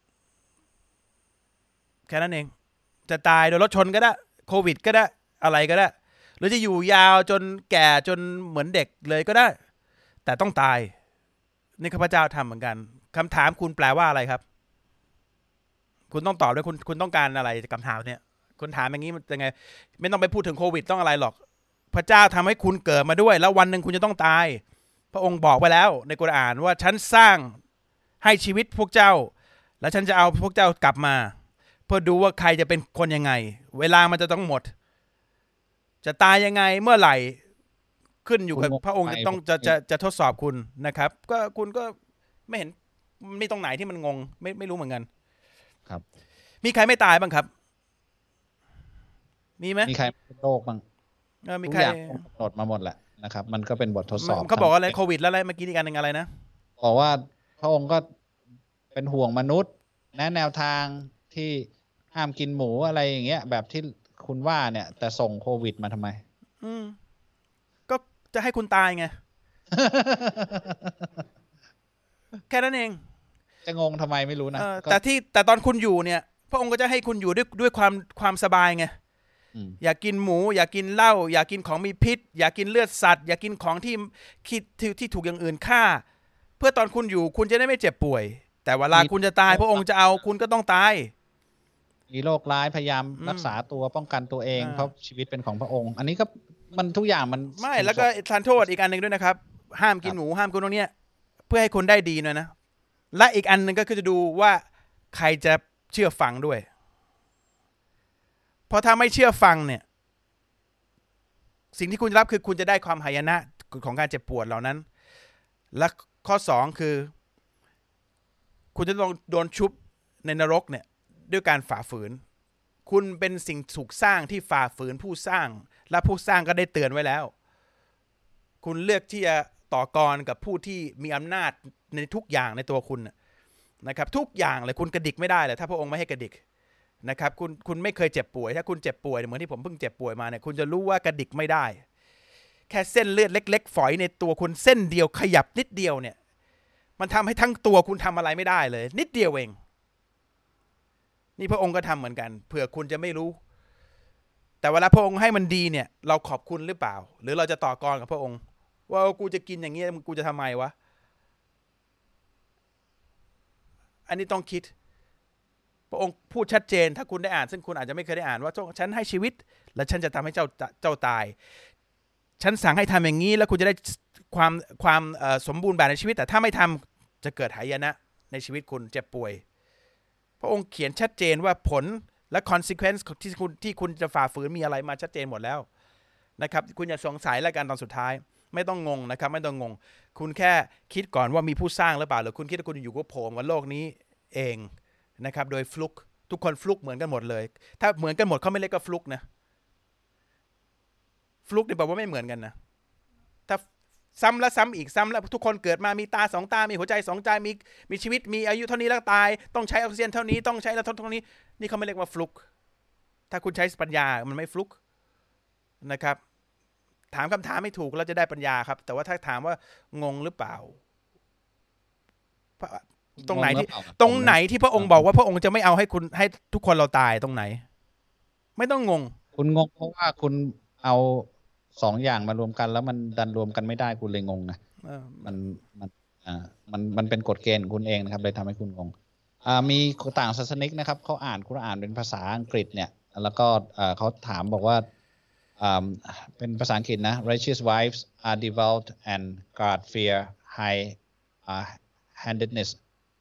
แค่นั้นเองจะตายโดยรถชนก็ได้โควิดก็ได้อะไรก็ได้หรือจะอยู่ยาวจนแก่จนเหมือนเด็กเลยก็ได้แต่ต้องตายนี่ข้าพเจ้าทำเหมือนกันคำถามคุณแปลว่าอะไรครับคุณต้องตอบด้วยคุณคุณต้องการอะไรคำถามเนี่ยคุณถามอย่างนี้มันยังไงไม่ต้องไปพูดถึงโควิดต้องอะไรหรอกพระเจ้าทำให้คุณเกิดมาด้วยแล้ววันหนึ่งคุณจะต้องตายพระองค์บอกไว้แล้วในกุรอานว่าฉันสร้างให้ชีวิตพวกเจ้าและฉันจะเอาพวกเจ้ากลับมาเพื่อดูว่าใครจะเป็นคนยังไงเวลามันจะต้องหมดจะตายยังไงเมื่อไหร่ขึ้นอยู่กับพระองค์จะต้องจะจะจะทดสอบคุณนะครับก็คุณก็ไม่เห็นมีตรงไหนที่มันงงไม่ไม่รู้เหมือนกันครับมีใครไม่ตายบ้างครับมีไหมมีใครเป็นโรคบ้างมีใครกำหนดมาหมดแหละนะครับมันก็เป็นบททดสอบเขาบอกอะไรโควิดแล้วอะไรเมื่อกี้อีกอันหนึ่งอะไรนะบอกว่าพระองค์ก็เป็นห่วงมนุษย์แนะแนวทางที่ห้ามกินหมูอะไรอย่างเงี้ยแบบที่คุณว่าเนี่ยแต่ส่งโควิดมาทำไมอืมก็จะให้คุณตายไง แค่นั้นเองจะงงทำไมไม่รู้นะแต่ที่แต่ตอนคุณอยู่เนี่ยพระองค์ก็จะให้คุณอยู่ด้วยด้วยความความสบายไงอยากกินหมูอยากกินเหล้าอยากกินของมีพิษอยากกินเลือดสัตว์อยากกินของที่คิดที่ถูกอย่างอื่นฆ่าเพื่อตอนคุณอยู่คุณจะได้ไม่เจ็บป่วยแต่เวลาคุณจะตายพระองค์จะเอาคุณก็ต้องตายมีโรคร้ายพยายามรักษาตัวป้องกันตัวเองเพราะชีวิตเป็นของพระองค์อันนี้ก็มันทุกอย่างมันไม่แล้วก็ทานโทษอีกอันหนึ่งด้วยนะครับห้ามกินหมูห้ามกินตรงนี้เพื่อให้คนได้ดีหน่อยนะและอีกอันหนึ่งก็คือจะดูว่าใครจะเชื่อฟังด้วยเพราะถ้าไม่เชื่อฟังเนี่ยสิ่งที่คุณรับคือคุณจะได้ความหายนะของการเจ็บปวดเหล่านั้นและข้อสองคือคุณจะต้องโดนชุบในนรกเนี่ยด้วยการฝ่าฝืนคุณเป็นสิ่งถูกสร้างที่ฝ่าฝืนผู้สร้างและผู้สร้างก็ได้เตือนไว้แล้วคุณเลือกที่จะต่อกรกับผู้ที่มีอำนาจในทุกอย่างในตัวคุณนะครับทุกอย่างเลยคุณกระดิกไม่ได้เลยถ้าพระองค์ไม่ให้กระดิกนะครับคุณคุณไม่เคยเจ็บป่วยถ้าคุณเจ็บป่วยเหมือนที่ผมเพิ่งเจ็บป่วยมาเนี่ยคุณจะรู้ว่ากระดิกไม่ได้แค่เส้นเลือดเล็กๆฝอยในตัวคุณเส้นเดียวขยับนิดเดียวเนี่ยมันทำให้ทั้งตัวคุณทำอะไรไม่ได้เลยนิดเดียวเองนี่พระองค์ก็ทำเหมือนกันเผื่อคุณจะไม่รู้แต่เวลาพระองค์ให้มันดีเนี่ยเราขอบคุณหรือเปล่าหรือเราจะต่อกรกับพระองค์ว่ากูจะกินอย่างเงี้ยกูจะทำไมวะอันนี้ต้องคิดพระองค์พูดชัดเจนถ้าคุณได้อ่านซึ่งคุณอาจจะไม่เคยได้อ่านว่าฉันให้ชีวิตและฉันจะทำให้เจ้าเจ้าตายฉันสั่งให้ทำอย่างนี้แล้วคุณจะได้ความความสมบูรณ์แบบในชีวิตแต่ถ้าไม่ทำจะเกิดหายนะในชีวิตคุณเจ็บป่วยพระองค์เขียนชัดเจนว่าผลและ consequence ที่คุณที่คุณจะฝ่าฝืนมีอะไรมาชัดเจนหมดแล้วนะครับคุณอย่าสงสัยแล้วกันตอนสุดท้ายไม่ต้องงงนะครับไม่ต้องงงคุณแค่คิดก่อนว่ามีผู้สร้างหรือเปล่าหรือคุณคิดว่าคุณอยู่กับผมว่าโลกนี้เองนะครับโดยฟลุกทุกคนฟลุกเหมือนกันหมดเลยถ้าเหมือนกันหมดเขาไม่เรียกว่าฟลุกนะฟลุกเนี่ยแปลว่าไม่เหมือนกันนะถ้าซ้ำแล้วซ้ำอีกซ้ำแล้วทุกคนเกิดมามีตาสองตามีหัวใจสองใจมีมีชีวิตมีอายุเท่านี้แล้วตายต้องใช้ออกซิเจนเท่านี้ต้องใช้แล้วเท่านี้นี่เขาไม่เรียกว่าฟลุกถ้าคุณใช้ปัญญามันไม่ฟลุกนะครับถามคำถามไม่ถูกแล้วจะได้ปัญญาครับแต่ว่าถ้าถามว่างงหรือเปล่าตรงไหนที่ตรงไหนที่พระองค์บอกว่าพระองค์จะไม่เอาให้คุณให้ทุกคนเราตายตรงไหนไม่ต้องงงคุณงงเพราะว่าคุณเอาสองอย่างมารวมกันแล้วมันดันรวมกันไม่ได้คุณเลยงงนะมันมันอ่ามันมันเป็นกฎเกณฑ์ของคุณเองนะครับเลยทำให้คุณงงอ่ามีต่างศาสนิกนะครับเขาอ่านคุรอานเป็นภาษาอังกฤษเนี่ยแล้วก็อ่าเขาถามบอกว่าอ่าเป็นภาษาอังกฤษนะ righteous wives are devout and God fear high uh, handedness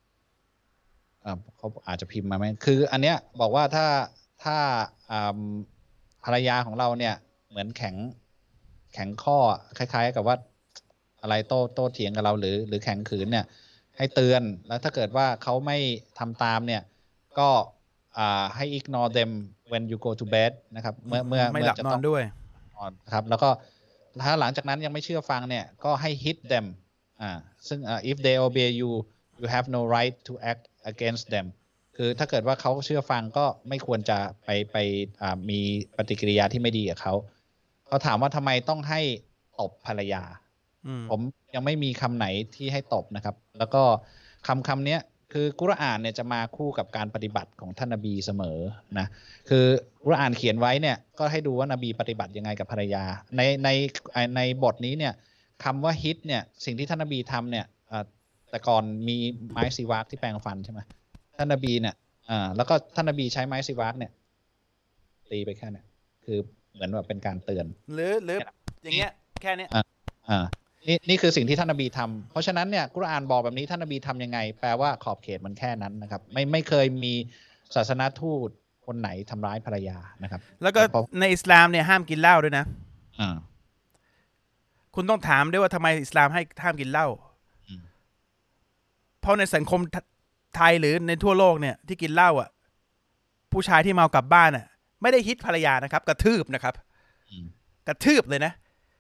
เขาอาจจะพิมพ์มาไหมคืออันเนี้ยบอกว่าถ้าถ้าภรรยาของเราเนี่ยเหมือนแข็งแข็งข้อคล้ายๆกับว่าอะไรโต้โต้เถียงกับเราหรือหรือแข็งขืนเนี่ยให้เตือนแล้วถ้าเกิดว่าเขาไม่ทำตามเนี่ยก็ให้ ignore them when you go to bed นะครับเมื่อเมื่อไม่หลับนอนด้วยครับแล้วก็ถ้าหลังจากนั้นยังไม่เชื่อฟังเนี่ยก็ให้ hit them อ่าซึ่ง if they obey you you have no right to act against them คือถ้าเกิดว่าเขาเชื่อฟังก็ไม่ควรจะไปไปมีปฏิกิริยาที่ไม่ดีกับเขาเขาถามว่าทำไมต้องให้ตบภรรยาผมยังไม่มีคำไหนที่ให้ตบนะครับแล้วก็คำคำนี้คือกุรอานเนี่ยจะมาคู่กับการปฏิบัติของท่านนบีเสมอนะคือกุรอานเขียนไว้เนี่ยก็ให้ดูว่านบีปฏิบัติยังไงกับภรรยาในในในบทนี้เนี่ยคำว่าฮิตเนี่ยสิ่งที่ท่านนบีทำเนี่ยแต่ก่อนมีไม้ซีวากที่แปรงฟันใช่ไหมท่านนบีเนี่ยอ่าแล้วก็ท่านนบีใช้ไม้ซีวากเนี่ยตีไปแค่นี้คือเหมือนแบบเป็นการเตือนหรือหรืออย่างเงี้ยแค่นี้อ่าอ่านี่นี่คือสิ่งที่ท่านนบีทำเพราะฉะนั้นเนี่ยกุรอานบอกแบบนี้ท่านนบีทำยังไงแปลว่าขอบเขตมันแค่นั้นนะครับไม่ไม่เคยมีศาสนทูตคนไหนทำร้ายภรรยานะครับแล้วก็ในอิสลามเนี่ยห้ามกินเหล้าด้วยนะอ่าคุณต้องถามด้วยว่าทำไมอิสลามให้ห้ามกินเหล้าเพราะในสังคมไทยหรือในทั่วโลกเนี่ยที่กินเหล้าอ่ะผู้ชายที่เมากลับบ้านอ่ะไม่ได้ฮิตภรรยานะครับกระทืบนะครับกระทืบเลยนะ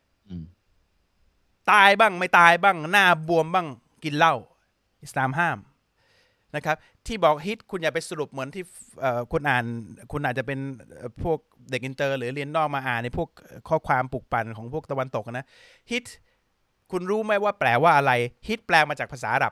ตายบ้างไม่ตายบ้างหน้าบวมบ้างกินเหล้าอิสลามห้ามนะครับที่บอกฮิตคุณอย่าไปสรุปเหมือนที่คุณอ่านคุณอาจจะเป็นพวกเด็กอินเตอร์หรือเรียนนอกมาอ่านในพวกข้อความปลุกปั่นของพวกตะวันตกนะฮิตคุณรู้ไหมว่าแปลว่าอะไรฮิตแปลมาจากภาษาอาหรับ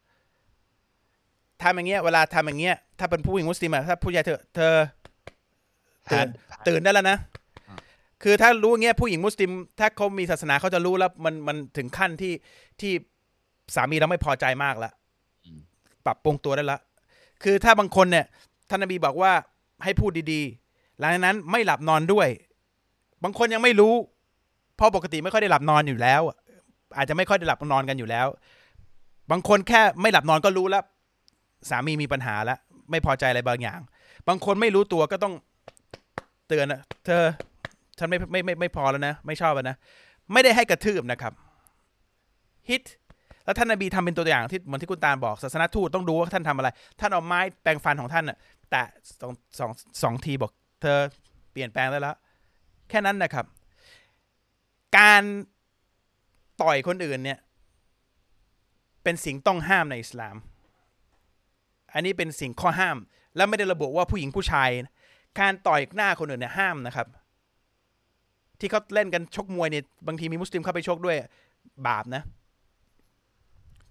ทำอย่างเงี้ยเวลาทำอย่างเงี้ยถ้าเป็นผู้หญิงมุสลิมอะถ้าผู้ชายเธอเธอตื่นตื่นได้แล้วนะคือถ้ารู้อย่างเงี้ยผู้หญิงมุสลิมถ้าเขามีศาสนาเขาจะรู้แล้วมันมันถึงขั้นที่ที่สามีเราไม่พอใจมากแล้วปรับปรุงตัวได้แล้วคือถ้าบางคนเนี่ยท่านนบีบอกว่าให้พูดดีๆหลังจากนั้นไม่หลับนอนด้วยบางคนยังไม่รู้เพราะปกติไม่ค่อยได้หลับนอนอยู่แล้วอาจจะไม่ค่อยได้หลับนอนกันอยู่แล้วบางคนแค่ไม่หลับนอนก็รู้แล้วสามีมีปัญหาแล้วไม่พอใจอะไรบางอย่างบางคนไม่รู้ตัวก็ต้องเตือนนะเธอฉันไม่ไม่ไม่ไม่พอแล้วนะไม่ชอบแล้วนะไม่ได้ให้กระทืบนะครับฮิตแล้วท่านนบีทำเป็นตัวอย่างที่เหมือนที่คุณตาบอกศาสนทูตต้องดูว่าท่านทำอะไรท่านเอาไม้แปรงฟันของท่านน่ะแต่สองสองสองทีบอกเธอเปลี่ยนแปลงได้แล้วแค่นั้นนะครับการต่อยคนอื่นเนี่ยเป็นสิ่งต้องห้ามในอิสลามอันนี้เป็นสิ่งข้อห้ามและไม่ได้ระบุว่าผู้หญิงผู้ชายการต่อยหน้าคนอื่นเนี่ยห้ามนะครับที่เขาเล่นกันชกมวยเนี่ยบางทีมีมุสลิมเข้าไปชกด้วยบาปนะ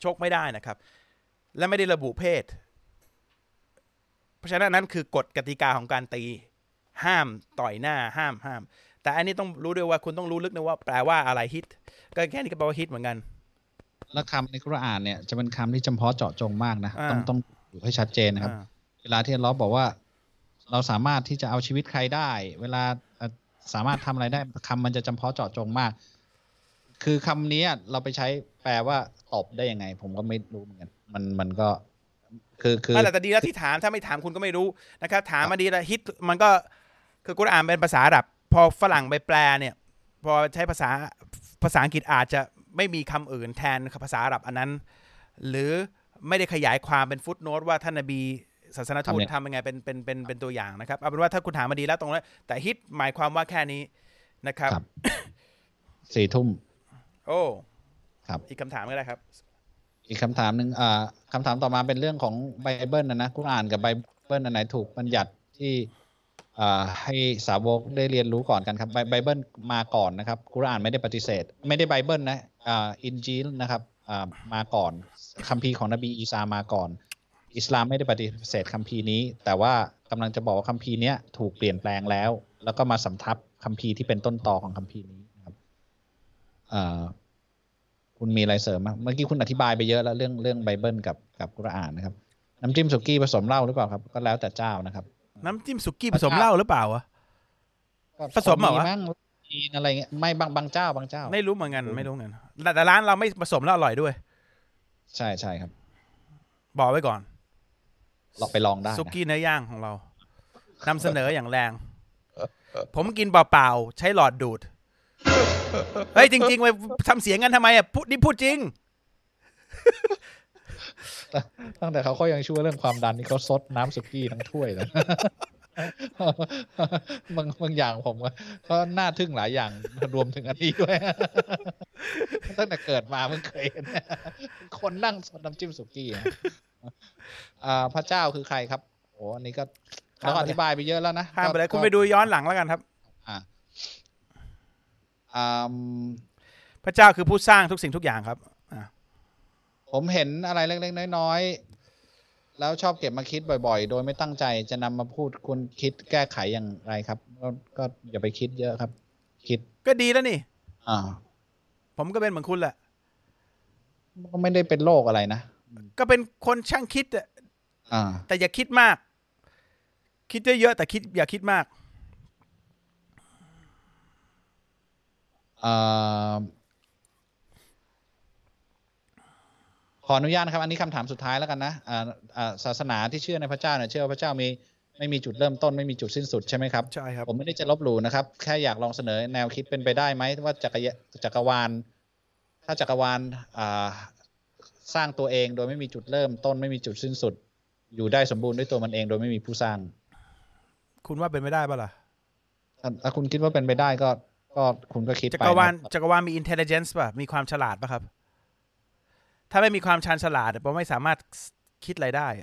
ชกไม่ได้นะครับและไม่ได้ระบุเพศเพราะฉะนั้นนั้นคือกฎกติกาของการตีห้ามต่อยหน้าห้ามห้ามแต่อันนี้ต้องรู้ด้วยว่าคุณต้องรู้ลึกนะว่าแปลว่าอะไรฮิตก็แค่นี้ก็แปลว่าฮิตเหมือนกันแล้วคำในกุรอานเนี่ยจะเป็นคำที่เฉพาะเจาะจงมากนะต้องต้องอยู่ให้ชัดเจนนะครับเวลาที่อัลเลาะห์บอกว่าเราสามารถที่จะเอาชีวิตใครได้เวลาสามารถทำอะไรได้คำมันจะเฉพาะเจาะจงมากคือคำนี้เราไปใช้แปลว่าตบได้ยังไงผมก็ไม่รู้เหมือนกันมันมันก็คือคือแต่ดีแล้วที่ถามถ้าไม่ถามคุณก็ไม่รู้นะครับถามมาดีแล้วฮิตมันก็คือกุรอานเป็นภาษาอาหรับพอฝรั่งไปแปลเนี่ยพอใช้ภาษาภาษาอังกฤษอาจจะไม่มีคำอื่นแทนภาษาอาหรับอันนั้นหรือไม่ได้ขยายความเป็นฟุตโนตว่าท่านนบีศาสนทูตทำยังไงเป็นเป็นเป็นเป็นตัวอย่างนะครับเอาเป็นว่าถ้าคุณถามมาดีแล้วตรงนั้นแต่ฮิตหมายความว่าแค่นี้นะครับสี่ทุ่มโอ้ครับอีกคำถามก็ได้ครับอีกคำถามหนึ่งอ่าคำถามต่อมาเป็นเรื่องของไบเบิลนะนะกุรอานกับไบเบิลอันไหนถูกบัญญัติที่อ่าให้สาวกได้เรียนรู้ก่อนกันครับไบเบิลมาก่อนนะครับกุรอานไม่ได้ปฏิเสธไม่ได้ไบเบิลนะอ่าอินจีลนะครับอ่ามาก่อนคัมภีร์ของนบีอีสามาก่อนอิสลามไม่ได้ปฏิเสธคัมภีร์นี้แต่ว่ากำลังจะบอกว่าคัมภีร์นี้ถูกเปลี่ยนแปลงแล้วแล้วก็มาสำทับคัมภีร์ที่เป็นต้นตอของคัมภีร์นี้นะครับอ่าคุณมีอะไรเสริมมั้ยเมื่อกี้คุณอธิบายไปเยอะแล้วเรื่องเรื่องไบเบิลกับกับกุรอานนะครับน้ำจิ้มสุกี้ผสมเหล้าหรือเปล่าครับก็แล้วแต่เจ้านะครับน้ำจิ้มสุกี้ผสมเหล้าหรือเปล่าวะผสมเหรอวะจีนอะไรเงี้ยไม่บางบางเจ้าบางเจ้าไม่รู้เหมือนกันไม่รู้เหมือนกันแต่ร้านเราไม่ผสมแล้วอร่อยด้วยใช่ใช่ครับบอกไว้ก่อนลองไปลองได้สุกี้เนื้อย่างของเรานำเสนออย่างแรงผมกินเปล่าๆใช้หลอดดูดเฮ้ยจริงๆไปทำเสียงกันทำไมอ่ะพูดนี่พูดจริงตั้งแต่เขาเขายังช่วยเรื่องความดันนี่เขาซดน้ำสุกี้ทั้งถ้วยเลยบางบางอย่างผมก็น่าทึ่งหลายอย่างรวมถึงอันนี้ด้วยตั้งแต่เกิดมาเพิ่งเคยเห็นคนนั่งซดน้ำจิ้มสุกี้อ่าพระเจ้าคือใครครับโอ้อันนี้ก็เราอธิบายไปเยอะแล้วนะข้ามไปเลยคุณไปดูย้อนหลังแล้วกันครับอ่าพระเจ้าคือผู้สร้างทุกสิ่งทุกอย่างครับผมเห็นอะไรเล็กๆน้อยๆแล้วชอบเก็บมาคิดบ่อยๆโดยไม่ตั้งใจจะนำมาพูดคุณคิดแก้ไขอย่างไรครับก็ก็อย่าไปคิดเยอะครับคิดก็ดีแล้วนี่อ่าผมก็เป็นเหมือนคุณแหละก็ไม่ได้เป็นโรคอะไรนะก็เป็นคนช่างคิดอ่ะแต่อย่าคิดมากคิดเยอะๆแต่คิดอย่าคิดมากขออนุญาตนะครับอันนี้คำถามสุดท้ายแล้วกันนะศาสนาที่เชื่อในพระเจ้าเนี่ยเชื่อว่าพระเจ้ามีไม่มีจุดเริ่มต้นไม่มีจุดสิ้นสุดใช่ไหมครับใช่ครับผมไม่ได้จะลบหลู่นะครับแค่อยากลองเสนอแนวคิดเป็นไปได้ไหมว่าจักรยจักรวาลถ้าจักรวาลสร้างตัวเองโดยไม่มีจุดเริ่มต้นไม่มีจุดสิ้นสุดอยู่ได้สมบูรณ์ด้วยตัวมันเองโดยไม่มีผู้สร้างคุณว่าเป็นไปได้ป่ะล่ะถ้าคุณคิดว่าเป็นไปได้ก็ก็คุณก็คิดไปจักรวาลจักรวาลมี intelligence ป่ะมีความฉลาดป่ะครับถ้าไม่มีความชาญฉลาดผมไม่สามารถคิดอะไรได้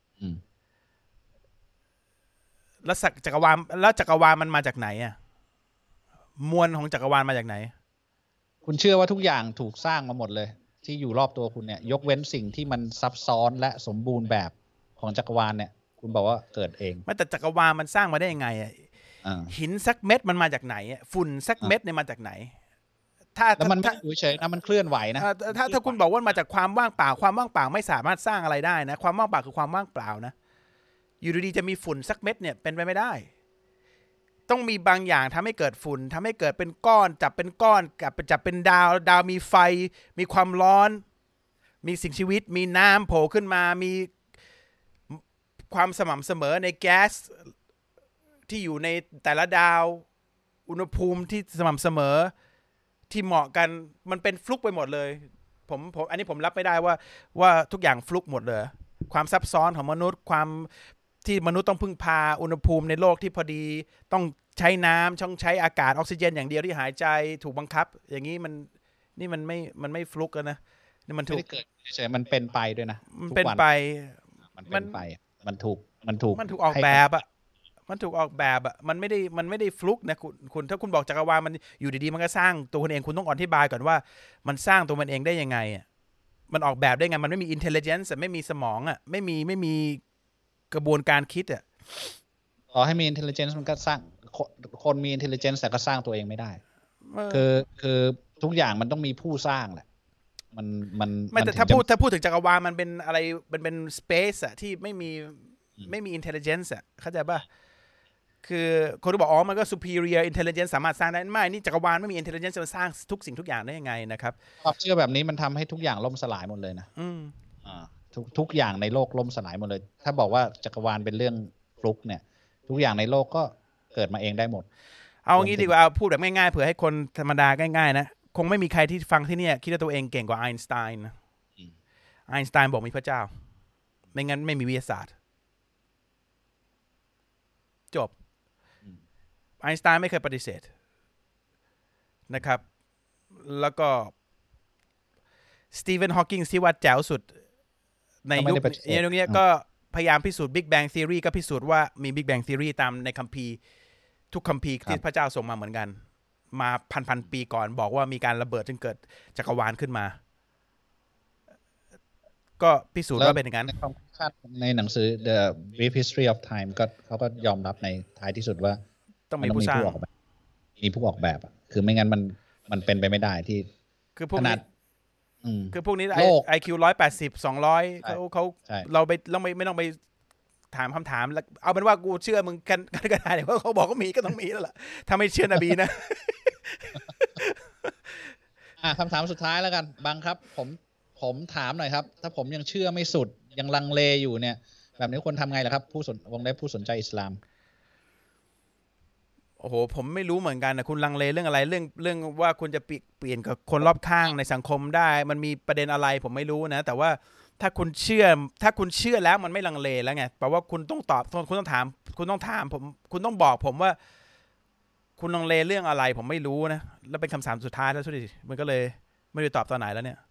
แล้วจักรวาลแล้วจักรวาลมันมาจากไหนอ่ะมวลของจักรวาลมาจากไหนคุณเชื่อว่าทุกอย่างถูกสร้างมาหมดเลยที่อยู่รอบตัวคุณเนี่ยยกเว้นสิ่งที่มันซับซ้อนและสมบูรณ์แบบของจักรวาลเนี่ยคุณบอกว่าเกิดเองไม่แต่จักรวาลมันสร้างมาได้ยังไงอ่ะหินสักเม็ดมันมาจากไหนฝุ่นสักเม็ดเนี่ยมาจากไหนถ้าแล้วมันไม่อยู่เฉยนะมันเคลื่อนไหวนะถ้าถ้าคุณบอกว่ามาจากความว่างเปล่าความว่างเปล่าไม่สามารถสร้างอะไรได้นะความว่างเปล่าคือความว่างเปล่านะอยู่ดีๆจะมีฝุ่นสักเม็ดเนี่ยเป็นไปไม่ได้ต้องมีบางอย่างทำให้เกิดฝุ่นทำให้เกิดเป็นก้อนจับเป็นก้อนกับจับเป็นดาวดาวมีไฟมีความร้อนมีสิ่งชีวิตมีน้ำโผล่ขึ้นมามีความสม่ำเสมอในแก๊สที่อยู่ในแต่ละดาวอุณหภูมิที่สม่ำเสมอที่เหมาะกันมันเป็นฟลุกไปหมดเลยผมผมอันนี้ผมรับไม่ได้ว่าว่าทุกอย่างฟลุกหมดเลยความซับซ้อนของมนุษย์ความที่มนุษย์ต้องพึ่งพาอุณหภูมิในโลกที่พอดีต้องใช้น้ำช่องใช้อากาศออกซิเจนอย่างเดียวที่หายใจถูกบังคับอย่างนี้มันนี่มันไม่มันไม่ฟลุกกันนะนี่มันถูกไม่ได้เกิดเฉยมันเป็นไปด้วยนะมันเป็นไปมันเป็นไปมันถูกมันถูกมันถูกออกแบบอะมันถูกออกแบบอะมันไม่ได้มันไม่ได้ฟลุกนะคุณคุณถ้าคุณบอกจักรวาลมันอยู่ดีๆมันก็สร้างตัวคุณเองคุณต้องอธิบายก่อนว่ามันสร้างตัวมันเองได้ยังไงอะมันออกแบบได้ไงมันไม่มี intelligence ไม่มีสมองอ่ะไม่มีไม่มีกระบวนการคิดอ่ะต่อให้มี intelligence มันก็สร้างคนมี intelligence แต่ก็สร้างตัวเองไม่ได้คือคือทุกอย่างมันต้องมีผู้สร้างแหละมันมันไม่แต่ถ้าพูดถ้าพูดถึงจักรวาลมันเป็นอะไรมันเป็น space อะที่ไม่มีไม่มี intelligence อะเข้าใจป่ะคือคนที่บอกอ๋อมันก็ superior intelligence สามารถสร้างได้ไม่นี่จักรวาลไม่มี intelligence จะมาสร้างทุกสิ่งทุกอย่างได้ยังไงนะครับความเชื่อแบบนี้มันทำให้ทุกอย่างล่มสลายหมดเลยนะอืมอ่าทุกทุกอย่างในโลกล่มสลายหมดเลยถ้าบอกว่าจักรวาลเป็นเรื่องฟลุกเนี่ยทุกอย่างในโลกก็เกิดมาเองได้หมดเอางี้ดีกว่าเอาพูดแบบง่ายๆเผื่อให้คนธรรมดาง่ายๆนะคงไม่มีใครที่ฟังที่นี่คิดว่าตัวเองเก่งกว่าไอน์สไตน์นะไอน์สไตน์บอกมีพระเจ้าไม่งั้นไม่มีวิทยาศาสตร์จบไอน์สไตน์ไม่เคยปฏิเสธนะครับแล้วก็สตีเฟนฮอว์กิงส์ที่ว่าแจ๋วสุดในยุคนี้ก็พยายามพิสูจน์ Big Bang Theory ก็พิสูจน์ว่ามี Big Bang Theory ตามในคัมภีร์ทุกคัมภีร์ที่พระเจ้าส่งมาเหมือนกันมาพันพันปีก่อนบอกว่ามีการระเบิดจึงเกิดจักรวาลขึ้นมาก็พิสูจน์ว่าเป็นอย่างนั้นในหนังสือ The Brief History of Time ก็เขาก็ยอมรับในท้ายที่สุดว่าต้องมีผู้สร้างมีผู้ออกแบบคือไม่งั้นมันมันเป็นไปไม่ได้ที่คือพวกนี้คือพวกนี้ไอคิวร้อยแปดสิบสองร้อยเขาเขาเราไปเราไม่ไม่ต้องไปถามคำถามแล้วเอาเป็นว่ากูเชื่อมึงกันก็ได้เพราะเขาบอกก็มีก็ต้องมีแล้วล่ะถ้าไม่เชื่อนบีนะอ่ะคำถามสุดท้ายแล้วกันบังครับผมผมถามหน่อยครับถ้าผมยังเชื่อไม่สุดยังลังเลอยู่เนี่ยแบบนี้ควรทำไงล่ะครับผู้สนวงเล็บผู้สนใจอิสลามโอ้โหผมไม่รู้เหมือนกันนะคุณลังเลเรื่องอะไรเรื่องเรื่องว่าคุณจะเปลี่ยนกับคนรอบข้างในสังคมได้มันมีประเด็นอะไรผมไม่รู้นะแต่ว่าถ้าคุณเชื่อถ้าคุณเชื่อแล้วมันไม่ลังเลแล้วไงแปลว่าคุณต้องตอบคุณต้องถามคุณต้องถามผมคุณต้องบอกผมว่าคุณลังเลเรื่องอะไรผมไม่รู้นะแล้วเป็นคำถามสุดท้ายแล้วสุดที่มันก็เลยไม่รู้ตอบตอนไหนแล้วเนี่ย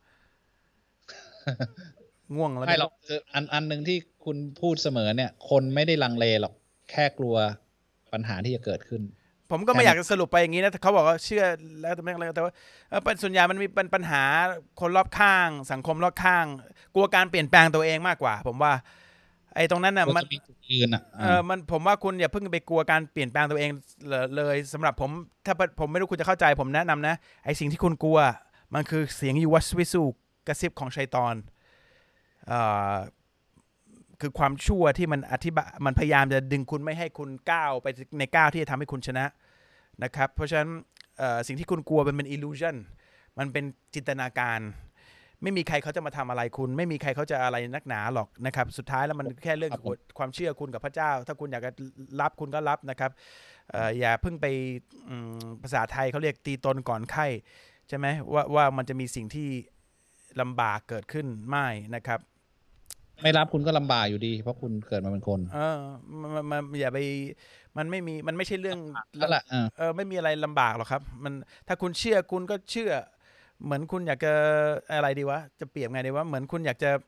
ง่วงแล้วไม่หรอกคืออันอันนึงที่คุณพูดเสมอเนี่ยคนไม่ได้ลังเลหรอกแค่กลัวปัญหาที่จะเกิดขึ้นผมก็ไม่อยากจะสรุปไปอย่างนี้นะเขาบอกว่าเชื่อแล้วแต่ไม่อะไรแต่ว่าส่วนใหญ่มันมีปัญหาคนรอบข้างสังคมรอบข้างกลัวการเปลี่ยนแปลงตัวเองมากกว่าผมว่าไอ้ตรงนั้นน่ะมันเออมันผมว่าคุณอย่าเพิ่งไปกลัวการเปลี่ยนแปลงตัวเองเลยสำหรับผมถ้าผมไม่รู้คุณจะเข้าใจผมแนะนำนะไอ้สิ่งที่คุณกลัวมันคือเสียงยูวัสวิสูกระซิบของชัยฏอนเอ่อคือความชั่วที่มันอธิบายมันพยายามจะดึงคุณไม่ให้คุณก้าวไปในก้าวที่จะทำให้คุณชนะนะครับเพราะฉะนั้นสิ่งที่คุณกลัวมันเป็น illusion มันเป็นจินตนาการไม่มีใครเขาจะมาทำอะไรคุณไม่มีใครเขาจะอะไรนักหนาหรอกนะครับสุดท้ายแล้วมันแค่เรื่องความเชื่อคุณกับพระเจ้าถ้าคุณอยากจะรับคุณก็รับนะครับอย่าเพิ่งไปภาษาไทยเขาเรียกตีตนก่อนไข้ใช่ไหมว่าว่ามันจะมีสิ่งที่ลำบากเกิดขึ้นไม่นะครับไม่รับคุณก็ลำบากอยู่ดีเพราะคุณเกิดมาเป็นคนเออมันมันอย่าไปมันไม่มีมันไม่ใช่เรื่องแล้วแหละเออไม่มีอะไรลำบากหรอกครับมันถ้าคุณเชื่อคุณก็เชื่อเหมือนคุณอยากจะอะไรดีวะจะเปรียบไงดีวะเหมือนคุณอยากจะ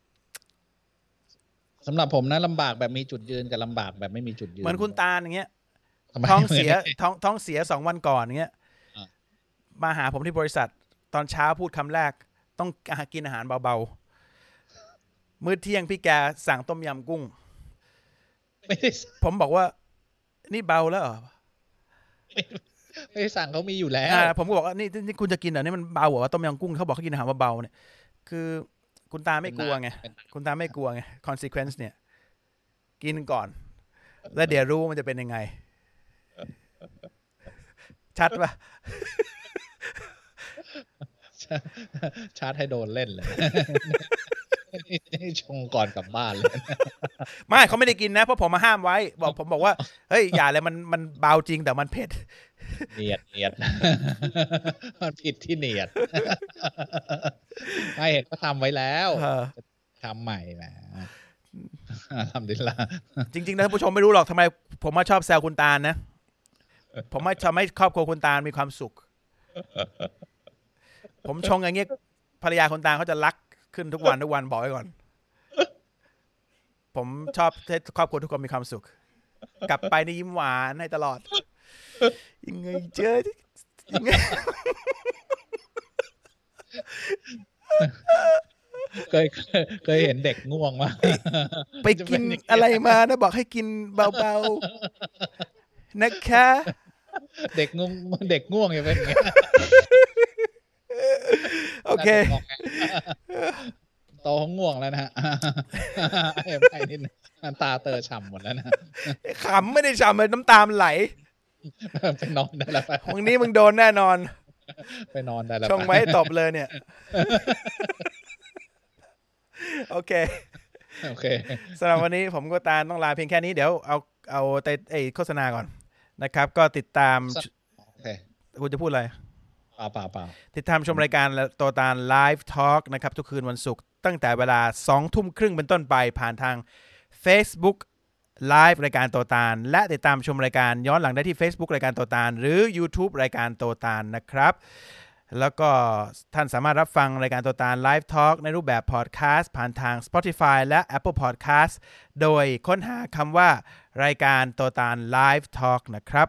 สำหรับผมนะลำบากแบบมีจุดยืนกับลำบากแบบไม่มีจุดยืนเหมือนคุณตาอย่างเงี้ยท้องเสียท้องท้องเสียสองวันก่อนอย่างเงี้ยมาหาผมที่บริษัทตอนเช้าพูดคำแรกต้องกินอาหารเบาๆมื้อเที่ยงพี่แกสั่งต้มยำกุ้งผมบอกว่านี่เบาแล้วเหรอไม่ได้สั่งเขามีอยู่แล้วผมก็บอกว่านี่นี่คุณจะกินเหรอนี่มันเบาเหรอต้มยำกุ้งเขาบอกเขากินอาหารเบาๆเนี่ยคือคุณตาไม่กลัวไงคุณตาไม่กลัวไง consequence เนี่ยกินก่อนแล้วเดี๋ยวรู้มันจะเป็นยังไงชัดปะชาร์จให้โดนเล่นเลยชงก่อนกลับบ้านเลยไม่เขาไม่ได้กินนะเพราะผมมาห้ามไว้บอกผมบอกว่าเฮ้ยอย่าเลยมันมันเบาจริงแต่มันเผ็ดเนียดเนียดมันผิดที่เนียดไม่เห็นก็ทำไว้แล้วทำใหม่แหมทำดีละจริงๆนะท่านผู้ชมไม่รู้หรอกทำไมผมมาชอบแซวคุณตาลนะผมไม่ทำให้ครอบครัวคุณตาลมีความสุขผมชงอย่างเงี้ยภรรยาคุณตาลเขาจะรักขึ้นทุกวันทุกวันบอกไว้ก่อนผมชอบให้ครอบครัวทุกคนมีความสุขกลับไปนี่ยิ้มหวานให้ตลอดยังไงเจอยังไงเคยเคยเห็นเด็กง่วงมาไปกินอะไรมานะบอกให้กินเบาๆนะคะเด็กง่วงเด็กง่วงจะเป็นไงโอเคโตง่วงแล้วนะฮะไปนิดนึงตาเตอฉ่ำหมดแล้วนะขำไม่ได้ฉ่ำเลยน้ำตาไหลไปนอนได้แล้ววันนี้มึงโดนแน่นอนไปนอนได้แล้วชงไว้ตบเลยเนี่ยโอเคโอเคสำหรับวันนี้ผมก็ตาต้องลาเพียงแค่นี้เดี๋ยวเอาเอาแต่ไอ้โฆษณาก่อนนะครับก็ติดตามคุณจะพูดอะไรเปล่าเปล่าเปล่าติดตามชมรายการโตตาลไลฟ์ทอล์กนะครับทุกคืนวันศุกร์ตั้งแต่เวลาสองทุ่มครึ่งเป็นต้นไปผ่านทาง Facebookไลฟ์รายการโตตาลและติดตามชมรายการย้อนหลังได้ที่ Facebook รายการโตตาลหรือ YouTube รายการโตตาลนะครับแล้วก็ท่านสามารถรับฟังรายการโตตาลไลฟ์ทอล์กในรูปแบบพอดแคสต์ผ่านทาง Spotify และ Apple Podcast โดยค้นหาคำว่ารายการโตตาลไลฟ์ทอล์กนะครับ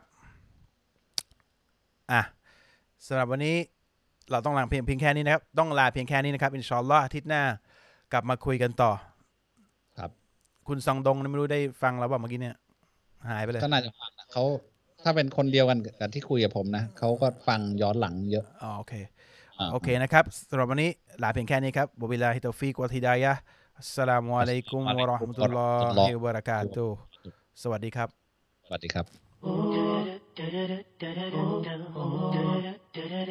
อ่ะสำหรับวันนี้เราต้องลาเพียงเพียงแค่นี้นะครับต้องลาเพียงแค่นี้นะครับอินชาอัลลอฮ์อาทิตย์หน้ากลับมาคุยกันต่อครับคุณซองดงไม่รู้ได้ฟังแล้วป่ะเมื่อกี้เนี่ยหายไปเลยก็น่าจะฟังนะเขาถ้าเป็นคนเดียวกันกับที่คุยกับผมนะเขาก็ฟังย้อนหลังเยอะอ๋อโอเคโอเคนะครับสำหรับวันนี้ลาเพียงแค่นี้ครับวะบิลลาฮิตอฟิกวะฮิดายะฮ์อัสสลามุอะลัยกุมวะเราะห์มะตุลลอฮิวะบะเราะกาตุฮ์สวัสดีครับสวัสดีครับ